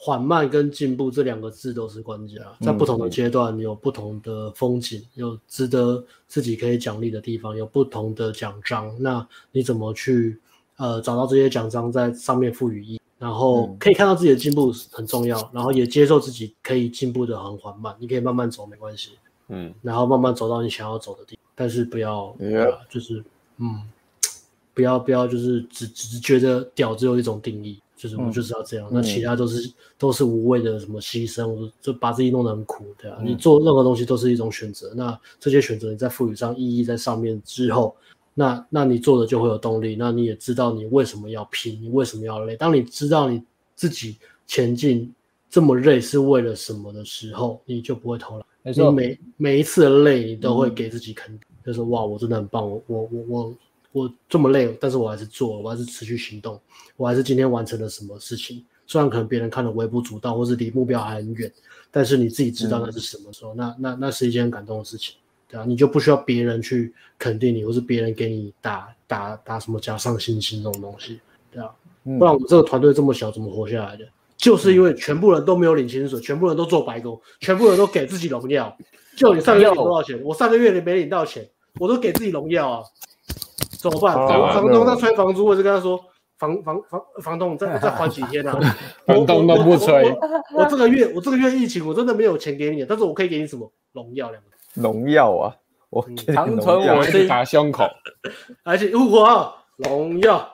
缓慢跟进步这两个字都是关键，在不同的阶段有不同的风景，有值得自己可以奖励的地方，有不同的奖章。那你怎么去呃找到这些奖章，在上面赋予意义，然后可以看到自己的进步很重要，然后也接受自己可以进步的很缓慢，你可以慢慢走没关系，嗯，然后慢慢走到你想要走的地方，但是不要、yeah. 啊、就是嗯，不要不要就是只只觉得屌只有一种定义。就是我就是要这样，嗯、那其他都是、嗯、都是无谓的什么牺牲，就把自己弄得很苦，对啊、嗯。你做任何东西都是一种选择，那这些选择你再赋予上意义在上面之后，那那你做的就会有动力，那你也知道你为什么要拼，你为什么要累。当你知道你自己前进这么累是为了什么的时候，你就不会偷懒。你每每一次的累，你都会给自己肯定，嗯、就是哇，我真的很棒，我我我我。我这么累，但是我还是做，我还是持续行动，我还是今天完成了什么事情。虽然可能别人看得微不足道，或是离目标还很远，但是你自己知道那是什么时候，嗯、那那那是一件很感动的事情，对啊，你就不需要别人去肯定你，或是别人给你打打打什么加上信心这种东西，对啊，嗯、不然我们这个团队这么小，怎么活下来的？就是因为全部人都没有领薪水，全部人都做白工，全部人都给自己荣耀。就你上个月领多少钱？我上个月没领到钱，我都给自己荣耀啊。怎么办？房房东在催房租，我就跟他说：“房房房房东，再再还几天啊？” 房东都不催。 我, 我, 我, 我这个月我这个月疫情，我真的没有钱给你，但是我可以给你什么荣耀两个字？ 荣耀啊！我长存我心，打胸口， 而且如果荣耀，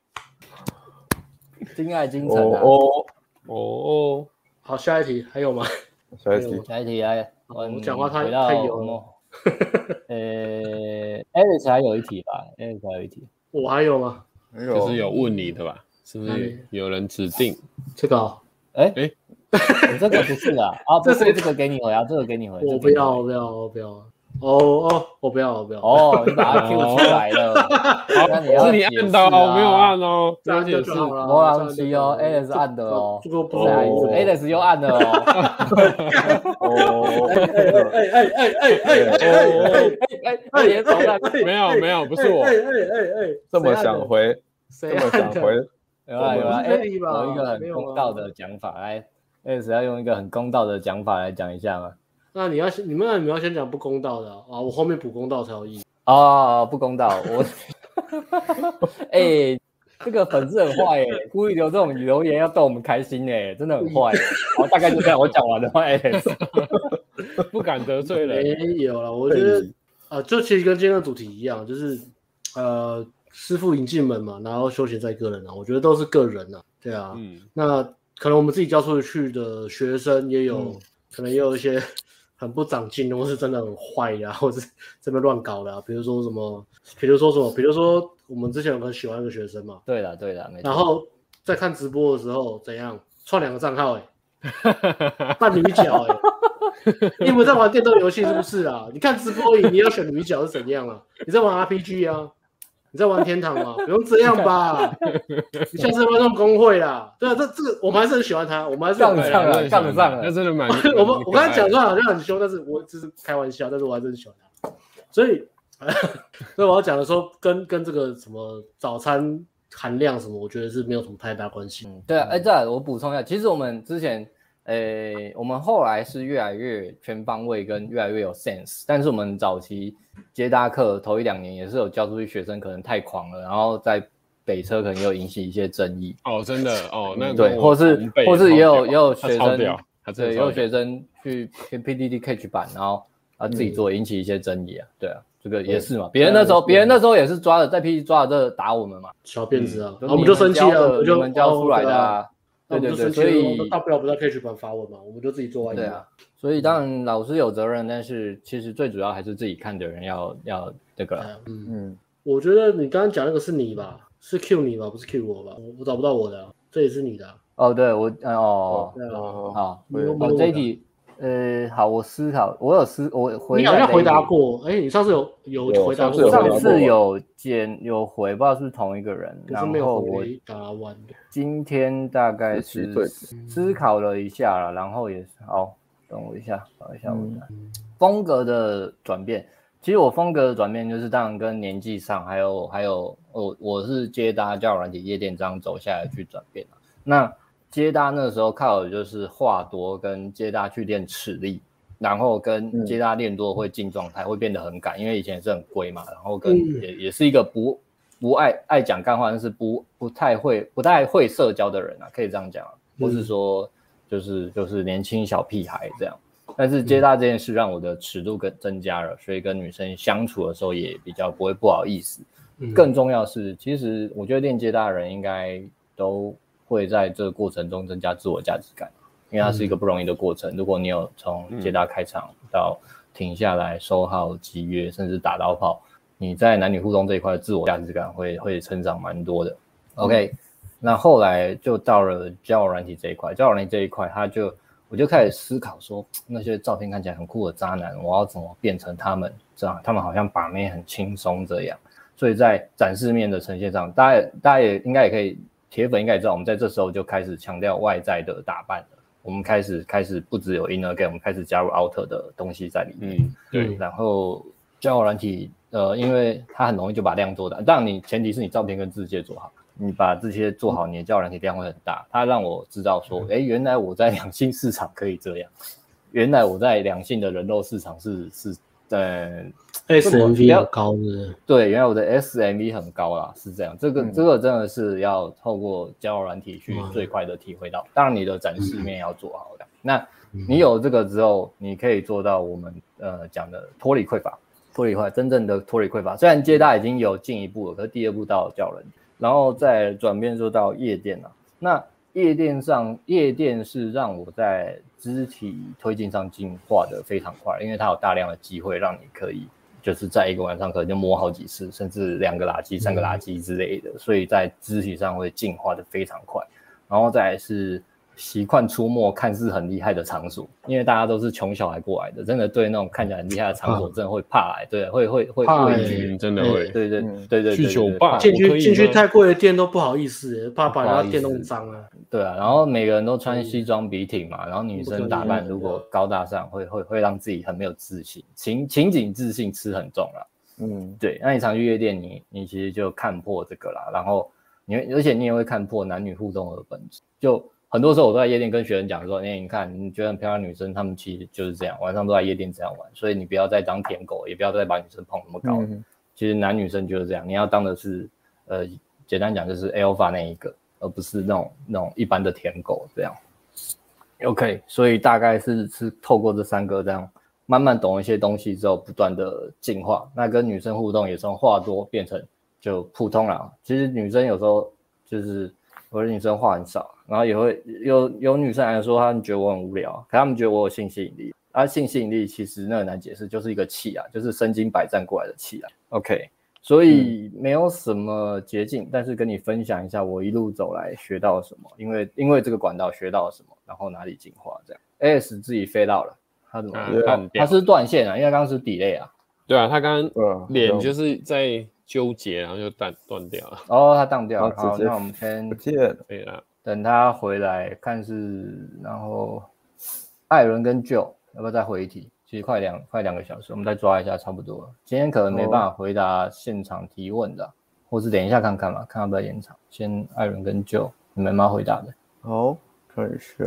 精爱精神啊！ 哦哦， 好，下一题还有吗？ 下一题， 下一题来， 我讲话太太油了。 呃 ，Alex 还有一题吧 ，Alex 还有一题， 我还有吗？ 就是有问你的吧？是不是有人指定这个、哦？ 哎哎，这个不是啦，啊，不是这个给你回啊，这个给你回。 我不要，我不要，我不要。哦哦，我不要，我不要。 哦，你把它 Q 出来了，那你要是你按的哦，我没有按哦， 这样就是魔狼七哦 ，Alex 按的哦， 这个不是 Alex 又按的哦。 哦，哎哎哎哎哎哎哎哎哎， 没有没有，不是我。 哎哎哎哎， 这么想回，这么想回， 有啊有啊，哎，有一个很公道的讲法，来 ，Alex 要用一个很公道的讲法来讲一下吗？ 那你要先，你们你们要先讲不公道的 啊, 啊，我后面补公道才有意义。 哦，不公道，我，哎、欸，这个粉丝很坏哎、欸，故意留这种留言要逗我们开心哎、欸，真的很坏、欸。好，大概就这样，我讲完了话 ，Alex 不敢得罪人。 没有了，我觉得啊，就其实跟今天的主题一样，就是呃，师父引进门嘛，然后修行在个人啊，我觉得都是个人啊，对啊，嗯，那可能我们自己教出去的学生也有。嗯可能也有一些很不长进，或是真的很坏呀、啊，或是这边乱搞的、啊，比如说什么，比如说什么，比如说我们之前有很喜欢一个学生嘛， 对了对了，没错。 然后在看直播的时候怎样创两个账号、欸，哎，扮女角、欸，哎，你们在玩电动游戏是不是啊？你看直播你要选女角是怎样啊？你在玩 R P G 啊？你在玩天堂吗？不用这样吧，你下次要弄工会啦。对啊，这这个我们还是很喜欢他，我们还是杠上了，杠上了， 那真的蛮。 我们我刚才讲出来好像很凶，但是我只是开玩笑，但是我还是很喜欢他。所以，所以我要讲的说，跟跟这个什么早餐含量什么，我觉得是没有什么太大关系。 嗯，对啊，哎，再我补充一下，其实我们之前。诶，我们后来是越来越全方位跟越来越有 sense， 但是我们早期接搭课头一两年也是有教出去学生可能太狂了，然后在北车可能又引起一些争议。 哦，真的哦，那对，或是或是也有也有学生， 对， 也有学生去 P D D catch 版，然后啊自己做引起一些争议啊，对啊，这个也是嘛，别人那时候别人那时候也是抓了在 P D D 抓了这打我们嘛， 小辫子啊， 我们就生气了， 我们教出来的啊。对对对，所以大不了不在 Catch 版发文嘛，我们就自己做外面。 对啊，所以当然老师有责任，但是其实最主要还是自己看的人要要这个。 嗯嗯，我觉得你刚刚讲那个是你吧？是 Q 你吧？不是 Q 我吧？我我找不到我的、啊，这也是你的、啊。 哦，对我哦， 对啊， 好，我这一题。呃，好，我思考，我有思，我回你好像回答过，哎，你上次有有回答过， 上次有见有回，不知道是不是同一个人， 然后我答完的。 今天大概是思考了一下啦，然后也是，好，等我一下，等一下我的、嗯、风格的转变。其实我风格的转变就是当然跟年纪上，还有还有我我是接搭交友软体夜店这样走下来去转变啦。那接搭那时候靠的就是话多跟接搭去练齿力，然后跟接搭练多会进状态，会变得很赶，因为以前也是很龟嘛，然后跟也、嗯、也是一个不不爱爱讲干话，但是不不太会不太会社交的人啊，可以这样讲，或是说就是就是年轻小屁孩这样。但是接搭这件事让我的尺度更增加了，所以跟女生相处的时候也比较不会不好意思。更重要是，其实我觉得练接搭的人应该都会在这个过程中增加自我价值感，因为它是一个不容易的过程。如果你有从接搭开场到停下来收号、集约，甚至打到炮，你在男女互动这一块的自我价值感会会成长蛮多的。OK， 那后来就到了交友软体这一块，交友软体这一块，他就我就开始思考说，那些照片看起来很酷的渣男，我要怎么变成他们这样？他们好像把妹很轻松这样。所以在展示面的呈现上，大家大家也应该也可以，铁粉应该也知道，我们在这时候就开始强调外在的打扮了。我们开始开始不只有 inner game， 我们开始加入 outer 的东西在里面。嗯，对。然后交友软体，呃，因为它很容易就把量做大，当然你前提是你照片跟字界做好，你把这些做好，你的交友软体量会很大。它让我知道说，哎，原来我在两性市场可以这样，原来我在两性的人肉市场是是。呃 ，S M V 很高的， 对，原来我的 S M V 很高啦，是这样。这个、嗯、这个真的是要透过交友软体去最快的体会到。当然，你的展示面要做好的。嗯、那你有这个之后，你可以做到我们呃讲的脱离匮乏，脱离匮乏，真正的脱离匮乏。虽然接搭已经有进一步了，可是第二步到交友软体，然后再转变就到夜店了。那夜店上，夜店是让我在肢体推进上进化的非常快，因为它有大量的机会让你可以就是在一个晚上可能就摸好几次，甚至两个垃圾、三个垃圾之类的，所以在肢体上会进化的非常快。然后再来是习惯出没看似很厉害的场所，因为大家都是穷小孩过来的，真的对那种看起来很厉害的场所真的会怕来，对，会会会怕畏惧， 真的会， 对对对对， 去酒吧进去进去太贵的店都不好意思，怕把人家店弄脏啊。 对啊，然后每个人都穿西装笔挺嘛，然后女生打扮如果高大上，会会会让自己很没有自信，情情景自信吃很重啦。嗯，对，那你常去夜店，你你其实就看破这个啦，然后你而且你也会看破男女互动的本质，就。很多时候我都在夜店跟学生讲说，哎、欸，你看，你觉得很漂亮的女生，她们其实就是这样，晚上都在夜店这样玩，所以你不要再当舔狗，也不要再把女生捧那么高。嗯、其实男女生就是这样，你要当的是，呃，简单讲就是 alpha 那一个，而不是那种那种一般的舔狗这样。OK， 所以大概是是透过这三个这样慢慢懂一些东西之后，不断的进化。那跟女生互动也从话多变成就普通啦。其实女生有时候就是。有的女生话很少，然后也会有有女生来说，她们觉得我很无聊，可她们觉得我有性吸引力。而、啊、性吸引力其实那很难解释，就是一个气啊，就是身经百战过来的气啊。OK， 所以没有什么捷径，但是跟你分享一下我一路走来学到了什么，因为因为这个管道学到了什么，然后哪里进化这样。A S 自己飞到了，他怎么？嗯、他是断线啊，因为刚刚是 delay 啊。 对啊，他刚刚脸就是在。纠结，然后就断断掉了。 哦，他断掉了。好，那我们先不见对了， 等他回来看是，然后艾伦跟 Joe 要不要再回一题？其实快两快两个小时，我们再抓一下，差不多了。今天可能没办法回答现场提问的，哦、或是等一下看看嘛，看要不要延长。先艾伦跟 Joe， 你们要回答的。 好，看一下。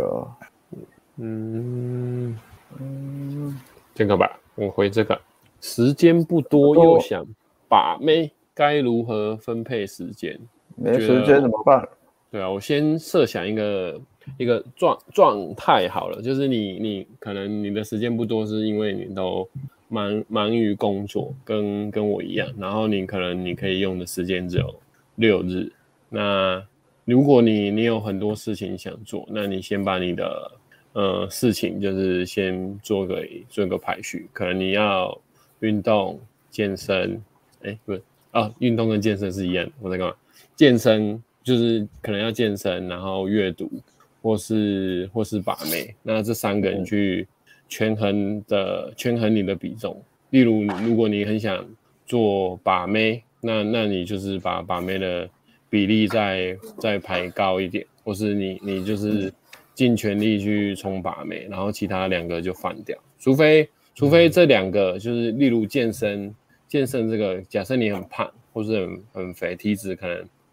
嗯嗯，这个吧，我回这个。时间不多，又想。把妹该如何分配时间？ 没时间怎么办？ 对啊，我先设想一个一个状状态好了，就是你你可能你的时间不多，是因为你都忙忙于工作，跟跟我一样，然后你可能你可以用的时间只有六日。那如果你你有很多事情想做，那你先把你的呃事情就是先做个做个排序，可能你要运动、健身。哎，不是啊，运动跟健身是一样的。我在干嘛？健身就是可能要健身，然后阅读，或是或是把妹。那这三个人去权衡的权衡你的比重。例如，如果你很想做把妹，那那你就是把把妹的比例再再排高一点，或是你你就是尽全力去冲把妹，然后其他两个就放掉。除非除非这两个就是例如健身。健身这个，假设你很胖或是很很肥，体脂可能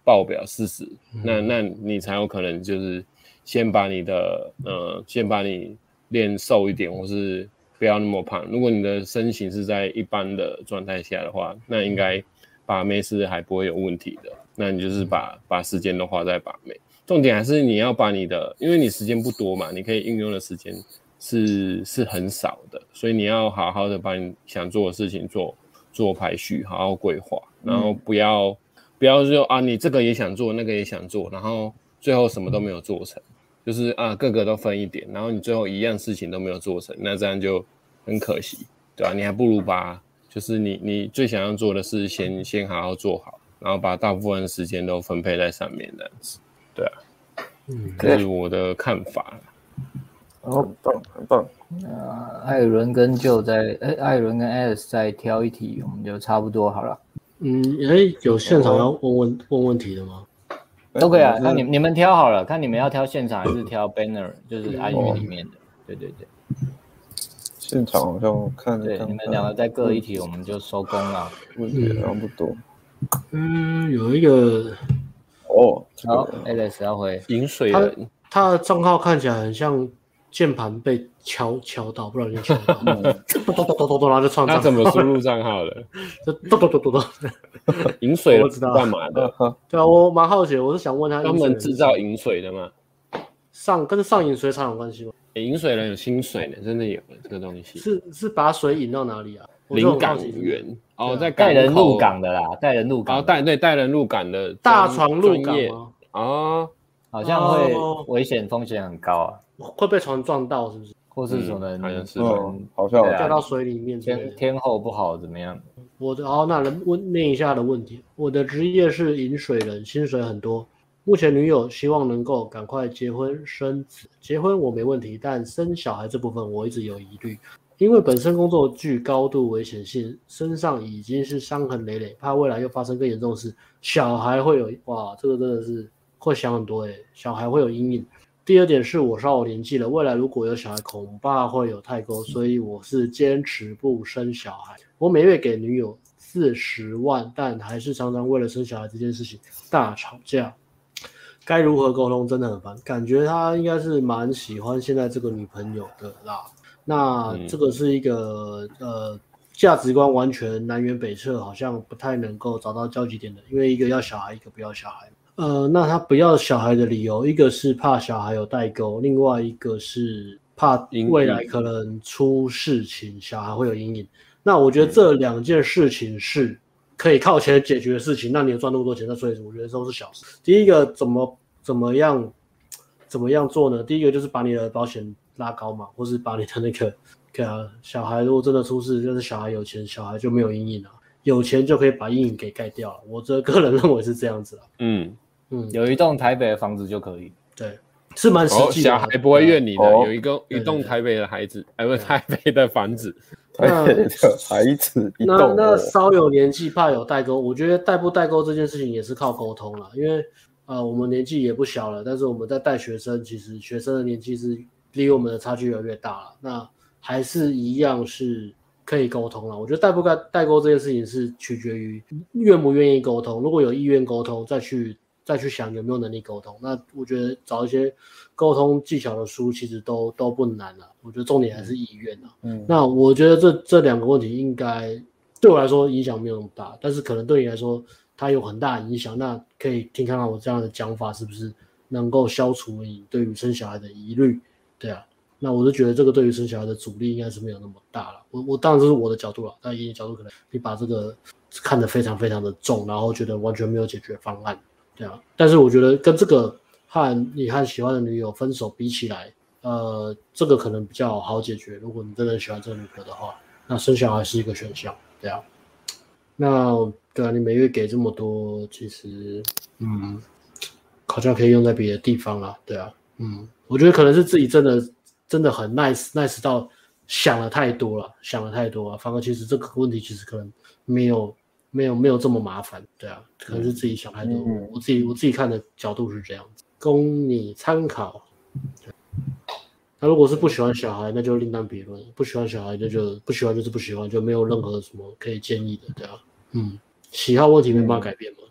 报表事实，嗯、那那你才有可能就是先把你的呃，先把你练瘦一点，或是不要那么胖。如果你的身形是在一般的状态下的话，那应该把妹是还不会有问题的。那你就是把把时间都花在把妹，重点还是你要把你的，因为你时间不多嘛，你可以运用的时间是是很少的，所以你要好好的把你想做的事情做做排序，好好规划，然后不要、嗯、不要说啊你这个也想做，那个也想做，然后最后什么都没有做成，就是啊各个都分一点，然后你最后一样事情都没有做成，那这样就很可惜，对吧、啊？你还不如把就是你你最想要做的事先先好好做好。然后把大部分的时间都分配在上面，这样子，对啊，嗯，这是我的看法。 哦，很棒，很棒。 呃，艾伦跟就在，哎，艾伦跟 Alice 再挑一题，我们就差不多好了。 嗯，哎，有现场要问问问问题的吗？ 都可以啊，看你你们挑好了，看你们要挑现场还是挑 banner， 就是 I G 里面的。对对对。 现场好像看， 对，你们两个再各一题，我们就收工了。 问题好像不多。 嗯，有一个哦， 好 ，Alex 要回饮水人， 他的账号看起来很像键盘被敲敲到，不知道你敲到，咚咚咚咚咚，然后就创账号。 他怎么输入账号的？ 就咚咚咚咚咚。 饮水人干嘛的？ 对啊，我蛮好奇，我是想问他， 他们制造饮水的吗？ 上跟上饮水厂有关系吗？ 饮水人有薪水呢，真的有这个东西。 是是把水引到哪里啊？ 临港员哦，在带人入港的啦，带人入港， 哦，带对带人入港的大船入港吗？ 哦， 好像会危险风险很高啊， 会被船撞到是不是？ 或是可能好像是， 好像掉到水里面， 天天候不好怎么样？ 我的好，那问念一下的问题，我的职业是饮水人，薪水很多。目前女友希望能够赶快结婚生子，结婚我没问题，但生小孩这部分我一直有疑虑。因为本身工作具高度危险性，身上已经是伤痕累累，怕未来又发生更严重的事，小孩会有哇，这个真的是会想很多诶，小孩会有阴影。第二点是我稍有年纪了，未来如果有小孩，恐怕会有代沟，所以我是坚持不生小孩。我每月给女友四十万，但还是常常为了生小孩这件事情大吵架。该如何沟通真的很烦，感觉他应该是蛮喜欢现在这个女朋友的啦。那这个是一个、嗯、呃价值观完全南辕北辙，好像不太能够找到交集点的，因为一个要小孩，一个不要小孩。呃，那他不要小孩的理由，一个是怕小孩有代沟，另外一个是怕未来可能出事情，小孩会有阴影。那我觉得这两件事情是可以靠钱解决的事情，那你有赚那么多钱，那所以我觉得都是小事。第一个怎么怎么样怎么样做呢？第一个就是把你的保险拉高嘛，或是把你的那个，对啊，小孩如果真的出事，就是小孩有钱，小孩就没有阴影了，有钱就可以把阴影给盖掉了。我这个人认为是这样子啦。 嗯嗯，有一栋台北的房子就可以。 对，是蛮实际的。 哦、小孩不会怨你的，哦、有一个一栋台北的孩子，哎，不是台北的房子。 台北的孩子一栋、 哦。那那稍有年纪怕有代沟，我觉得代不代沟这件事情也是靠沟通啦，因为呃我们年纪也不小了，但是我们在带学生，其实学生的年纪是离我们的差距越来越大了，那还是一样是可以沟通了。我觉得代不代沟这件事情是取决于愿不愿意沟通，如果有意愿沟通，再去再去想有没有能力沟通。那我觉得找一些沟通技巧的书其实都都不难了，我觉得重点还是意愿啊。嗯，那我觉得这这两个问题应该对我来说影响没有那么大，但是可能对你来说它有很大影响。那可以听看看我这样的讲法是不是能够消除你对于生小孩的疑虑。对啊，那我就觉得这个对于生小孩的阻力应该是没有那么大了。我我当然这是我的角度了，但以你的角度可能你把这个看得非常非常的重，然后觉得完全没有解决方案。对啊，但是我觉得跟这个和你和喜欢的女友分手比起来，呃，这个可能比较好解决。如果你真的喜欢这个女朋友的话，那生小孩是一个选项。对啊，那对啊，你每月给这么多，其实嗯，好像可以用在别的地方啦。对啊，嗯。我觉得可能是自己真的真的很 nice nice 到想了太多了，想了太多了，反而其实这个问题其实可能没有没有没有这么麻烦，对啊，可能是自己想太多。嗯、我自己我自己看的角度是这样子，供你参考。那如果是不喜欢小孩，那就另当别论；不喜欢小孩，那就不喜欢就是不喜欢，就没有任何什么可以建议的，对啊，嗯，喜好问题没办法改变嘛，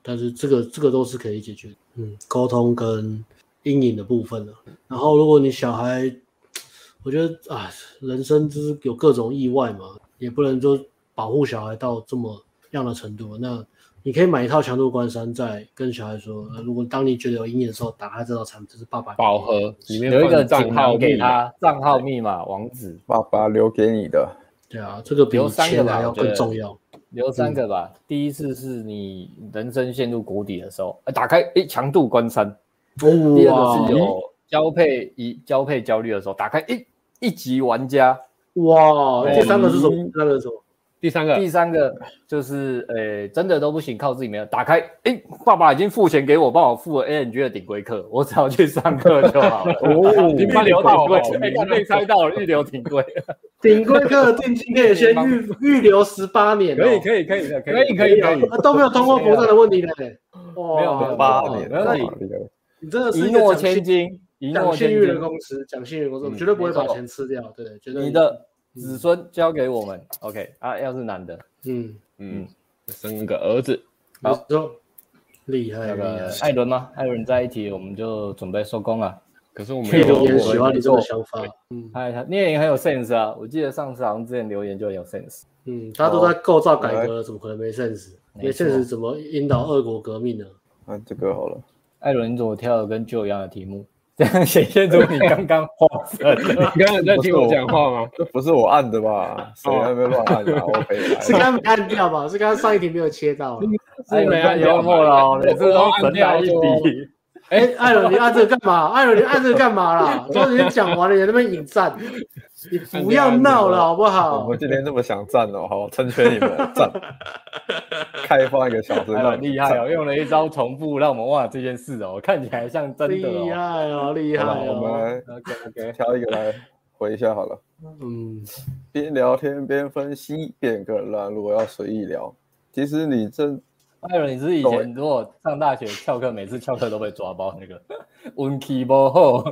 但是这个这个都是可以解决的。嗯，沟通跟阴影的部分了。然后如果你小孩，我觉得啊，人生就是有各种意外嘛，也不能就保护小孩到这么样的程度。那你可以买一套强度关山，再跟小孩说，呃、如果当你觉得有阴影的时候，打开这套产品，这是爸爸宝盒里面有一个账号给他，账号密码、网址， 爸爸留给你的。 对啊，这个比钱还要更重要。 留三个吧。嗯、第一次是你人生陷入谷底的时候，打开诶强度关山。哦、第二个是有交配一交配焦虑的时候，打开诶一级玩家。 哇，第三个是什么？那个是什么？ 第三个， 第三个就是呃，真的都不行，靠自己没有。打开，哎，爸爸已经付钱给我，帮我付了 A N G 的顶规课，我只要去上课就好了。哦，预留顶规，哎，被猜到了，预留顶规。 顶规课的定金可以先预预留十八年、 哦，可以，可以，可以的， 可以，可以，可以， 都没有通货膨胀的问题嘞。 哇，没有，没有， 八年， 没有， 你真的是一诺千金，一诺千金的公司，讲信誉的公司，我们绝对不会把钱吃掉，对，绝对。 你的子孙交给我们 ，OK 啊，要是男的。 嗯嗯，生个儿子， 好，厉害。 那个艾伦吗？艾伦在一起，我们就准备收工了。 可是我们留言喜欢你这个想法， 嗯，他你也很有 sense 啊。我记得上次好像之前留言就很有 sense。 嗯，他都在构造改革了，怎么可能没 sense？ 没 sense 怎么引导俄国革命呢？ 啊，这个好了。 艾伦，你怎么挑的跟旧一样的题目？这样显现出你刚刚慌神了。 你刚刚在听我讲话吗？ 这不是我按的吧？谁还没乱按啊？我可以来。 是刚刚没按掉吧？是刚刚上一题没有切到。 是没按幽默了，每次都神来一笔。 哎，艾伦，你按这个干嘛？艾伦，你按这个干嘛啦？都已经讲完了，你在那边引战，你不要闹了好不好？ 我们今天这么想战哦，好，成全你们战。开放一个小时， 很厉害哦，用了一招重复，让我们忘了这件事哦，看起来像真的哦。 厉害哦，厉害哦。 我们来 OK OK， 挑一个来回一下好了。 嗯， 边聊天边分析，边个人如果要随意聊，其实你真。 艾伦，你是以前如果上大学翘课，每次翘课都被抓包那个运气不好。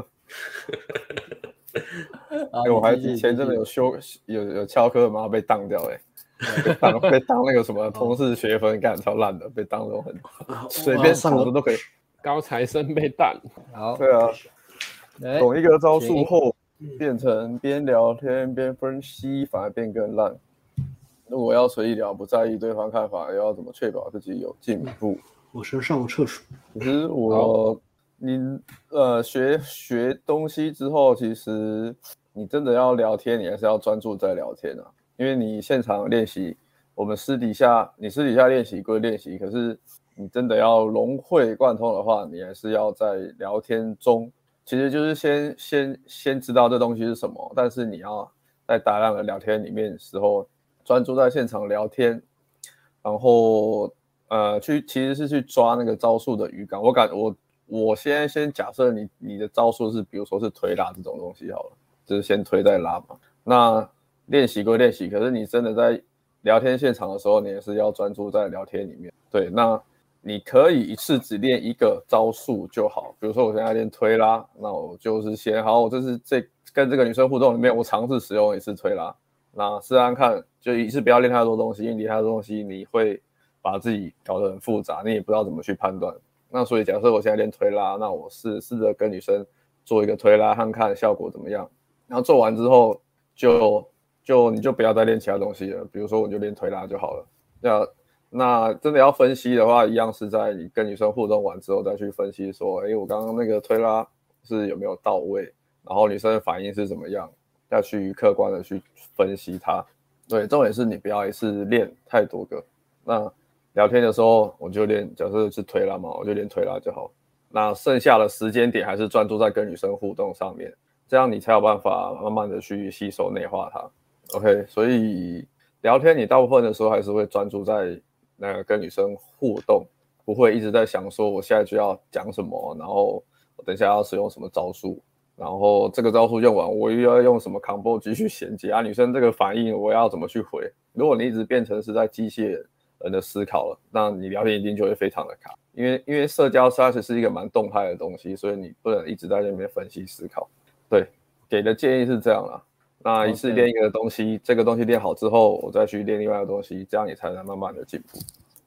欸、我还以前真的有修有有翘课，然后被当掉哎、欸，被当被当那个什么通识学分，干超烂的，被当那种很随便上的都可以。 高材生被当。 好， 对啊，懂一个招数后，变成边聊天边分析，反而变更烂。如果要随意聊，不在意对方看法，又要怎么确保自己有进步？ 我先上个厕所。 其实我，你呃学学东西之后，其实你真的要聊天，你还是要专注在聊天啊。因为你现场练习，我们私底下你私底下练习归练习，可是你真的要融会贯通的话，你还是要在聊天中，其实就是先先先知道这东西是什么，但是你要在大量的聊天里面的时候。专注在现场聊天，然后呃，去其实是去抓那个招数的语感。我感我我先先假设你你的招数是，比如说是推拉这种东西好了，就是先推再拉嘛。那练习归练习，可是你真的在聊天现场的时候，你也是要专注在聊天里面。对，那你可以一次只练一个招数就好。比如说我现在练推拉，那我就是先好，我这是这跟这个女生互动里面，我尝试使用一次推拉。那试试看，就一次不要练太多东西，因为练太多东西你会把自己搞得很复杂，你也不知道怎么去判断。那所以假设我现在练推拉，那我试试着跟女生做一个推拉，看看效果怎么样。然后做完之后就，就你就不要再练其他东西了，比如说我就练推拉就好了。那那真的要分析的话，一样是在你跟女生互动完之后再去分析说，哎，我刚刚那个推拉是有没有到位，然后女生的反应是怎么样。要去客观的去分析它，对，重点是你不要一次练太多个。那聊天的时候，我就练，假设是推拉嘛，我就练推拉就好。那剩下的时间点还是专注在跟女生互动上面，这样你才有办法慢慢的去吸收内化它。OK， 所以聊天你大部分的时候还是会专注在那个跟女生互动，不会一直在想说我现在就要讲什么，然后我等一下要使用什么招数。然后这个招数用完，我又要用什么 combo 继续衔接啊？女生这个反应我要怎么去回？如果你一直变成是在机械人的思考了，那你聊天一定就会非常的卡。因为因为社交它其实是一个蛮动态的东西，所以你不能一直在那边分析思考。对，给的建议是这样啦。那一次练一个东西， okay. 这个东西练好之后，我再去练另外一个东西，这样你才能慢慢的进步。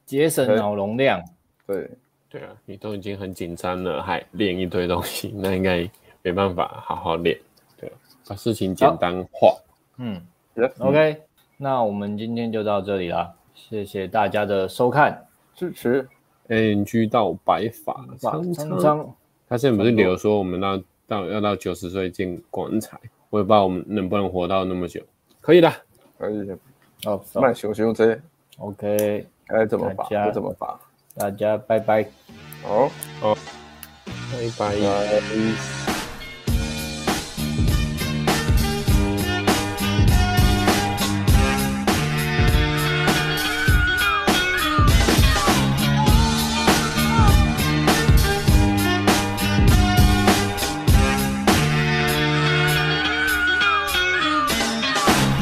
节省脑容量。 对对啊，你都已经很紧张了，还练一堆东西，那应该没办法好好练。对，把事情简单化。 嗯 ，OK， 那我们今天就到这里啦，谢谢大家的收看支持。 N G 到白发苍苍，他现在不是留说我们到到要到九十岁见棺材，我也不知道我们能不能活到那么久。可以的， 可以。 哦， 慢熊熊这 OK， 该怎么发就怎么发。 大家拜拜。 好， 好，拜拜。